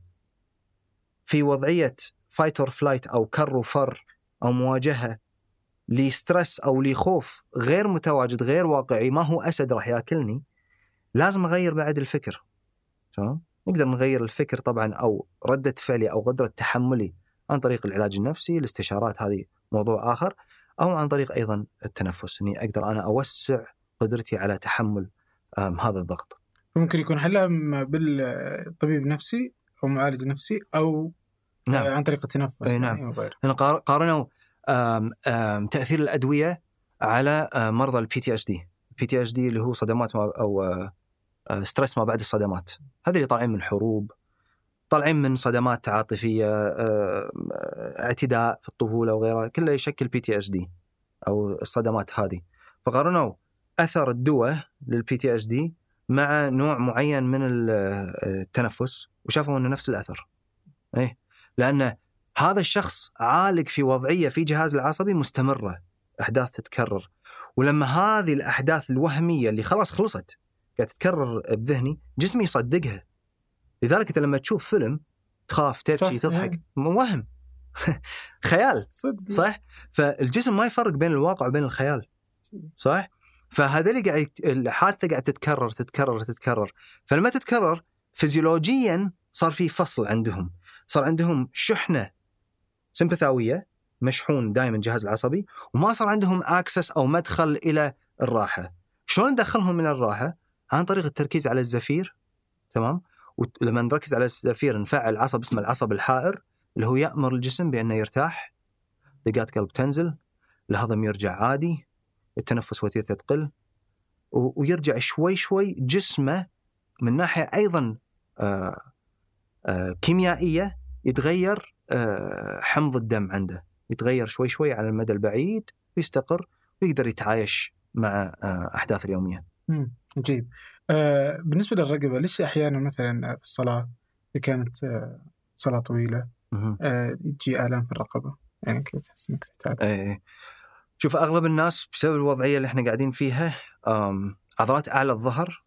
في وضعية fight or flight أو كر وفر أو مواجهة لسترس أو لخوف غير متواجد غير واقعي، ما هو أسد راح يأكلني، لازم أغير بعد الفكر، تمام. نقدر نغير الفكر طبعا أو ردة فعلي أو قدرة تحملي عن طريق العلاج النفسي، الاستشارات هذه موضوع آخر، أو عن طريق أيضا التنفس، إني أقدر أنا أوسع قدرتي على تحمل هذا الضغط. ممكن يكون حلها بالطبيب النفسي أو معالج نفسي أو نعم. عن طريق التنفس. أي نعم. يعني هنا قارنوا آم آم تأثير الأدوية على مرضى البي تي إس دي. البي تي إس دي اللي هو صدمات ما أو ستريس ما بعد الصدمات، هذه اللي طالعين من حروب، طالعين من صدمات عاطفية، اعتداء في الطفولة وغيرها، كله يشكل بي تي إس دي أو الصدمات هذه. فقارنوا أثر الدواء للبي تي إس دي مع نوع معين من التنفس وشافوا أنه نفس الأثر. إيه؟ لأن هذا الشخص عالق في وضعية في جهاز العصبي مستمرة، أحداث تتكرر، ولما هذه الأحداث الوهمية اللي خلاص خلصت قاعد تتكرر بذهني، جسمي يصدقها. لذلك أنت لما تشوف فيلم تخاف تبكي تضحك، وهم خيال، صح؟ فالجسم ما يفرق بين الواقع وبين الخيال، صح؟ فهذا اللي قاعد الحادثة قاعد تتكرر تتكرر تتكرر. فلما تتكرر فيزيولوجيا صار في فصل عندهم، صار عندهم شحنة سمبثاوية، مشحون دائما الجهاز العصبي، وما صار عندهم اكسس او مدخل الى الراحة. شلون ندخلهم من الراحة؟ عن طريق التركيز على الزفير، تمام. ولما نركز على الزفير نفعل عصب اسمه العصب الحائر، اللي هو يأمر الجسم بأنه يرتاح، دقات قلب تنزل، الهضم يرجع عادي، التنفس وتيرته تقل، ويرجع شوي شوي جسمه من ناحية أيضا آآ آآ كيميائية يتغير، حمض الدم عنده يتغير شوي شوي على المدى البعيد، ويستقر ويقدر يتعايش مع أحداث اليومية. عجيب. آه بالنسبة للرقبة، ليش أحيانا مثلا في الصلاة إذا كانت آه صلاة طويلة آه يجي آلام في الرقبة، يعني كذا تحس إنك تحتاج؟ إيه، شوف أغلب الناس بسبب الوضعية اللي إحنا قاعدين فيها عضلات أعلى الظهر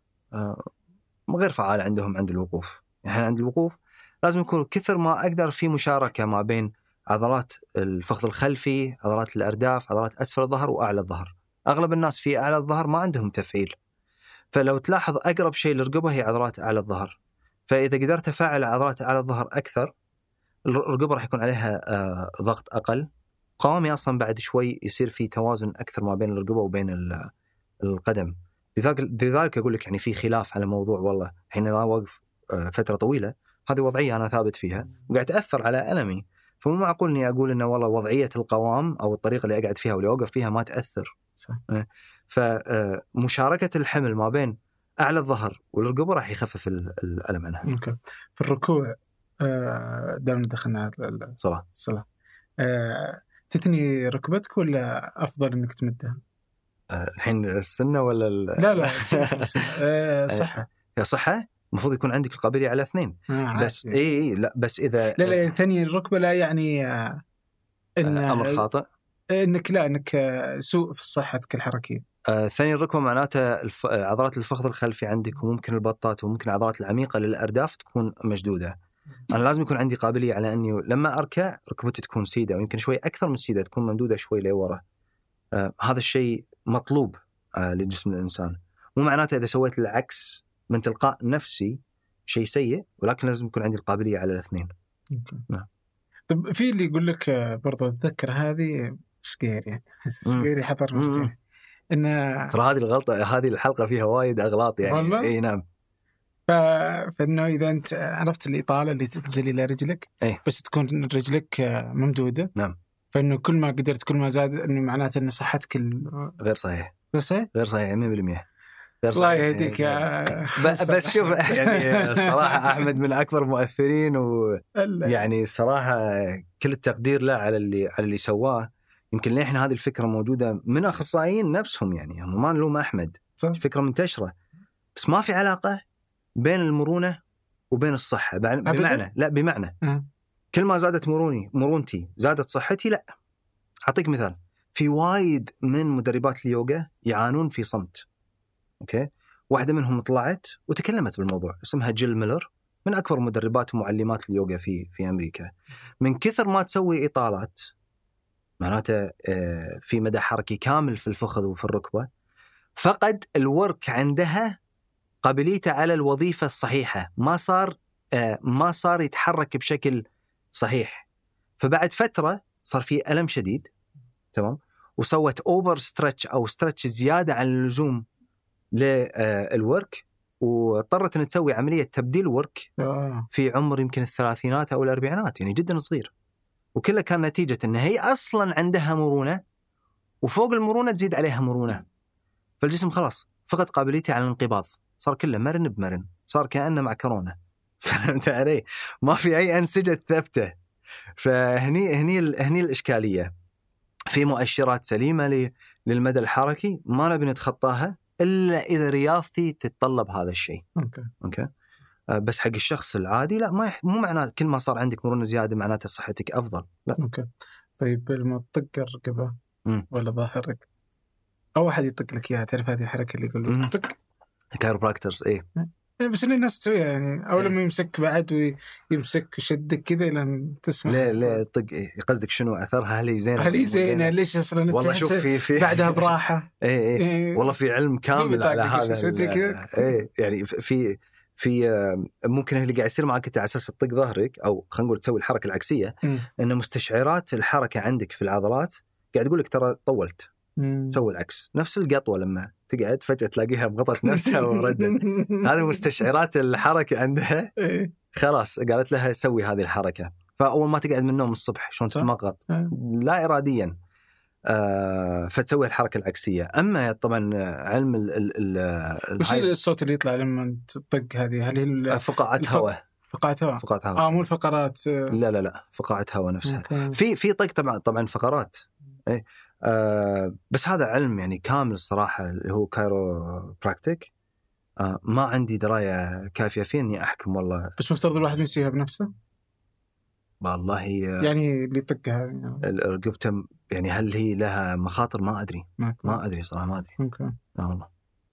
غير فعالة عندهم عند الوقوف. يعني عند الوقوف لازم يكون كثر ما أقدر في مشاركة ما بين عضلات الفخذ الخلفي، عضلات الأرداف، عضلات أسفل الظهر وأعلى الظهر. أغلب الناس في أعلى الظهر ما عندهم تفعيل، فلو تلاحظ أقرب شيء للرقبة هي عضلات أعلى الظهر. فإذا قدرت أفعل عضلات أعلى الظهر أكثر، الرقبة راح يكون عليها ضغط أقل، قوامي أصلا بعد شوي يصير في توازن أكثر ما بين الرقبة وبين القدم. لذلك أقول لك يعني في خلاف على موضوع والله حين أنا واقف فترة طويلة، هذه وضعية أنا ثابت فيها وقاعد تأثر على ألمي، فمو معقول إني أقول إنه والله وضعية القوام أو الطريقة اللي أقعد فيها واللي أوقف فيها ما تأثر. صح. فمشاركة الحمل ما بين أعلى الظهر والرقبة راح يخفف الألم عنها. ممكن. في الركوع دائما دخلنا على الصلاة الصلاة تثني ركبتك ولا أفضل إنك تمدها؟ الحين السنة ولا ال... لا لا أه صحة يا صحة المفروض يكون عندك القابلية على اثنين. آه بس إيه إيه لا بس إذا لا لا ثاني الركبة لا يعني آه إن أمر خاطئ إنك لا إنك سوء في صحتك الحركية. آه ثاني الركبة معناته الف... عضلات الفخذ الخلفي عندك وممكن البطات وممكن العضلات العميقة للأرداف تكون مشدودة. أنا لازم يكون عندي قابلية على أني لما أركع ركبتي تكون سيدة ويمكن شوي أكثر من سيدة تكون ممدودة شوي لورا. آه هذا الشيء مطلوب آه لجسم الإنسان. مو معناته إذا سويت العكس من تلقاء نفسي شيء سيء ولكن لازم يكون عندي القابلية على الاثنين. نعم. طب في اللي يقول لك برضو أتذكر هذه شقيري يعني شقيري حضر مرتين إن ترى هذه الغلطة هذه الحلقة فيها وايد أغلاط يعني. إيه نعم. ف... فإنه إذا أنت عرفت الإطالة اللي تنزل إلى رجلك إيه؟ بس تكون رجلك ممدودة. نعم. فإنه كل ما قدرت كل ما زاد إنه معناته إن صحتك ال... غير صحيح. غير صحيح. غير صحيح مية بالمية. الله يهديك. بس شوف يعني صراحة أحمد من أكبر مؤثرين ويعني صراحة كل التقدير له على اللي على اللي سواه. يمكن لإحنا هذه الفكرة موجودة من أخصائيين نفسهم يعني هم ما نلوم أحمد. فكرة منتشرة بس ما في علاقة بين المرونة وبين الصحة. بمعنى لا بمعنى أه. كل ما زادت مروني مرونتي زادت صحتي. لا أعطيك مثال. في وايد من مدربات اليوغا يعانون في صمت. أوكي. واحدة منهم طلعت وتكلمت بالموضوع اسمها جيل ميلر من أكبر مدربات ومعلمات اليوغا في في أمريكا. من كثر ما تسوي إطالات معناته في مدى حركي كامل في الفخذ وفي الركبة فقد الورك عندها قابليته على الوظيفة الصحيحة. ما صار ما صار يتحرك بشكل صحيح. فبعد فترة صار في ألم شديد. تمام. وسوت أوفر ستريتش أو ستريتش زيادة عن اللزوم للورك واضطرت أن تسوي عملية تبديل ورك في عمر يمكن الثلاثينات أو الأربعينات يعني جدا صغير. وكله كان نتيجة أن هي أصلا عندها مرونة وفوق المرونة تزيد عليها مرونة فالجسم خلاص فقد قابليته على الانقباض. صار كله مرن بمرن. صار كأنه مع كورونا. فهمت علي؟ ما في أي أنسجة ثابتة. فهني هني هني الإشكالية. في مؤشرات سليمة للمدى الحركي ما نبي نتخطاها إلا إذا رياضتي تتطلب هذا الشيء. أوكي. أوكي. أه بس حق الشخص العادي لا ما يح... مو معناه كل ما صار عندك مرونة زيادة معناته صحتك أفضل. لا. أوكي. طيب لما تطق الرقبة ولا ظهرك أو أحد يطق لك إياها تعرف هذه الحركة اللي يقول لك طق كايروبراكترز إيه بس إن الناس تسويها يعني أول ما يمسك بعد ويمسك ويشدك كذا لين تسمع. لا لا طق يقصدك شنو أثرها؟ هل هي زينة؟ هل هي زينة؟ ليش أصلاً والله شوف في في بعدها براحة. إيه إيه, إيه والله في علم كامل على هذا. إيه يعني في في ممكن اللي قاعد يصير معك على أساس تطق ظهرك أو خلينا نقول تسوي الحركة العكسية م. إن مستشعرات الحركة عندك في العضلات قاعد يقول لك ترى طولت. سوي العكس نفس القطوة لما تقعد فجأة تلاقيها بغطت نفسها وردت. هذه مستشعرات الحركة عندها خلاص قالت لها سوي هذه الحركة. فأول ما تقعد من النوم الصبح شلون تتمغط لا إراديا آه فتسوي الحركة العكسية. أما طبعا علم ال ال وش الصوت اللي يطلع لما تطق هذه؟ هل هي فقاعات هواء؟ فقاعات هواء. فقاعات هواء. آه مو الفقرات. لا لا لا فقاعات هواء نفسها. مكي. في في طق طبعا طبعا فقرات. إيه آه بس هذا علم يعني كامل الصراحة اللي هو كايرو براكتيك. آه ما عندي دراية كافية فيه إني أحكم والله. بس مفترض الواحد يسويها بنفسه. والله يعني اللي يطقها يعني. الرقبة يعني هل هي لها مخاطر ما أدري. مكي. ما أدري صراحة ما أدري. أوكي. لا والله.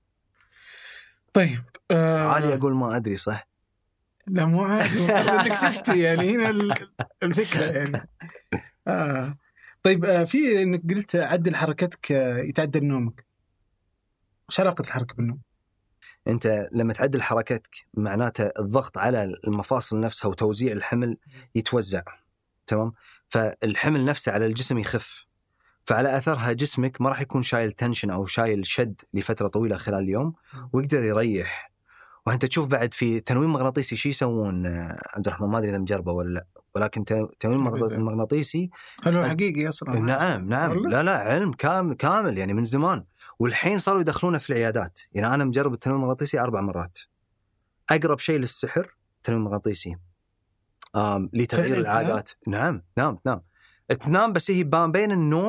طيب آه عادي أقول ما أدري صح. لا مو عادي بدك تفتي يعني هنا الفكرة يعني. آه. طيب آه في إنك قلت عدل حركتك يتعدل نومك. إيش علاقة الحركة بالنوم؟ أنت لما تعدل حركتك معناته الضغط على المفاصل نفسها وتوزيع الحمل يتوزع. تمام. فالحمل نفسه على الجسم يخف فعلى أثرها جسمك ما راح يكون شايل تنشن أو شايل شد لفترة طويلة خلال اليوم ويقدر يريح. وأنت تشوف بعد في تنويم مغناطيسي شي يسوون عبد الرحمن ما أدري إذا مجربه ولا لا ولكن تنويم مغناطيسي هل هو حقيقي أصلا؟ نعم نعم والله؟ لا لا علم كامل كامل يعني من زمان والحين صاروا يدخلونه في العيادات. يعني أنا مجرب التنويم المغناطيسي أربع مرات. أقرب شيء للسحر التنويم المغناطيسي لتغيير العادات. نعم نعم نعم تنام بس هي بين النوم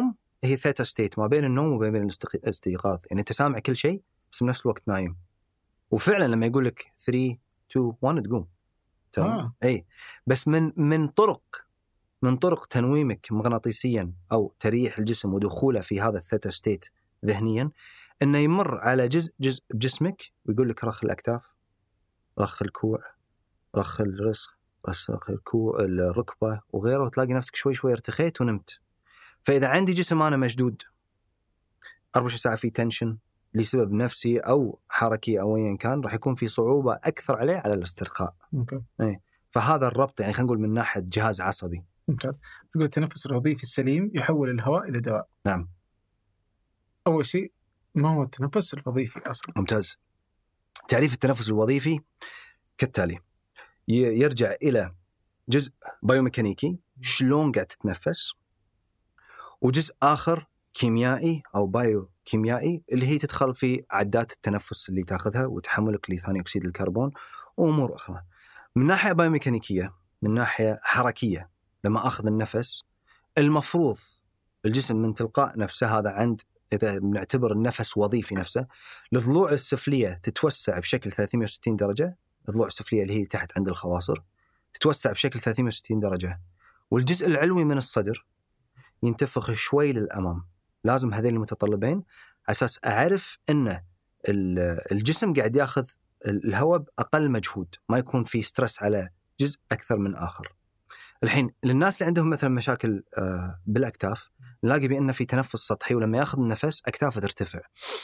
هي ثيتا ستيت ما بين النوم وما بين الاستيقاظ. يعني أنت سامع كل شيء بس بنفس الوقت نايم. وفعلا لما يقول لك ثلاثة اثنين واحد تقوم تمام. آه. أي بس من من طرق من طرق تنويمك مغناطيسيا أو تريح الجسم ودخوله في هذا الثيتا ستيت ذهنيا، إنه يمر على جزء جزء بجسمك ويقول لك رخ الأكتاف، رخ الكوع، رخ الرسغ، رخ الكوع الركبة وغيره، وتلاقي نفسك شوي شوي ارتخيت ونمت. فإذا عندي جسم أنا مشدود أربعة وعشرين ساعة في تنشن لسبب نفسي أو حركي أو أيا كان، راح يكون في صعوبة أكثر عليه على الاسترخاء. أوكي. إيه. فهذا الربط يعني خلينا نقول من ناحية جهاز عصبي. ممتاز. تقول التنفس الوظيفي السليم يحول الهواء إلى دواء. نعم. أول شيء ما هو التنفس الوظيفي أصلا؟ ممتاز. تعريف التنفس الوظيفي كالتالي: يرجع إلى جزء بايوميكانيكي شلون قاعد تتنفس، وجزء آخر كيميائي أو بايو كيميائي اللي هي تدخل في عدات التنفس اللي تأخذها وتحملك لثاني أكسيد الكربون وأمور أخرى. من ناحية بايوميكانيكية، من ناحية حركية، لما أخذ النفس المفروض الجسم من تلقاء نفسه، هذا عند إذا بنعتبر النفس وظيفي نفسه، الضلوع السفلية تتوسع بشكل ثلاثمائة وستين درجة. الضلوع السفلية اللي هي تحت عند الخواصر تتوسع بشكل ثلاثمائة وستين درجة، والجزء العلوي من الصدر ينتفخ شوي للأمام. لازم هذين المتطلبين أساس أعرف أن الجسم قاعد يأخذ الهواء بأقل مجهود، ما يكون في سترس على جزء أكثر من آخر. الحين للناس اللي عندهم مثلا مشاكل بالأكتاف، نلاقي بأن في تنفس سطحي، ولما يأخذ النفس أكتافه ترتفع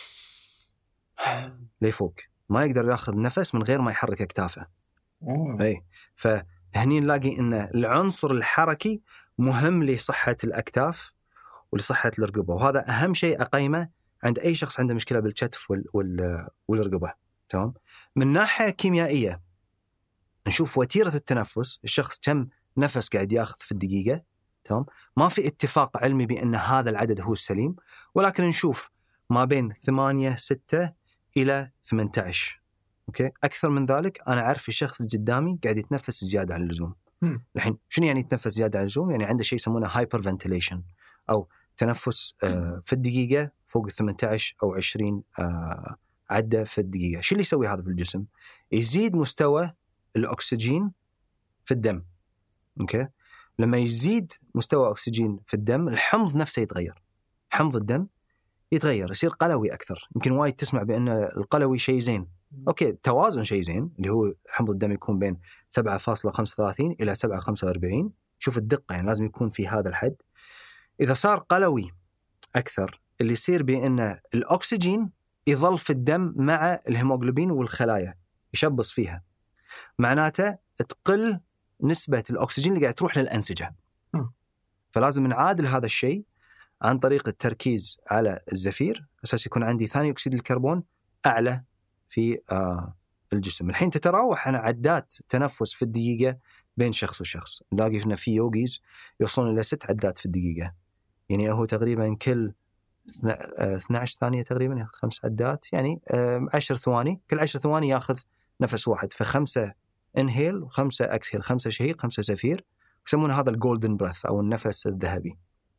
ليفوق، ما يقدر يأخذ نفس من غير ما يحرك أكتافه. أي فهني نلاقي أن العنصر الحركي مهم لصحة الأكتاف ولصحة الرقبة، وهذا أهم شيء أقيمه عند أي شخص عنده مشكلة بالكتف وال وال والرقبة. تمام. من ناحية كيميائية نشوف وتيرة التنفس، الشخص كم نفس قاعد ياخذ في الدقيقة. تمام. ما في اتفاق علمي بأن هذا العدد هو السليم، ولكن نشوف ما بين ثمانية ستة إلى ثمانية عشر. أوكي. أكثر من ذلك أنا أعرف الشخص اللي قدامي قاعد يتنفس زيادة عن اللزوم. الحين شنو يعني يتنفس زيادة عن اللزوم؟ يعني عنده شيء يسمونه هايبر فنتيليشن أو تنفس في الدقيقة فوق ثمانية عشر أو عشرين عدة في الدقيقة. شو اللي يسوي هذا في الجسم؟ يزيد مستوى الأكسجين في الدم. أوكي. لما يزيد مستوى أكسجين في الدم الحمض نفسه يتغير، حمض الدم يتغير، يصير قلوي أكثر. يمكن وايد تسمع بأن القلوي شيء زين. أوكي. توازن شيء زين اللي هو حمض الدم يكون بين سبعة فاصلة خمسة وثلاثين إلى سبعة فاصلة خمسة وأربعين. شوف الدقة، يعني لازم يكون في هذا الحد. إذا صار قلوي أكثر اللي يصير بأن الأكسجين يظل في الدم مع الهيموغلوبين والخلايا يشبص فيها، معناته تقل نسبة الأكسجين اللي قاعد تروح للأنسجة. فلازم نعادل هذا الشيء عن طريق التركيز على الزفير، أساس يكون عندي ثاني أكسيد الكربون أعلى في آه الجسم. الحين تتراوح عن عدات تنفس في الدقيقة بين شخص وشخص. نلاقي إن في يوغيز يوصلون إلى ست عدات في الدقيقة، يعني هو تقريبا كل اثنتي عشرة ثانية تقريبا ياخذ خمس عدات، يعني عشر ثواني، كل عشر ثواني ياخذ نفس واحد، فخمسة انهيل وخمسة اكسهيل، خمسة شهيق خمسة زفير، يسمون هذا الجولدن بريث أو النفس الذهبي.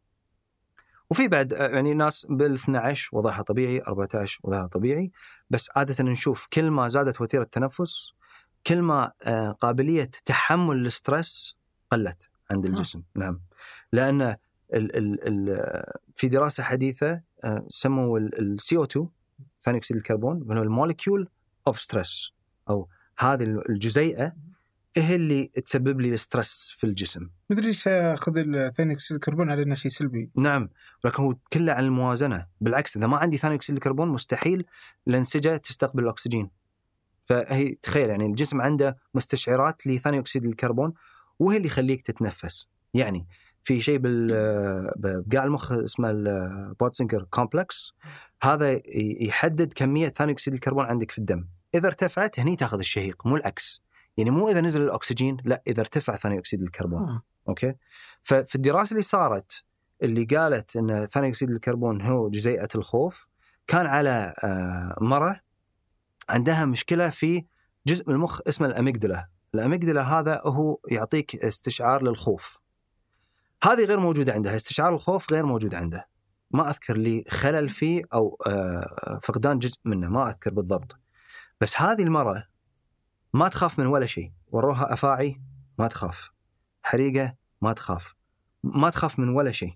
وفي بعد يعني ناس بالاثنى عشر وضعها طبيعي، أربعة عشر وضعها طبيعي، بس عادة نشوف كل ما زادت وتيرة التنفس كل ما قابلية تحمل الاسترس قلت عند الجسم. نعم. لأن ال ال ال في دراسة حديثة سموا ال سي أو تو ثاني أكسيد الكربون هو الموليكيول أوف ستريس، أو هذه الجزيئة هي اللي تسبب لي الاسترس في الجسم. مدري إيش أخذ ثاني أكسيد الكربون على إنه شيء سلبي. نعم، ولكن هو كله عن الموازنة. بالعكس، إذا ما عندي ثاني أكسيد الكربون مستحيل الأنسجة تستقبل الأكسجين. فهي تخيل يعني الجسم عنده مستشعرات لثاني أكسيد الكربون وهي اللي يخليك تتنفس. يعني في شيء بقاع المخ اسمه البوتسنجر كومبلكس، هذا يحدد كمية ثاني أكسيد الكربون عندك في الدم. إذا ارتفعت هني تأخذ الشهيق، مو العكس. يعني مو إذا نزل الأكسجين، لا، إذا ارتفع ثاني أكسيد الكربون. آه. أوكي. ففي الدراسة اللي صارت اللي قالت إن ثاني أكسيد الكربون هو جزيئة الخوف، كان على مرة عندها مشكلة في جزء من المخ اسمه الأميجدلا. الأميجدلا هذا هو يعطيك استشعار للخوف، هذه غير موجودة عندها. استشعار الخوف غير موجود عنده. ما أذكر لي خلل فيه أو فقدان جزء منه، ما أذكر بالضبط. بس هذه المرة ما تخاف من ولا شيء، وروها أفاعي ما تخاف، حريقة ما تخاف، ما تخاف من ولا شيء.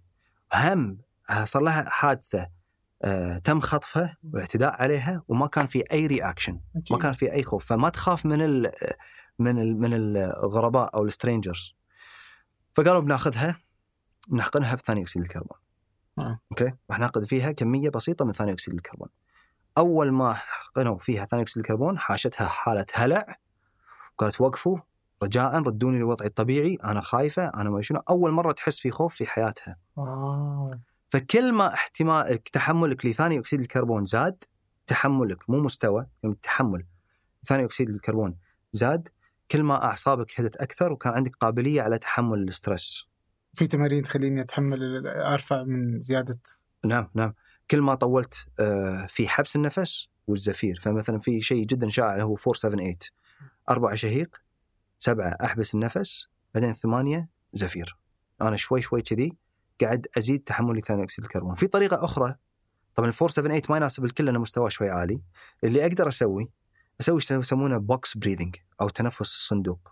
هم صار لها حادثة آه، تم خطفها والاعتداء عليها وما كان في أي رياكشن، ما كان في أي خوف. فما تخاف من ال من ال من الغرباء أو السترينجرز. فقالوا بناخذها نحقنها بثاني أكسيد الكربون. آه. أوكي، راح ناخذ فيها كمية بسيطة من ثاني أكسيد الكربون. أول ما حقنوا فيها ثاني أكسيد الكربون حاشتها حالة هلع، قالت وقفوا رجاء ردوني لوضعي الطبيعي، أنا خايفة، أنا ما شنو. أول مرة تحس في خوف في حياتها. آه. فكل ما احتمالك تحملك لثاني أكسيد الكربون زاد، تحملك مو مستوى التحمل ثاني أكسيد الكربون زاد، كل ما أعصابك هدت أكثر وكان عندك قابلية على تحمل الستريس. في تمارين تخليني أتحمل أرفع من زيادة. نعم نعم. كل ما طولت في حبس النفس والزفير. فمثلا في شيء جدا شائع هو أربعة سبعة ثمانية، أربعة شهيق، سبعة أحبس النفس، بعدين ثمانية زفير. أنا شوي شوي كذي قاعد أزيد تحملي ثاني أكسيد الكربون. في طريقة أخرى طبعا أربعة سبعة ثمانية ما يناسب الكل لأنه مستوى شوي عالي. اللي أقدر أسوي أسوي يسمونه بوكس بريذنج أو تنفس الصندوق.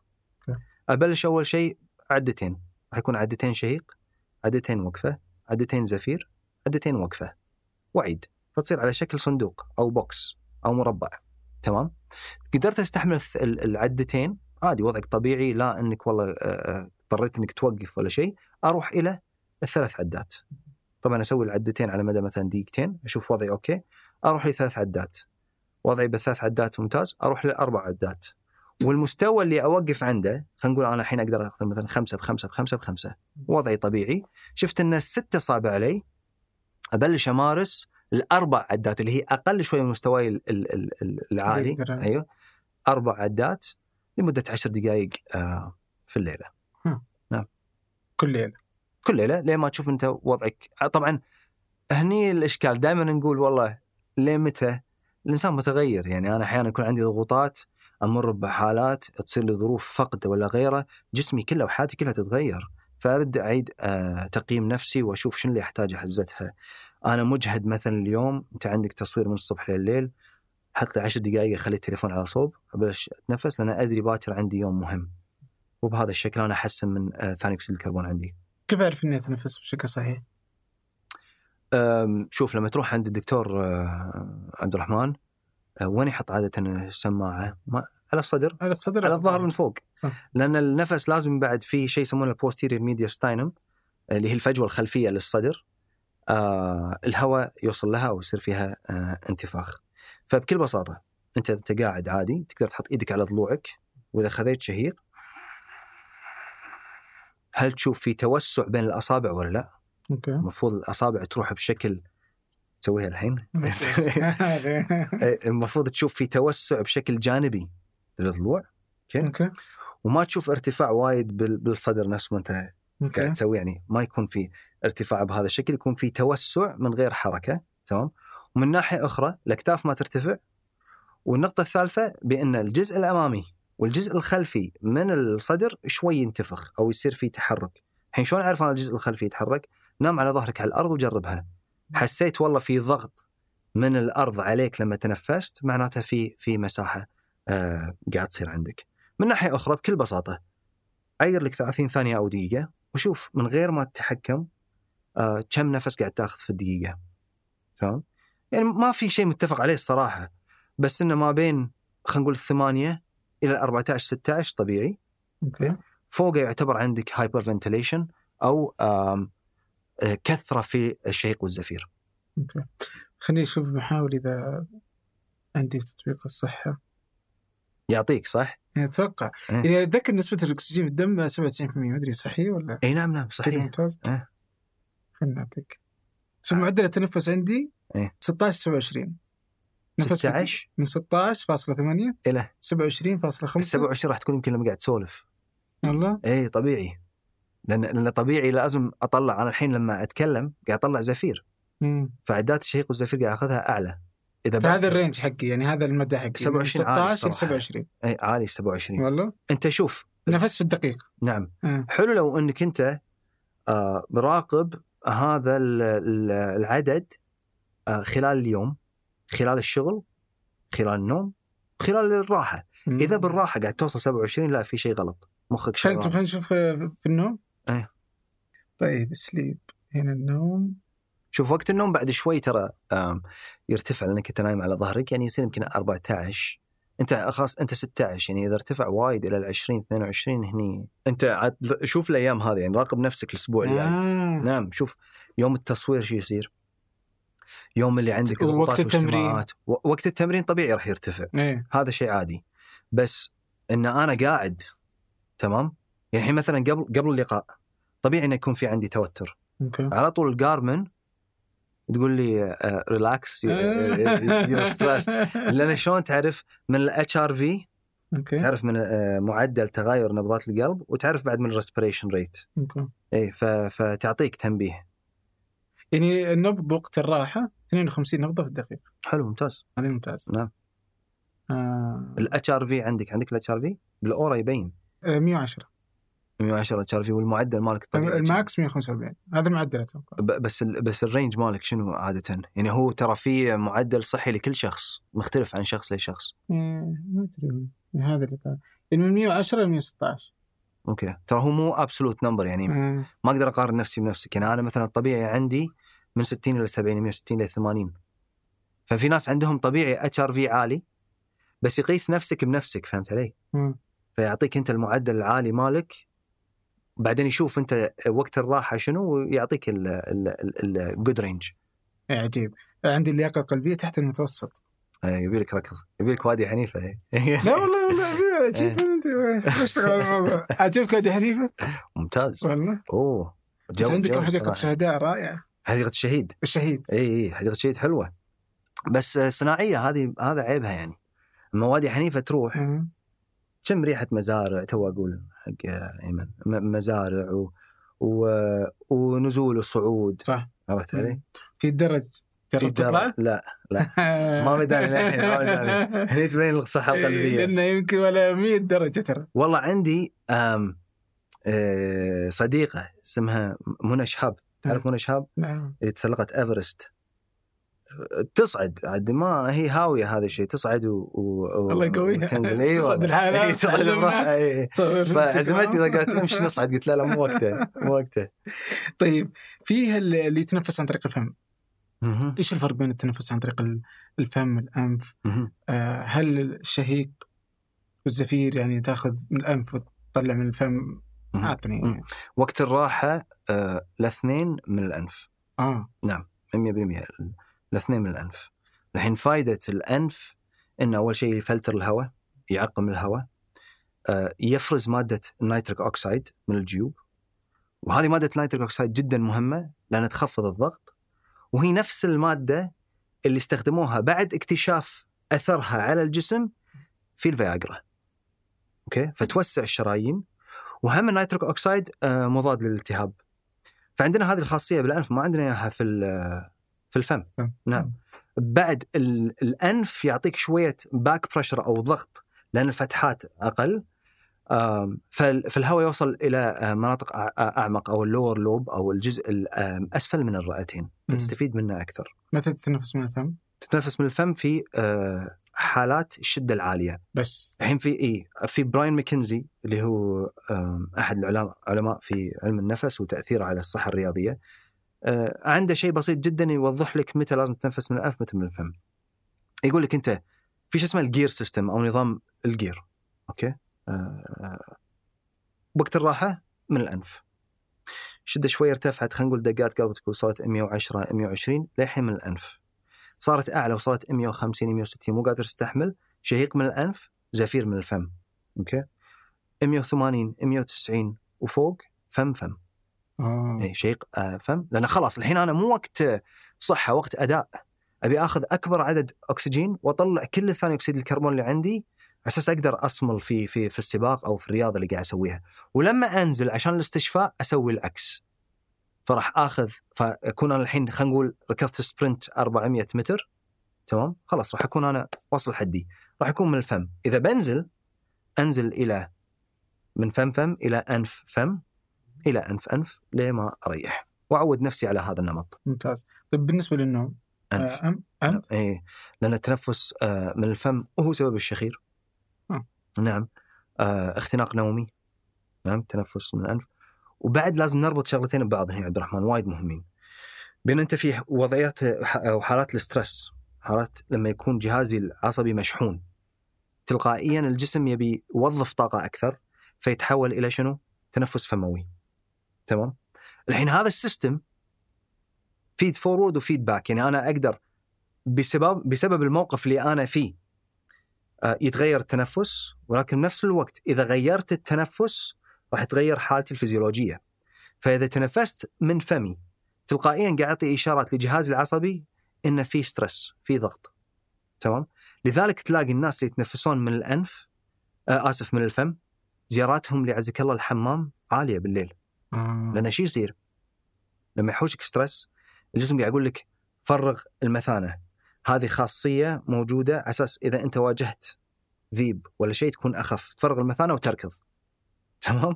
أبلش أول شيء عدتين، راح يكون عدتين شهيق، عدتين وقفة، عدتين زفير، عدتين وقفة، وعيد. فتصير على شكل صندوق أو بوكس أو مربع. تمام. قدرت أستحمل العدتين عادي، وضعك طبيعي، لا أنك والله اضطريت أنك توقف ولا شيء. أروح إلى الثلاث عدات. طبعا أسوي العدتين على مدى مثلا دقيقتين، أشوف وضعي أوكي، أروح لثلاث عدات، وضعي بالثلاث عدات ممتاز، أروح للأربع عدات. والمستوى اللي أوقف عنده، خلينا نقول أنا الحين أقدر أخذ مثلا خمسة بخمسة بخمسة بخمسة، وضعي طبيعي، شفت أن الستة صعبة علي، أبلش أمارس الأربع عدات اللي هي أقل شوي من مستواي العالي. أيوه، أربع عدات لمدة عشر دقائق في الليلة. نعم. كل ليلة كل ليلة ليه ما تشوف أنت وضعك. طبعا هني الإشكال، دائما نقول والله ليه متى الإنسان متغير. يعني أنا أحيانا يكون عندي ضغوطات، أمر بحالات، تصير لي ظروف فقد ولا غيره، جسمي كله وحياتي كلها تتغير. فأرد أعيد آه تقييم نفسي وأشوف شنو اللي أحتاج أحزتها. أنا مجهد مثلا اليوم، أنت عندك تصوير من الصبح لليل، حط لي عشر دقائق أخلي التليفون على صوب، أبلش أتنفس، أنا أدري باكر عندي يوم مهم، وبهذا الشكل أنا أحسن من آه ثاني أكسيد الكربون عندي. كيف أعرف إني أتنفس بشكل صحيح؟ شوف، لما تروح عند الدكتور آه عبد الرحمن، آه وين يحط عادة السماعة؟ ما على الصدر، على الصدر، على الظهر من فوق. صح. لأن النفس لازم بعد في شيء يسمونه البوستيريور ميدياستاينم اللي هي الفجوة الخلفية للصدر، آه الهواء يوصل لها ويصير فيها آه انتفاخ. فبكل بساطة أنت أنت قاعد عادي تقدر تحط إيدك على ضلوعك، وإذا خذيت شهيق هل تشوف في توسع بين الأصابع ولا لا؟ أوكي. المفروض الأصابع تروح بشكل، تسويها الحين المفروض تشوف في توسع بشكل جانبي للضلوع. أوكي. أوكي. وما تشوف ارتفاع وايد بالصدر نفس ما أنت قاعد تسوي، يعني ما يكون في ارتفاع بهذا الشكل، يكون في توسع من غير حركة. تمام. ومن ناحية أخرى الأكتاف ما ترتفع. والنقطة الثالثة بأن الجزء الأمامي والجزء الخلفي من الصدر شوي ينتفخ أو يصير فيه تحرك. الحين شلون أعرف أن الجزء الخلفي يتحرك؟ نام على ظهرك على الأرض وجربها. حسيت والله في ضغط من الأرض عليك لما تنفست، معناتها في في مساحة آه قاعد تصير عندك. من ناحية أخرى بكل بساطة عير لك ثلاثين ثانية أو دقيقة وشوف من غير ما تتحكم آه كم نفس قاعد تاخذ في الدقيقة. تمام. يعني ما في شيء متفق عليه الصراحة، بس إنه ما بين خلينا نقول الثمانية إلى أربعة عشر ستة عشر طبيعي. أوكي. فوق يعتبر عندك هايبر فنتيليشن أو آم كثرة في الشهيق والزفير. أوكي. خليني أشوف، بحاول إذا عندي تطبيق الصحة يعطيك صح؟ أتوقع. إيه؟ يعني أتذكر نسبة الأكسجين في الدم سبعة وتسعين بالمئة، ما أدري صحيح ولا؟ أي نعم نعم صحيح. ممتاز. إيه؟ خلنا نعطيك. شوف معدل التنفس عندي إيه؟ ستة عشر سبعة وعشرين. نفس ستة عشر من ستة عشر فاصلة ثمانية إلى سبعة وعشرين فاصلة خمسة. سبعة وعشرين راح تكون يمكن لما قاعد تسولف. والله. إيه طبيعي. لأن لأن طبيعي لازم أطلع. أنا الحين لما أتكلم قاعد أطلع زفير. مم. فعدات الشهيق والزفير قاعد أخذها أعلى. إذا هذا الرينج حقي، يعني هذا المدى حقي سبعة وعشرين ستة عشر سبعة وعشرين. أي عالي سبعة وعشرين. والله. أنت شوف نفس في الدقيقة. نعم. آه. حلو لو أنك أنت آه مراقب هذا العدد خلال اليوم، خلال الشغل، خلال النوم، خلال الراحة. مم. إذا بالراحة قاعد توصل سبعة وعشرين، لا في شيء غلط، مخك شغال. خلينا نشوف في النوم. أيه. طيب سليب هنا النوم. شوف وقت النوم بعد شوي ترى يرتفع لأنك أنت نايم على ظهرك، يعني يصير يمكن أربعة عشر، أنت خاص أنت ستة عشر، يعني إذا ارتفع وايد إلى العشرين اثنين وعشرين هني أنت عاد شوف الأيام هذه، يعني راقب نفسك الأسبوع اللي جاي. آه. نعم شوف يوم التصوير شو يصير، يوم اللي عندك ضغوطات واجتماعات، وقت التمرين طبيعي راح يرتفع. إيه؟ هذا شيء عادي. بس إن أنا قاعد تمام، يعني الحين مثلا قبل قبل اللقاء طبيعي إن يكون في عندي توتر. أوكي. على طول الجارمن تقول لي ريلاكس يو ستريس، لأن شلون تعرف من الاتش ار في، تعرف من معدل تغير نبضات القلب، وتعرف بعد من الريسبيريشن ريت. اي فتعطيك تنبيه. يعني النبض وقت الراحه اثنين وخمسين نبضه في الدقيقه. حلو ممتاز. هذه ممتاز. نعم. آه. الاتش ار في عندك عندك الاتش ار في بالاورا يبين آه مية وعشرة مية وعشرة اتش ار في، والمعدل مالك الطبيعي الماكس مية وخمسة وأربعين، هذا معدله. بس بس الرينج مالك شنو عاده؟ يعني هو ترى في معدل صحي لكل شخص، مختلف عن شخص لشخص. ما ادري هذا اللي طالع من مية وعشرة ل مية وستة عشر. اوكي ترى هو مو ابسولوت نمبر، يعني مم. ما اقدر اقارن نفسي بنفسك. يعني انا مثلا الطبيعي عندي من ستين الى سبعين، مية وستين الى ثمانين، ففي ناس عندهم طبيعي اتش ار في عالي بس يقيس نفسك بنفسك، فهمت علي؟ مم. فيعطيك انت المعدل العالي مالك، بعدين يشوف انت وقت الراحه شنو ويعطيك الجود رينج. عجيب. عندي اللياقه القلبيه تحت المتوسط. يبي لك ركض، يبي لك وادي حنيفه. لا والله والله عجيب. انت اشتغل على الموضوع. عجبك وادي حنيفه؟ ممتاز والله. اوه جو عندك حديقه الشهداء رائعه. حديقه الشهيد. الشهيد اي اي حديقه الشهيد حلوه بس صناعيه، هذه هذا عيبها. يعني وادي حنيفه تروح م- كم ريحه مزارع، تو اقول حق ايمن مزارع و... و... ونزول وصعود. صح. عرفت علي؟ في الدرج في تطلع؟ لا لا ما بداني الحين، ما بداني. هني تبين الصحة القلبية. لأنه يمكن ولا مية درجة ترى. والله عندي أم أه صديقة اسمها منى شهاب، تعرف منى شهاب؟ نعم. اللي تسلقت إيفرست. تصعد عاد، ما هي هاوية هذا الشيء، تصعد و... و... الله يقويها. تنزل. اي تصعد الحالة. اي تصعد الراحة. اي فعزمتني إذا قالت امشي نصعد، قلت لا لا مو وقته مو وقته. طيب فيه اللي يتنفس عن طريق الفم. مه. ايش الفرق بين التنفس عن طريق الفم الانف؟ آه هل الشهيق والزفير يعني تاخذ من الانف وتطلع من الفم؟ عطني. وقت الراحة آه الاثنين من الانف. اه نعم مية بالمية الاثنين من الانف. الحين فائدة الانف انه اول شيء يفلتر الهواء، يعقم الهواء، آه يفرز مادة النيتريك اوكسيد من الجيوب، وهذه مادة النيتريك اوكسيد جدا مهمة لأنها تخفض الضغط، وهي نفس المادة اللي استخدموها بعد اكتشاف أثرها على الجسم في الفياغرا. أوكي، فتوسع الشرايين، وهم النيتريك أوكسيد مضاد للالتهاب. فعندنا هذه الخاصية بالأنف، ما عندنا إياها في في الفم. نعم. بعد الأنف يعطيك شوية باك بريشر أو ضغط لأن الفتحات أقل، فالهواء يوصل إلى مناطق أعمق أو اللور لوب أو الجزء الأسفل من الرئتين، فتستفيد منه أكثر. متى تتنفس من الفم؟ تتنفس من الفم في حالات الشدة العالية بس. الحين في إيه في براين ماكنزي اللي هو أحد العلماء علماء في علم النفس وتأثيره على الصحة الرياضية، عنده شيء بسيط جدا يوضح لك متى لازم تتنفس من الأنف متى من الفم. يقول لك أنت في شيء اسمه الجير سيستم أو نظام الجير. أوكي. أه وقت الراحة من الأنف، شدة شوية ارتفعت، خلينا نقول دقات قلبك وصلت مية وعشرة مية وعشرين، للحين من الأنف صارت أعلى وصلت مية وخمسين مية وستين، مو قادر تستحمل، شهيق من الأنف، زفير من الفم. أوكي. مية وثمانين مية وتسعين وفوق فم فم. آه. إيه شهيق آه فم، لأن خلاص الحين أنا مو وقت صحة، وقت أداء، أبي أخذ أكبر عدد أكسجين وأطلع كل ثاني أكسيد الكربون اللي عندي أساس أقدر أصمل في في في السباق أو في الرياضة اللي قاعد أسويها. ولما أنزل عشان الاستشفاء أسوي العكس، فراح آخذ، فأكون أنا الحين خلينا نقول ركضت سبرنت أربعمية متر، تمام، خلاص راح أكون أنا وصل حدي، راح أكون من الفم. إذا بنزل أنزل إلى من فم فم إلى أنف فم إلى أنف أنف لما أريح. وأعود نفسي على هذا النمط. ممتاز. طيب بالنسبة للنوم أنف. أم أم إيه، لأن التنفس آه من الفم وهو سبب الشخير. أه. نعم. آه اختناق نومي. نعم، تنفس من الأنف. وبعد لازم نربط شغلتين ببعض هنا عبد الرحمن وايد مهمين. بين أنت في وضعيات أو حالات الاسترس، حالات لما يكون جهازي العصبي مشحون تلقائيا الجسم يبي يوظف طاقة أكثر فيتحول إلى شنو؟ تنفس فموي. تمام؟ الحين هذا السيستم فيد فورورد وفيد باك، يعني أنا أقدر بسبب بسبب الموقف اللي أنا فيه يتغير التنفس، ولكن بنفس الوقت إذا غيرت التنفس راح تغير حالتي الفيزيولوجية. فإذا تنفست من فمي تلقائيا قاعد أعطي إشارات لجهازي العصبي إن في ستريس، في ضغط. تمام؟ لذلك تلاقي الناس اللي يتنفسون من الأنف آه آسف من الفم زياراتهم لعزك الله الحمام عالية بالليل. آه. لأن شيء يصير لما يحوشك ستريس الجسم قاعد يقول لك فرغ المثانة. هذه خاصية موجودة على أساس إذا أنت واجهت ذيب ولا شيء تكون أخف، تفرغ المثانة وتركض. تمام؟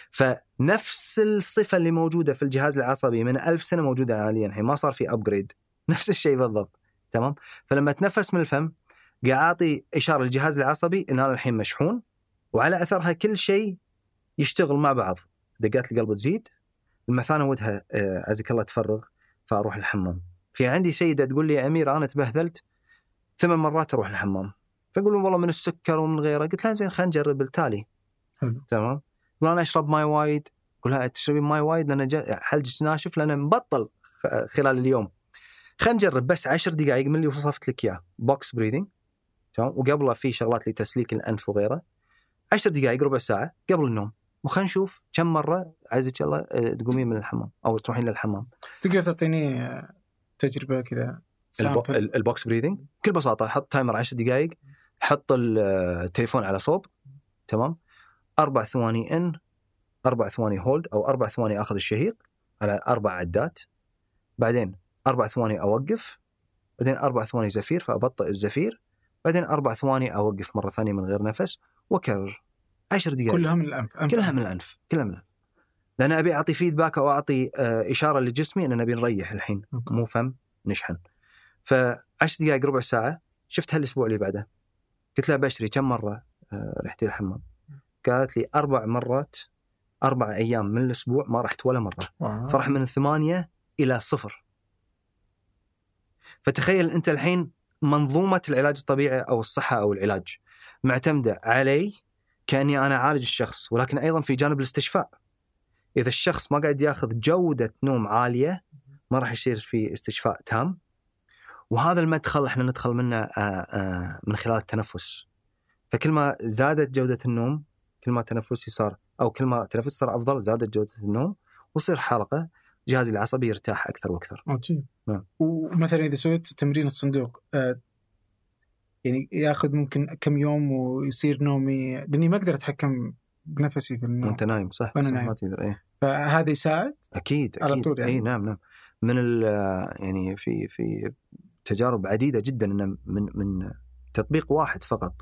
فنفس الصفة اللي موجودة في الجهاز العصبي من ألف سنة موجودة حاليا، الحين ما صار في أبجريد، نفس الشيء بالضبط. تمام؟ فلما تنفس من الفم قاعد أعطي إشارة للجهاز العصبي إن أنا الحين مشحون، وعلى أثرها كل شيء يشتغل مع بعض. دقات القلب تزيد، المثانة ودها آه عزك الله تفرغ، فأروح الحمام. في عندي سيدة تقول لي يا أمير أنا تبهذلت ثمان مرات أروح الحمام، فأقول والله من السكر ومن غيره. قلت لها زين خلينا نجرب التالي. تمام؟ يقول أنا أشرب ماي وايد. أقول لها تشربين ماي وايد لأن حلجك ناشف، لأن مبطل خلال اليوم. خلينا نجرب بس عشر دقائق من اللي وصفت لك إياه، بوكس بريذنج. تمام؟ وقبله في شغلات لتسليك الأنف وغيره. عشر دقائق ربع ساعة قبل النوم، وخلينا نشوف كم مرة عزك الله تقومين من الحمام أو تروحين للحمام. تقدر تعطيني تجربة كذا؟ البو... البوكس بريذنج بكل بساطة، حط تايمر عشر دقائق، حط التليفون على صوب. تمام؟ أربع ثواني إن، أربع ثواني هولد أو أربع ثواني أخذ الشهيق على أربع عدات، بعدين أربع ثواني أوقف، بعدين أربع ثواني زفير فأبطئ الزفير، بعدين أربع ثواني أوقف مرة ثانية من غير نفس وكرر عشر دقائق. كلها من الأنف. أنف كلها أنف. من الأنف كلها من الأنف. لأن أبي أعطي فيدباك أو أعطي إشارة لجسمي أن نبي نريح الحين، أوكي. مو فم نشحن. فعشر دقائق ربع ساعة. شفت هالأسبوع اللي بعده قلت لها بشري كم مرة رحتي الحمام؟ قالت لي أربع مرات، أربع أيام من الأسبوع ما رحت ولا مرة. واو. فرح من ثمانية إلى صفر. فتخيل أنت الحين منظومة العلاج الطبيعي أو الصحة أو العلاج معتمدة علي كأني أنا عالج الشخص، ولكن أيضا في جانب الاستشفاء. إذا الشخص ما قاعد يأخذ جودة نوم عالية ما راح يصير في استشفاء تام. وهذا المدخل احنا ندخل منه من خلال التنفس. فكل ما زادت جودة النوم كل ما تنفسي صار أو كل ما تنفسي صار أفضل زادت جودة النوم وصير حلقة جهازي العصبي يرتاح أكثر وأكثر. عجيب. نعم. ومثلا إذا سويت تمرين الصندوق آه يعني ياخذ ممكن كم يوم ويصير نومي، لأني ما أقدر أتحكم بنفسي في النوم وأنت نايم. صح. وأنا صح نايم. ما تقدر. إيه. فهذا يساعد أكيد على أكيد. طول يعني. أي نعم نعم. من ال يعني في في تجارب عديدة جدا إن من من تطبيق واحد فقط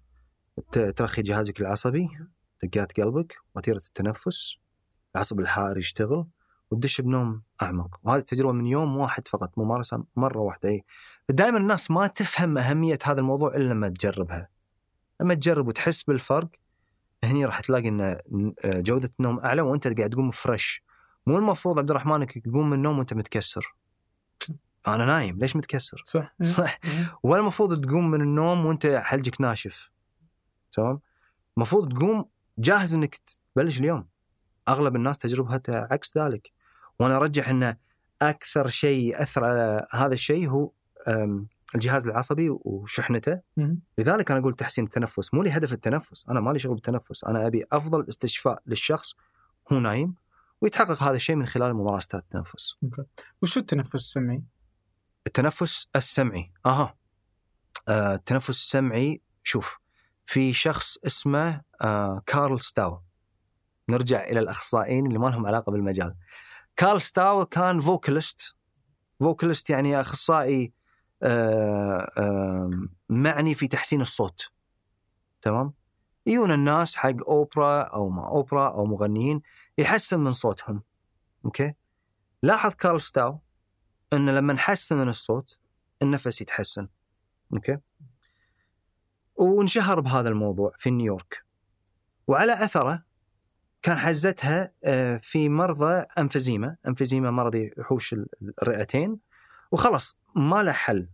ترخي جهازك العصبي، دقات قلبك، وتيرة التنفس، العصب الحار يشتغل وتدش بنوم أعمق. وهذه التجربة من يوم واحد فقط، ممارسة مرة واحدة. أي دائما الناس ما تفهم أهمية هذا الموضوع إلا لما تجربها. لما تجرب وتحس بالفرق هني راح تلاقي إن جودة النوم أعلى وأنت قاعد تقوم فريش. مو المفروض عبد الرحمن إنك تقوم من النوم وأنت متكسر. أنا نايم ليش متكسر؟ صح. صح. ولا المفروض تقوم من النوم وأنت حلجك ناشف. تمام. المفروض تقوم جاهز إنك تبلش اليوم. أغلب الناس تجربها عكس ذلك. وأنا أرجح أن أكثر شيء يأثر على هذا الشيء هو الجهاز العصبي وشحنته. لذلك أنا أقول تحسين التنفس مو لي هدف التنفس، أنا ما لي شغل بالتنفس، أنا أبي أفضل استشفاء للشخص هو نايم، ويتحقق هذا الشيء من خلال ممارسات التنفس. وشو التنفس السمعي؟ التنفس السمعي أها آه، التنفس السمعي شوف في شخص اسمه آه، كارل ستاو. نرجع إلى الأخصائيين اللي ما لهم علاقة بالمجال. كارل ستاو كان فوكاليست. فوكاليست يعني أخصائي آه، آه، معني في تحسين الصوت. تمام. يجون الناس حق أوبرا أو ما أوبرا أو مغنيين يحسن من صوتهم. أوكي. لاحظ كارل ستاو أن لما نحسن من الصوت النفس يتحسن. أوكي. وانشهر بهذا الموضوع في نيويورك، وعلى أثره كان حزتها في مرضى أنفزيمة أنفزيمة مرض يحوش الرئتين، وخلص ما له حل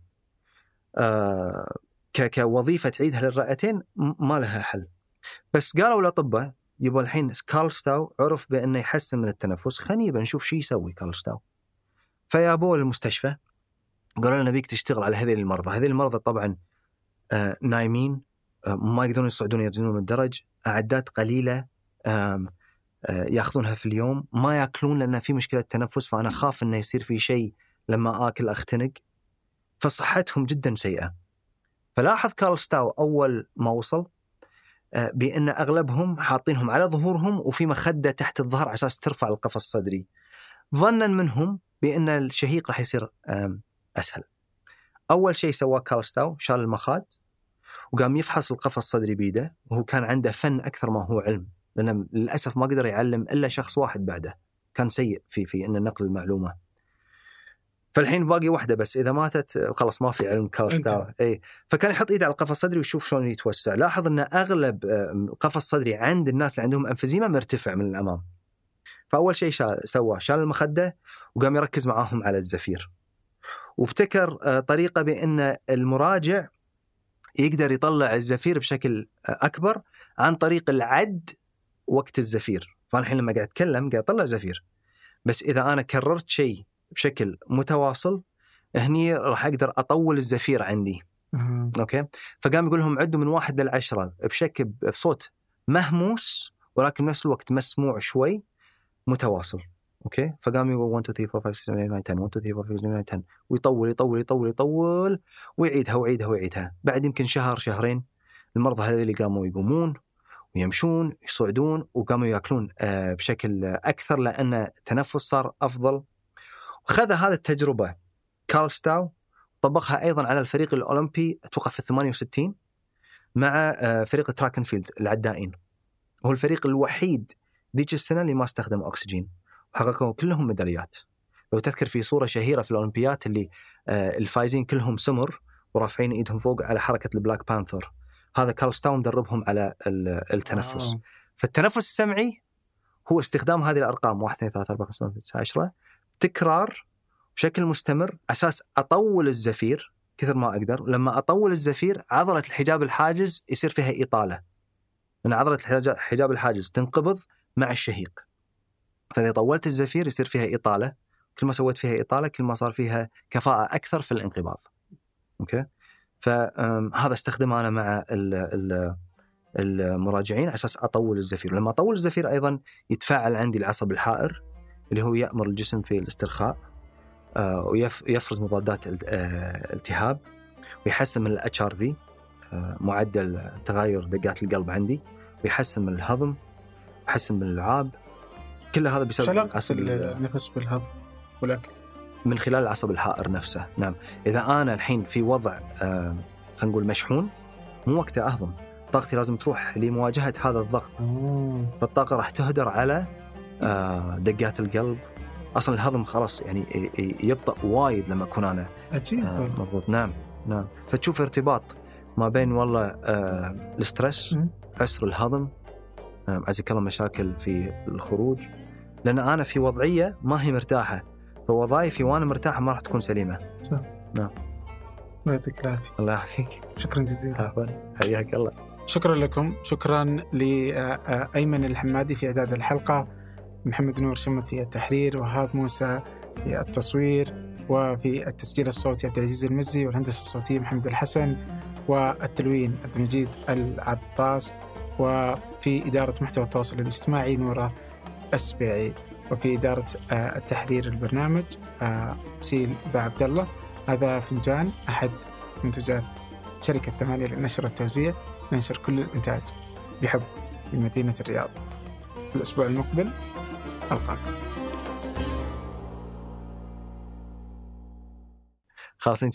كوظيفة تعيدها للرئتين، ما لها حل. بس قالوا الأطباء يبغى الحين كارل ستاو عرف بأنه يحسن من التنفس، خلينا بنشوف شيء يسوي كارل ستاو. فيابوه المستشفى، قالوا لنا بيك تشتغل على هذه المرضى. هذه المرضى طبعا آه نايمين، آه ما يقدرون يصعدون ينزلون من الدرج، أعداد قليلة آه آه يأخذونها في اليوم، ما يأكلون لأن في مشكلة تنفس، فأنا خاف أنه يصير في شيء لما آكل أختنق، فصحتهم جدا سيئة. فلاحظ كارل ستاو أول ما وصل آه بأن أغلبهم حاطينهم على ظهورهم وفي مخدة تحت الظهر على أساس ترفع القفص الصدري، ظنا منهم بأن الشهيق راح يصير آه أسهل. أول شيء سواه كارل ستاو شال المخاد وقام يفحص القفص الصدري بيده، وهو كان عنده فن أكثر ما هو علم، لأنه للأسف ما قدر يعلم إلا شخص واحد بعده، كان سيء في في إن نقل المعلومة. فالحين باقي واحدة بس، إذا ماتت خلاص ما في علم كارل ستاو. إيه، فكان يحط إيده على القفص الصدري ويشوف شلون يتوسع. لاحظ أن أغلب القفص الصدري عند الناس اللي عندهم أنفزيمة مرتفع من الأمام. فأول شيء شال سواه شال المخدة وقام يركز معاهم على الزفير، وابتكر طريقة بأن المراجع يقدر يطلع الزفير بشكل أكبر عن طريق العد وقت الزفير. فالحين لما قاعد أتكلم قاعد أطلع زفير، بس إذا أنا كررت شيء بشكل متواصل هني راح أقدر أطول الزفير عندي. أوكي. فقام يقول لهم عدوا من واحد للعشرة بشكل بصوت مهموس ولكن نفس الوقت مسموع شوي متواصل. اوكي. فقام يقول واحد اثنين ثلاثة أربعة خمسة ستة سبعة ثمانية عشرة واحد اثنين ثلاثة أربعة خمسة ستة سبعة عشرة ويطول يطول يطول يطول ويعيدها ويعيدها ويعيدها. بعد يمكن شهر شهرين المرضى هذول اللي قاموا يقومون ويمشون يصعدون وقاموا يأكلون بشكل أكثر لأن التنفس صار أفضل. وخذ هذه التجربة كارل ستاو طبقها أيضا على الفريق الأولمبي أتوقع في الثمانية وستين مع فريق تراك أند فيلد العدائين. هو الفريق الوحيد ذيك السنة اللي ما استخدم أكسجين وحققوا كلهم ميداليات. لو تذكر في صورة شهيرة في الأولمبيات اللي الفايزين كلهم سمر ورافعين إيدهم فوق على حركة البلاك بانثر، هذا كارل ستاو مدربهم على التنفس. آه. فالتنفس السمعي هو استخدام هذه الأرقام واحد اثنين ثلاثة أربعة خمسة ستة عشرة تكرار بشكل مستمر أساس أطول الزفير كثر ما أقدر. لما أطول الزفير عضلة الحجاب الحاجز يصير فيها إطالة، لأن عضلة الحجاب الحاجز تنقبض مع الشهيق، فإذا طولت الزفير يصير فيها إطالة. كل ما سويت فيها إطالة كل ما صار فيها كفاءة أكثر في الانقباض. أوكي. فهذا استخدمه أنا مع المراجعين على أساس أطول الزفير. لما أطول الزفير أيضا يتفاعل عندي العصب الحائر اللي هو يأمر الجسم في الاسترخاء ويفرز مضادات الالتهاب ويحسن من الاتش ار في معدل تغير دقات القلب عندي، ويحسن من الهضم ويحسن من اللعاب. كل هذا بسبب النفس بالهضم والأكل من خلال العصب الحائر نفسه. نعم. إذا أنا الحين في وضع آه خلينا نقول مشحون مو وقته أهضم، طاقتي لازم تروح لمواجهة هذا الضغط. فالطاقة راح تهدر على آه دقات القلب. أصلا الهضم خلاص يعني يبطأ وايد لما أكون أنا آه مضغوط. نعم نعم. فتشوف ارتباط ما بين والله آه الاسترس، عسر الهضم، آه عزك الله مشاكل في الخروج، لأن أنا في وضعية ما هي مرتاحة، فوظائفي وأنا مرتاح ما راح تكون سليمة. صح. نعم. الله يعطيك العافية. الله يعافيك. شكرا جزيلا. حياك الله. شكرا لكم. شكرا لأيمن الحمادي في إعداد الحلقة، محمد نور شمت في التحرير، وهاب موسى في التصوير، وفي التسجيل الصوتي عبد العزيز المزي، والهندسة الصوتية محمد الحسن، والتلوين عبد المجيد العطاس، وفي إدارة محتوى التواصل الاجتماعي نورة السبيعي، وفي إدارة التحرير البرنامج سيل بعبد الله. هذا فنجان أحد منتجات شركة ثمانية للنشر والتوزيع، ننشر كل الإنتاج بحب في مدينة الرياض. الأسبوع المقبل ألقاكم. خلاصين كذي؟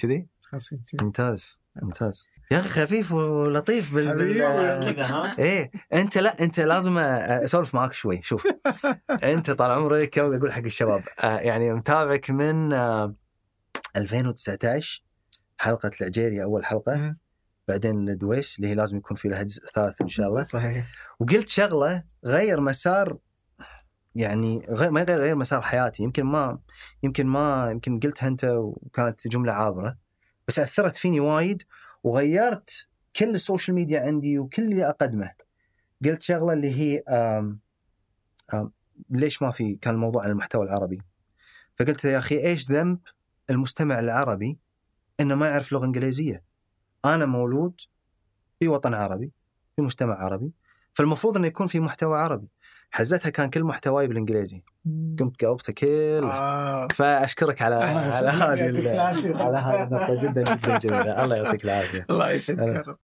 خاصين. ممتاز ممتاز يا أخي، خفيف ولطيف بال, بال... إيه أنت لا أنت لازم أسولف معاك شوي. شوف أنت طال عمرك أقول حق الشباب يعني متابعك من ألفين وتسعة عشر حلقة العجيري أول حلقة، بعدين الدويس اللي هي لازم يكون في لها جزء ثالث إن شاء الله. صحيح. وقلت شغلة غير مسار، يعني غير ما غير غير مسار حياتي. يمكن ما يمكن ما يمكن قلتها أنت وكانت جملة عابرة، بس أثرت فيني وايد وغيرت كل السوشيال ميديا عندي وكل اللي أقدمه. قلت شغلة اللي هي آم آم ليش ما في كان الموضوع عن المحتوى العربي، فقلت يا أخي إيش ذنب المستمع العربي إنه ما يعرف لغة إنجليزية؟ أنا مولود في وطن عربي في مجتمع عربي، فالمفروض إنه يكون في محتوى عربي. حزتها كان كل محتواي بالإنجليزي، قمت قلبتها كل آه. فأشكرك على على هذه على هذه النقطة جدا جدا جميلة. الله يعطيك العافية. الله يسعدك.